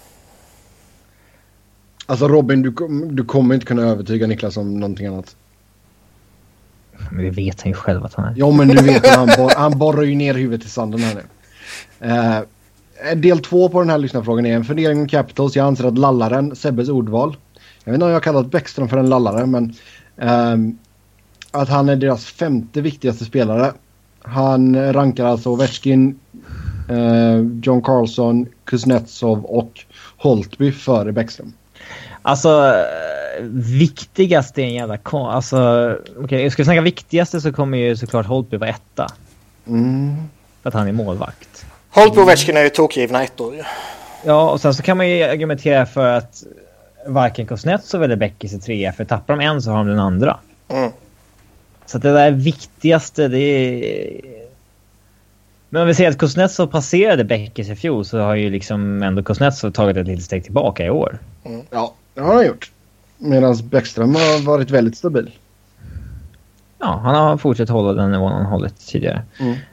Alltså Robin, du kommer inte kunna övertyga Niklas om någonting annat.
Men det vet han ju själv att han är.
Ja, men du vet han borrar ju ner huvudet i sanden här nu. Del 2 på den här lyssnarfrågan är en fundering om Capitals. Jag anser att lallaren, Sebbes ordval. Jag vet inte om jag har kallat Bäckström för en lallare, men att han är deras 5:e viktigaste spelare. Han rankar alltså Ovechkin, John Carlson, Kuznetsov och Holtby före Bäckström.
Alltså, viktigaste är en jävla... Okej, ska vi snacka viktigaste så kommer ju såklart Holtby vara etta. För att han är målvakt.
Holtby och Ovechkin är ju tokgivna ettor.
Ja, och sen så kan man ju argumentera för att varken Kuznetsov eller Beckis är 3, för tappar de en så har de den andra. Så att det där viktigaste, det är... Men om vi säger att Kuznetsov passerade Beckis i fjol, så har ju liksom ändå Kuznetsov tagit ett litet steg tillbaka i år.
Ja, det har han gjort. Medan Bäckström har varit väldigt stabil.
Ja, han har fortsatt hålla den nivån han hållit tidigare.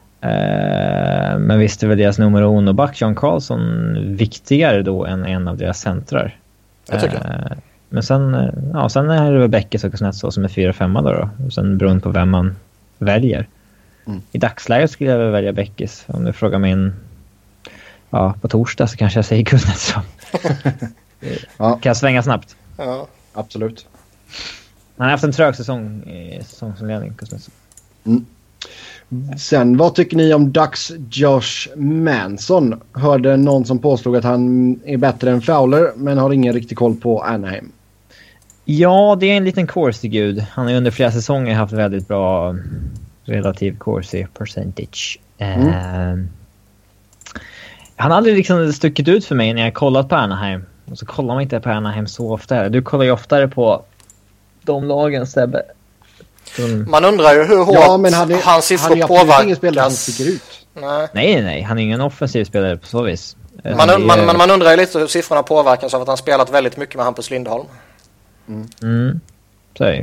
Men visst är väl deras nummer 1 back John Carlson viktigare då än en av deras centrar.
Jag tycker.
Men sen är det väl Beckis och Kuznetsov som är 4-5 då. Och sen beroende på vem man väljer. I dagsläget skulle jag väl välja Beckis. Om du frågar min... Ja, på torsdag så kanske jag säger Kuznetsov. Kan jag svänga snabbt?
Ja,
absolut.
Han har haft en trög säsong i säsongsinledning, Kuznetsov.
Sen, vad tycker ni om Ducks Josh Manson? Hörde någon som påstod att han är bättre än Fowler, men har ingen riktig koll på Anaheim.
Ja, det är en liten Corsi-gud. Han har under flera säsonger haft väldigt bra relativ Corsi percentage. Han har aldrig liksom stuckit ut för mig när jag kollat på Anaheim. Och så kollar man inte på Anaheim så ofta. Du kollar ju oftare på de lagen, Sebbe.
Man undrar ju hur hårt hans siffror påverkas.
Nej, han är ingen offensiv spelare på så vis.
Man undrar ju lite hur siffrorna påverkas av att han spelat väldigt mycket med Hampus Lindholm.
Så är det.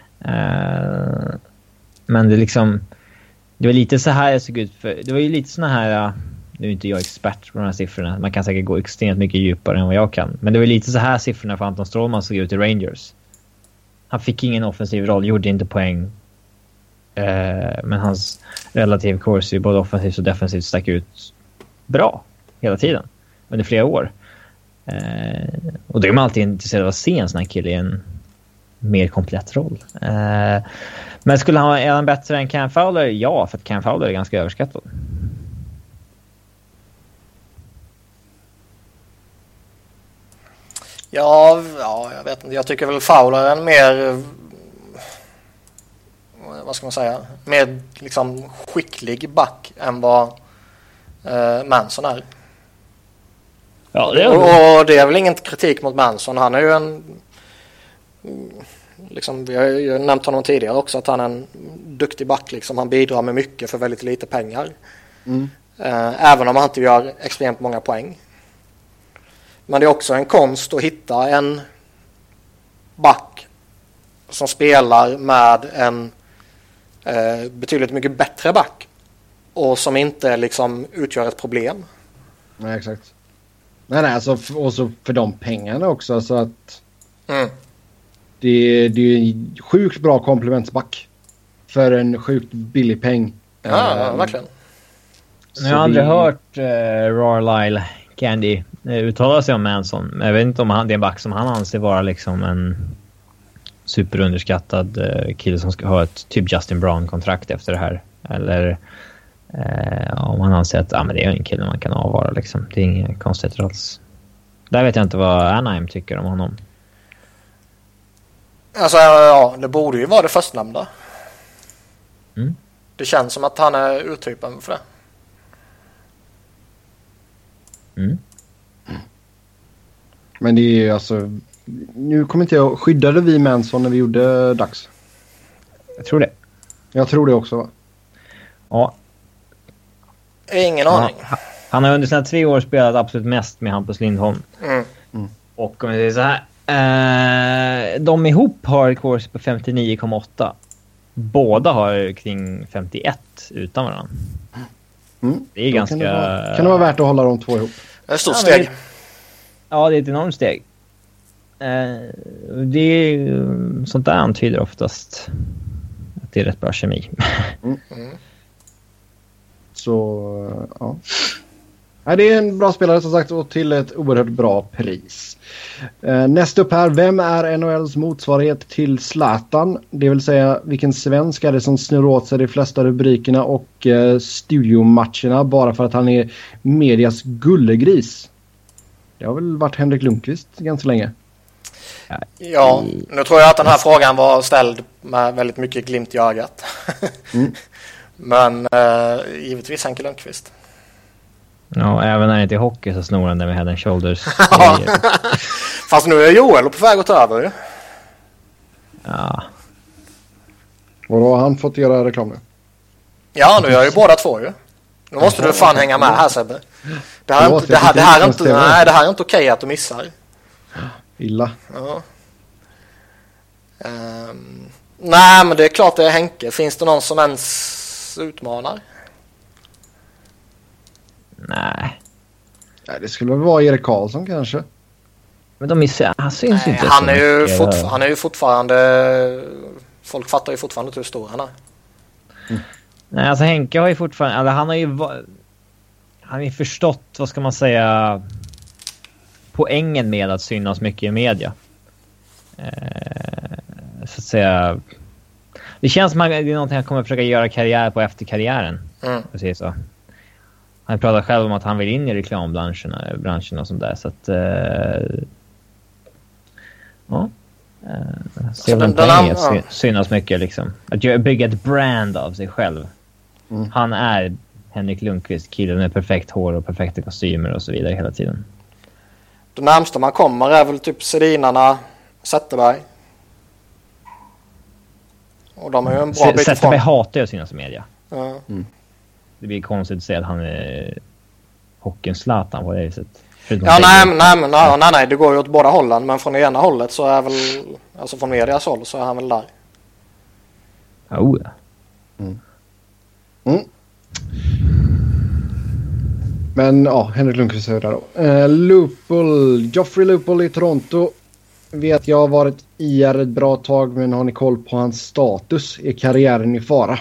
Men det liksom... Det var lite så här jag såg ut för... Det var ju lite såna här... Nu är inte jag expert på de här siffrorna. Man kan säkert gå extremt mycket djupare än vad jag kan. Men det var lite så här siffrorna för Anton Strålman såg ut i Rangers. Han fick ingen offensiv roll, gjorde inte poäng. Men hans relativ Corsi både offensivt och defensivt stack ut bra hela tiden. Under flera år. Och då är man alltid intresserad av att se en sån här kille i en mer komplett roll. Men skulle är han bättre än Cam Fowler? Ja, för att Cam Fowler är ganska överskattad.
Ja, jag vet inte. Jag tycker väl Fowler är en mer, vad ska man säga, mer liksom skicklig back än vad Manson är.
Ja, det är
och det är väl ingen kritik mot Manson. Han är ju en, liksom, vi har ju nämnt honom tidigare också, att han är en duktig back liksom. Han bidrar med mycket för väldigt lite pengar. Även om han inte gör extremt många poäng. Men det är också en konst att hitta en back som spelar med en betydligt mycket bättre back och som inte liksom utgör ett problem.
Nej, exakt. Nej, alltså och så för de pengarna också, så att det är en sjukt bra komplementsback för en sjukt billig peng.
Ja, verkligen.
Jag har aldrig hört Rarlyle Candy uttala sig om Manson. Men jag vet inte om det är en back som han anser vara liksom en superunderskattad kille som ska ha ett typ Justin Brown-kontrakt efter det här. Eller om han anser att men det är en kille man kan avvara liksom. Det är inget konstigt alls. Där vet jag inte vad Anaheim tycker om honom.
Alltså ja, det borde ju vara det förstnämnda. Det känns som att han är urtypen för det.
Men det är alltså, nu kommer inte jag, skyddade vi Manson när vi gjorde Dags?
Jag tror det.
Jag tror det också, va?
Ja.
Ingen aning.
Han har under sina 3 år spelat absolut mest med Hampus Lindholm. Och om det är så här, de ihop har ett course på 59,8. Båda har kring 51 utan varandra. Det är ganska...
Kan det vara värt att hålla de två ihop?
Det är ett stort steg.
Ja, det är ett enormt steg. Det är sånt där antyder oftast att det är rätt bra kemi.
Så, ja. Nej, det är en bra spelare som sagt, och till ett oerhört bra pris. Nästa upp här, vem är NHLs motsvarighet till Zlatan? Det vill säga, vilken svensk är det som snurrar åt sig de flesta rubrikerna och studiomatcherna bara för att han är medias gullegris? Det har väl varit Henrik Lundqvist ganska länge.
Ja, nu tror jag att den här frågan var ställd med väldigt mycket glimt i ögat. Men givetvis Henke Lundqvist.
Ja, även när det inte är hockey så snor han det med Head and Shoulders.
Fast nu är Joel på väg att ta över.
Ja.
Och då har han fått göra reklam nu?
Ja, nu gör ju båda två ju. Nu måste du fan hänga med här, Sebbe. Det här är inte okej att du missar.
Illa.
Ja. Nej, men det är klart det är Henke. Finns det någon som ens utmanar?
Nej.
Det skulle väl vara Erik Karlsson kanske.
Men de missar, han syns inte.
Han är ju fortfarande... Folk fattar ju fortfarande hur stor han är.
Nej, alltså Henke har ju fortfarande... Alltså han har ju förstått, vad ska man säga, poängen med att synas mycket i media. Så att säga... Det känns som att det är någonting han kommer försöka göra karriär på efter karriären. Precis så. Han pratar själv om att han vill in i reklambranschen och sånt där. Så att... ja. Se om den synas mycket liksom. Att bygga ett brand av sig själv. Han är Henrik Lundqvist, killen med perfekt hår och perfekta kostymer och så vidare hela tiden.
Det närmsta man kommer är väl typ Sedinarna, Zetterberg. Och de är ju en bra bit ifrån.
Zetterberg hatar ju att synas i media.
Ja.
Det blir konstigt att säga att han är hockeyns Zlatan på det viset.
Ja, nej, det går ju åt båda hållen. Men från det ena hållet så är väl, alltså från medias håll så är han väl där.
Oh ja.
Men ja, Henrik Lundqvist är där då. Joffrey Lupul i Toronto. Vet jag har varit IR ett bra tag, men har ni koll på hans status? Är karriären i fara?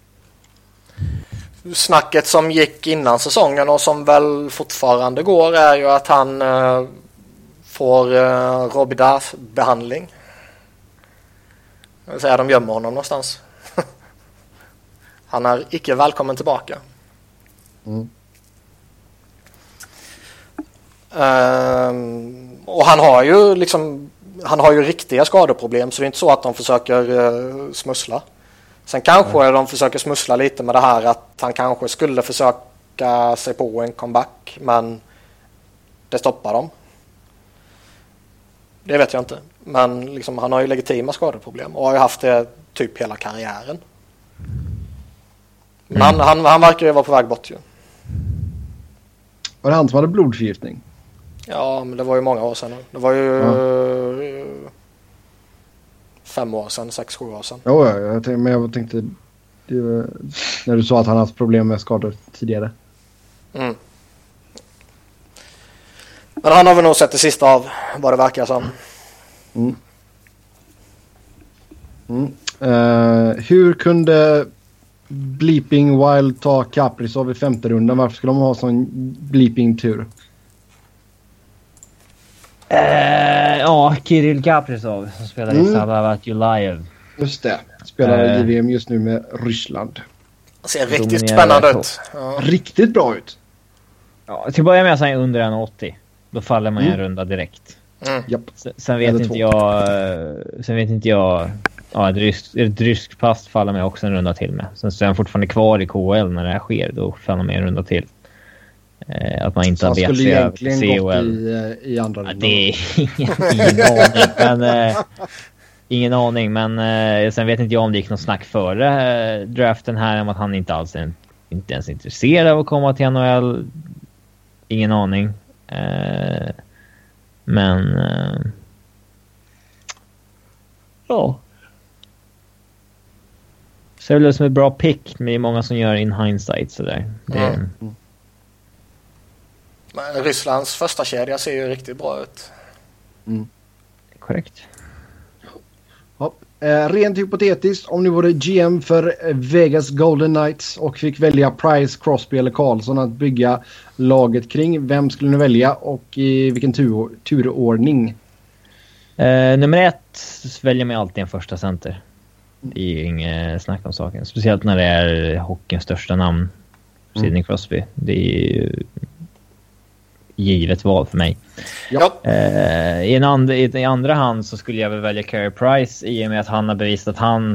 Snacket som gick innan säsongen och som väl fortfarande går är ju att han får Robidas-behandling. Det vill säga de gömmer honom någonstans. Han är icke välkommen tillbaka. Och han har ju riktiga skadeproblem, så det är inte så att de försöker smussla. Sen kanske de försöker smussla lite med det här att han kanske skulle försöka sig på en comeback, men det stoppar dem. Det vet jag inte. Men liksom, han har ju legitima skadeproblem och har ju haft det typ hela karriären. Men han verkar ju vara på väg bort ju.
Var det han som hade blodförgiftning?
Ja, men det var ju många år sedan nu. Det var ju 5 år sedan, 6-7 år sedan.
Jo, jag tänkte när du sa att han haft problem med skador tidigare.
Mm. Men han har väl nog sett det sista av vad det verkar som.
Hur kunde Bleeping Wild ta Kaprizov i 5:e rundan? Varför skulle de ha sån bleeping tur?
Kirill Kaprizov som spelar i Sabavat Julajev.
Just det. Spelar i VM just nu med Ryssland.
Det ser riktigt spännande ut.
Ja. Riktigt bra ut.
Ja, till att börja med så är han under 1,80. Då faller man i en runda direkt.
Japp.
Sen vet inte jag. Ja, ett ryskt pass faller mig också en runda till med. Sen så är han fortfarande kvar i KHL när det här sker. Då faller man en runda till. Att man inte har vet sig över CHL.
I andra rundan.
Det är ingen aning. Men sen vet inte jag om det gick någon snack före draften här om att han inte alls är inte ens intresserad av att komma till NHL. Ingen aning. Men ja. Så det är väl som ett bra pick, men det är många som gör in hindsight sådär.
Men Rysslands första kedja ser ju riktigt bra ut.
Korrekt.
Ja. Rent hypotetiskt, om ni vore GM för Vegas Golden Knights och fick välja Price, Crosby eller Karlsson att bygga laget kring, vem skulle ni välja och i vilken turordning?
Nummer 1 väljer man alltid en första center. Det är inget snack om saken. Speciellt när det är hockeyns största namn, Sidney Crosby. Det är ju givet val för mig.
Ja.
I andra hand så skulle jag väl välja Carey Price i och med att han har bevisat att han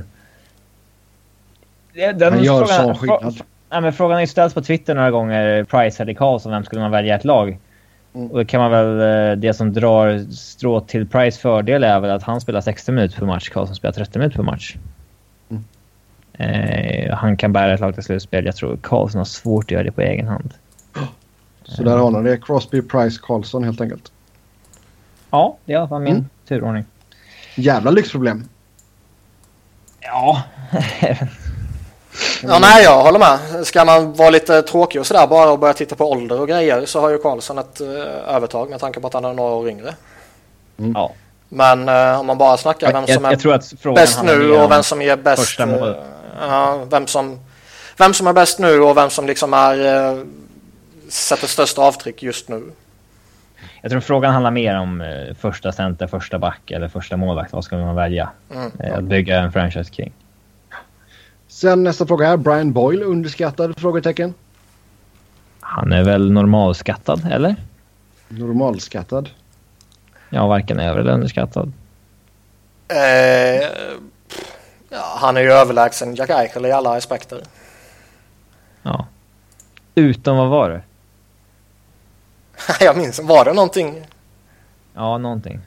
gör så skillnad.
Men frågan är ju ställts på Twitter några gånger, Price eller Karlsson, vem skulle man välja ett lag? Och då kan man väl, det som drar strå till Price fördel är väl att han spelar 60 minuter per match, Karlsson spelar 30 minuter per match. Han kan bära ett lag till slutspel. Jag tror Karlsson har svårt att göra det på egen hand.
Så där har han det. Crosby, Price, Karlsson helt enkelt.
Ja, det är i alla fall min turordning.
Jävla lyxproblem.
Ja.
Ja, nej, jag håller med. Ska man vara lite tråkig och sådär bara och börja titta på ålder och grejer, så har ju Karlsson ett övertag med tanke på att han är några år yngre.
Ja.
Men om man bara snackar vem som är bäst nu och vem som ger bäst, vem som är bäst nu och vem som liksom sätter största avtryck just nu.
Jag tror frågan handlar mer om första center, första back eller första målvakt. Vad ska man välja att bygga en franchise kring?
Sen nästa fråga är Brian Boyle, underskattad? Frågetecken.
Han är väl normalskattad, eller?
Normalskattad?
Ja, varken över eller underskattad.
Han är ju överlägsen Jack Eichel i alla aspekter.
Ja. Utom vad var det?
Jag minns, var det någonting?
Ja, någonting.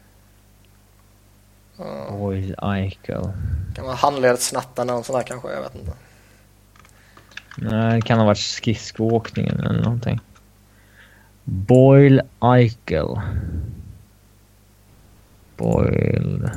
Oj, Eichel.
Kan man handledssnatta någon sån där kanske, jag vet inte.
Nej, det kan ha varit skridskoåkningen eller någonting. Boyle, Eichel. Boyle.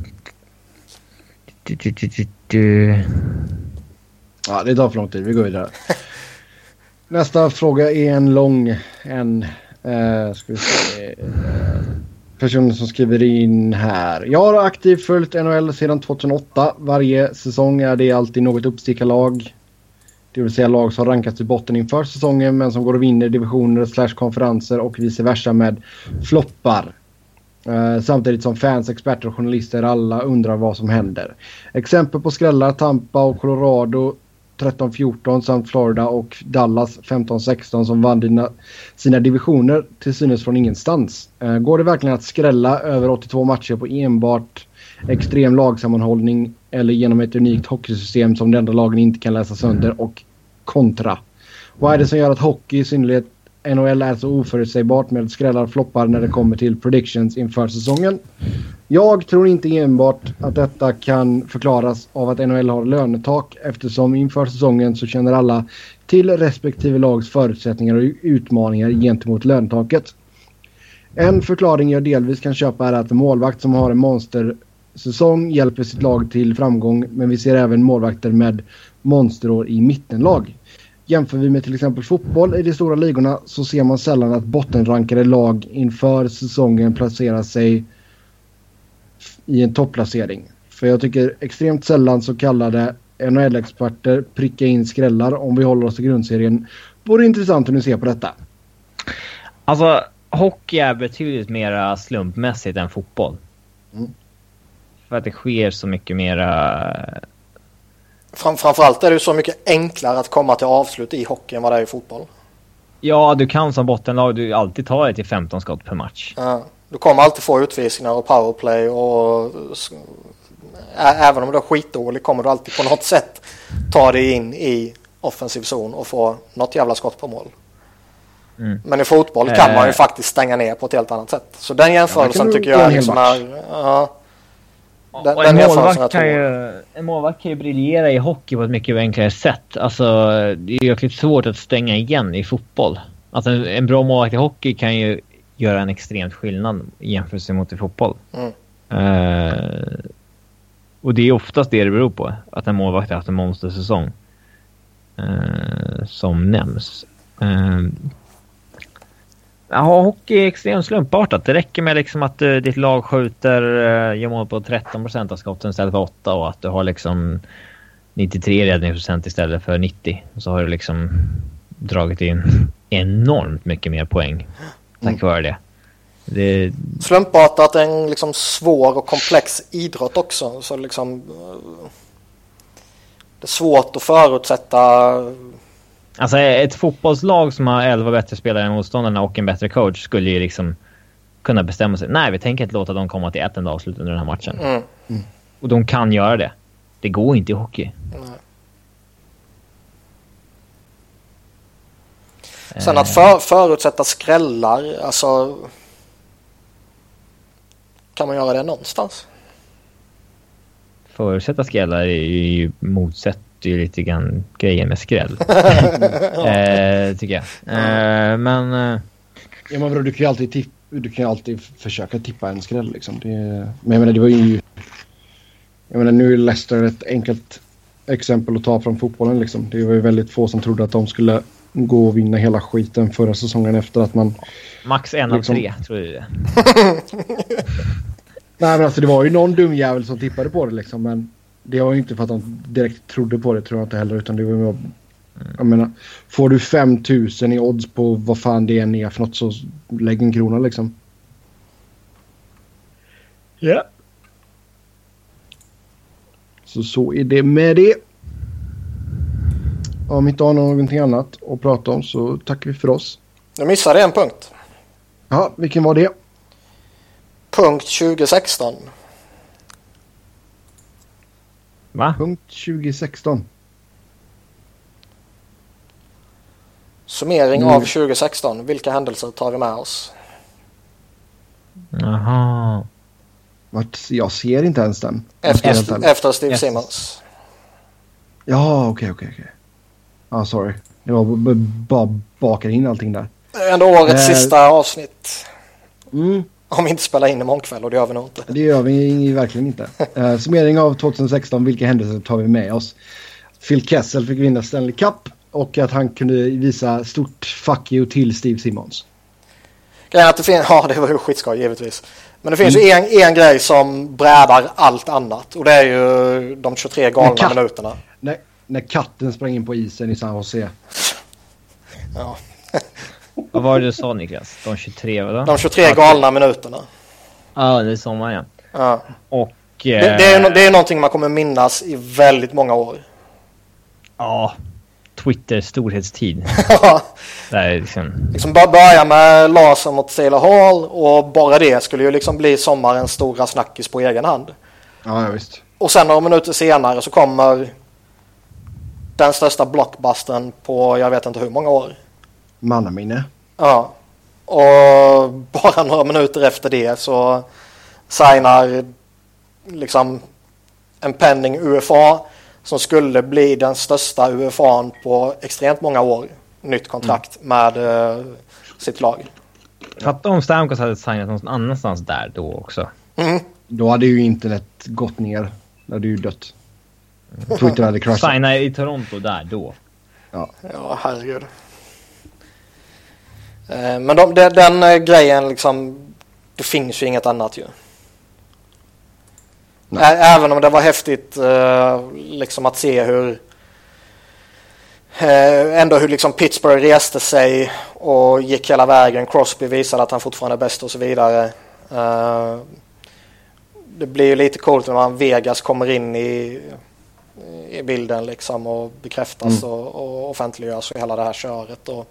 Ja, det tar för lång tid. Vi går vidare. Nästa fråga är en lång ska vi se, personen som skriver in här. Jag har aktivt följt NHL sedan 2008. Varje säsong är det alltid något uppstickarlag. Det vill säga lag som rankas till botten inför säsongen men som går och vinner divisioner / konferenser och vice versa med floppar. Samtidigt som fans, experter och journalister alla undrar vad som händer. Exempel på skrällar: Tampa och Colorado 13-14 samt Florida och Dallas 15-16 som vann sina divisioner till synes från ingenstans. Går det verkligen att skrälla över 82 matcher på enbart extrem lagsammanhållning eller genom ett unikt hockeysystem som de enda lagen inte kan läsa sönder och kontra? Vad är det som gör att hockey, i synnerhet NHL, är så oförutsägbart med skrällar floppar när det kommer till predictions inför säsongen? Jag tror inte enbart att detta kan förklaras av att NHL har lönetak, eftersom inför säsongen så känner alla till respektive lags förutsättningar och utmaningar gentemot lönetaket. En förklaring jag delvis kan köpa är att en målvakt som har en monstersäsong hjälper sitt lag till framgång, men vi ser även målvakter med monsterår i mittenlag. Jämför vi med till exempel fotboll i de stora ligorna så ser man sällan att bottenrankade lag inför säsongen placerar sig i en topplacering. För jag tycker extremt sällan så kallade NHL-experter pricka in skrällar om vi håller oss till grundserien. Vore intressant hur ni ser på detta.
Alltså, hockey är betydligt mer slumpmässigt än fotboll. För att det sker så mycket mera...
Framförallt är det så mycket enklare att komma till avslut i hockey än vad det är i fotboll.
Ja, du kan som bottenlag du alltid ta dig till 15 skott per match.
Ja, du kommer alltid få utvisningar och powerplay och även om du är skitdålig kommer du alltid på något sätt ta dig in i offensiv zon och få något jävla skott på mål. Men i fotboll kan man ju faktiskt stänga ner på ett helt annat sätt. Så den jämförelsen tycker jag liksom är...
En målvakt kan ju briljera i hockey på ett mycket enklare sätt. Alltså, det är ju svårt att stänga igen i fotboll. Alltså, en bra målvakt i hockey kan ju göra en extremt skillnad i jämförelse mot i fotboll. Och det är oftast det beror på. Att en målvakt har haft en monstersäsong. Som nämns. Hockey är extremt slumpartat. Det räcker med liksom att ditt lag skjuter gör mål på 13% av skotten istället för 8 och att du har liksom 93 räddningsprocent istället för 90. Och så har du liksom dragit in enormt mycket mer poäng tack vare det.
Slumpartat är en liksom svår och komplex idrott också. Så liksom det är svårt att förutsätta.
Alltså ett fotbollslag som har 11 bättre spelare än motståndarna och en bättre coach skulle ju liksom kunna bestämma sig. Nej, vi tänker inte låta dem komma till ett enda avslut under den här matchen. Och de kan göra det. Det går inte i hockey.
Sen att förutsätta skrällar, alltså kan man göra det någonstans?
Förutsätta skrällar är ju motsätt ju lite grann grejer med skräll. Tycker jag. Men
ja, men bro, du kan ju alltid försöka tippa en skräll liksom. Men jag menar, det var ju nu är Leicester ett enkelt exempel att ta från fotbollen liksom. Det var ju väldigt få som trodde att de skulle gå och vinna hela skiten förra säsongen efter att man
max 1 av 3 tror jag det.
Nej, men alltså det var ju någon dum jävel som tippade på det liksom, men det var ju inte för att de direkt trodde på det, tror jag inte heller, utan det var ju jag menar, får du 5000 i odds på vad fan det är för något, så lägg en krona liksom. Ja. Yeah. Så är det med det. Om inte har någonting annat att prata om så tackar vi för oss.
Jag missade en punkt.
Ja, vilken var det?
Punkt 2016.
Va?
Punkt 2016.
Summering av 2016. Vilka händelser tar vi med oss?
Jaha.
Jag ser inte ens den.
Efter Steve Simmons.
Ja, okej. Ja, sorry. Det var bara bakar in allting där.
Ändå årets sista avsnitt. Om vi inte spelar in imorgon kväll, och det gör vi nog inte.
Det gör vi verkligen inte. Summering av 2016, vilka händelser tar vi med oss? Phil Kessel fick vinna Stanley Cup och att han kunde visa stort fuck you till Steve Simmons.
Att det det var ju skitskoj givetvis. Men det finns ju en grej som brädar allt annat, och det är ju de 23 galna minuterna.
När katten sprang in på isen i San Jose.
Ja.
Vad var det du sa, Niklas? De 23, vadå?
De 23 galna minuterna.
Ja, det är sommaren,
ja.
Och
det är någonting man kommer minnas i väldigt många år.
Ja, Twitter storhetstid. Det är liksom
bara börja med Larsen mot Taylor Hall och bara det skulle ju liksom bli sommarens stora snackis på egen hand.
Ja, visst.
Och sen några minuter senare så kommer den största blockbustern på jag vet inte hur många år.
Mannaminne.
Ja. Och bara några minuter efter det så signar liksom en pending UFA som skulle bli den största UFA:n på extremt många år. Nytt kontrakt med sitt lag.
Fatta om Stamkos hade signat någon annanstans där då också.
Mm.
Då hade ju internet gått ner. Det hade ju dött. Twitter hade kraschat.
Signa i Toronto där då.
Ja, herregud. Men den grejen liksom, det finns ju inget annat ju. Även om det var häftigt liksom att se hur ändå hur liksom Pittsburgh reste sig och gick hela vägen. Crosby visade att han fortfarande är bäst och så vidare. Det blir ju lite coolt när man Vegas kommer in i bilden liksom och bekräftas och offentliggörs och hela det här köret. Och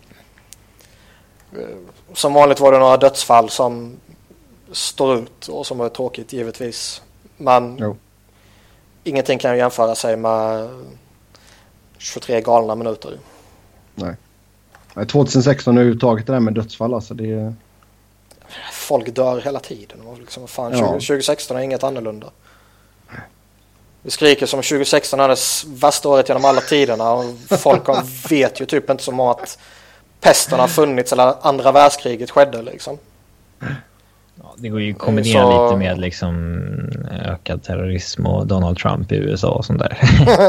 som vanligt var det några dödsfall som står ut och som är tråkigt givetvis. Men ingenting kan ju jämföra sig med 23 galna minuter.
Nej. 2016 är uttaget det där med dödsfall. Alltså det...
Folk dör hela tiden. Liksom, fan, 2016 är inget annorlunda. Vi skriker som 2016 är det värsta året genom alla tiderna. Och folk vet ju typ inte som att pesten har funnits eller andra världskriget skedde liksom.
Ja, det går ju att kombinera lite med liksom ökad terrorism och Donald Trump i USA och sånt där.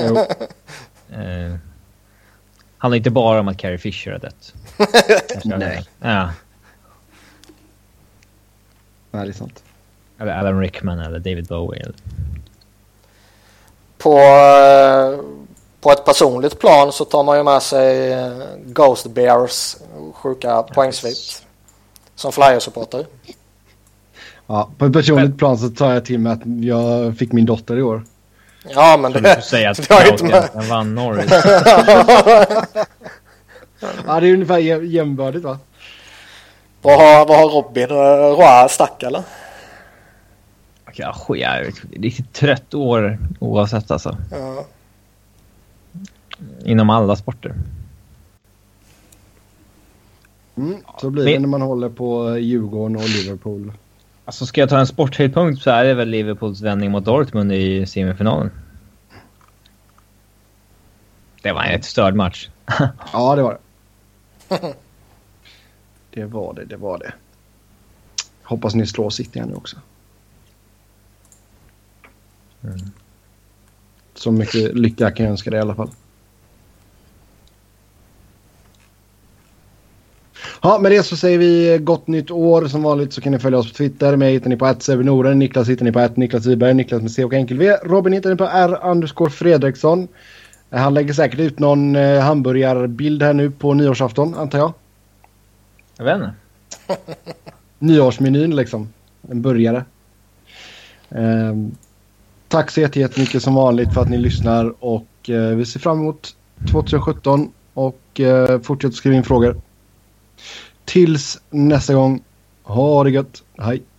Handlar inte bara om att Carrie Fisher är dött.
Nej.
Ja.
Nej, det är sant.
Eller Alan Rickman eller David Bowie.
På ett personligt plan så tar man ju med sig Ghost Bears sjuka poängsvit som Flyers-supporter.
Ja, på ett personligt plan så tar jag till mig att jag fick min dotter i år.
Ja, men
det säger att jag vann Norris.
Ja, det är ungefär jämnbördigt va?
Vad har Robin? Roa stack eller?
Ja, jag är riktigt trött år oavsett alltså.
Ja.
Inom alla sporter.
Så blir det när man håller på Djurgården och Liverpool.
Alltså ska jag ta en sporthöjdpunkt så är det väl Liverpools vändning mot Dortmund i semifinalen. Det var en störd match.
Ja, det var det. Det var det. Hoppas ni slår City nu också. Så mycket lycka kan jag önska dig i alla fall. Ja, med det så säger vi gott nytt år. Som vanligt så kan ni följa oss på Twitter. Mig hittar ni på @sevenoren. Niklas hittar ni på @Niklas Wiberg. Niklas med C och enkel V. Robin hittar ni på R_Fredriksson. Han lägger säkert ut någon hamburgarbild här nu på nyårsafton, antar jag.
Jag vet inte.
Nyårsmenyn liksom. En burgare. Tack så jättemycket som vanligt för att ni lyssnar. Och vi ser fram emot 2017. Och fortsätt skriva in frågor. Tills nästa gång. Ha det gött. Hej.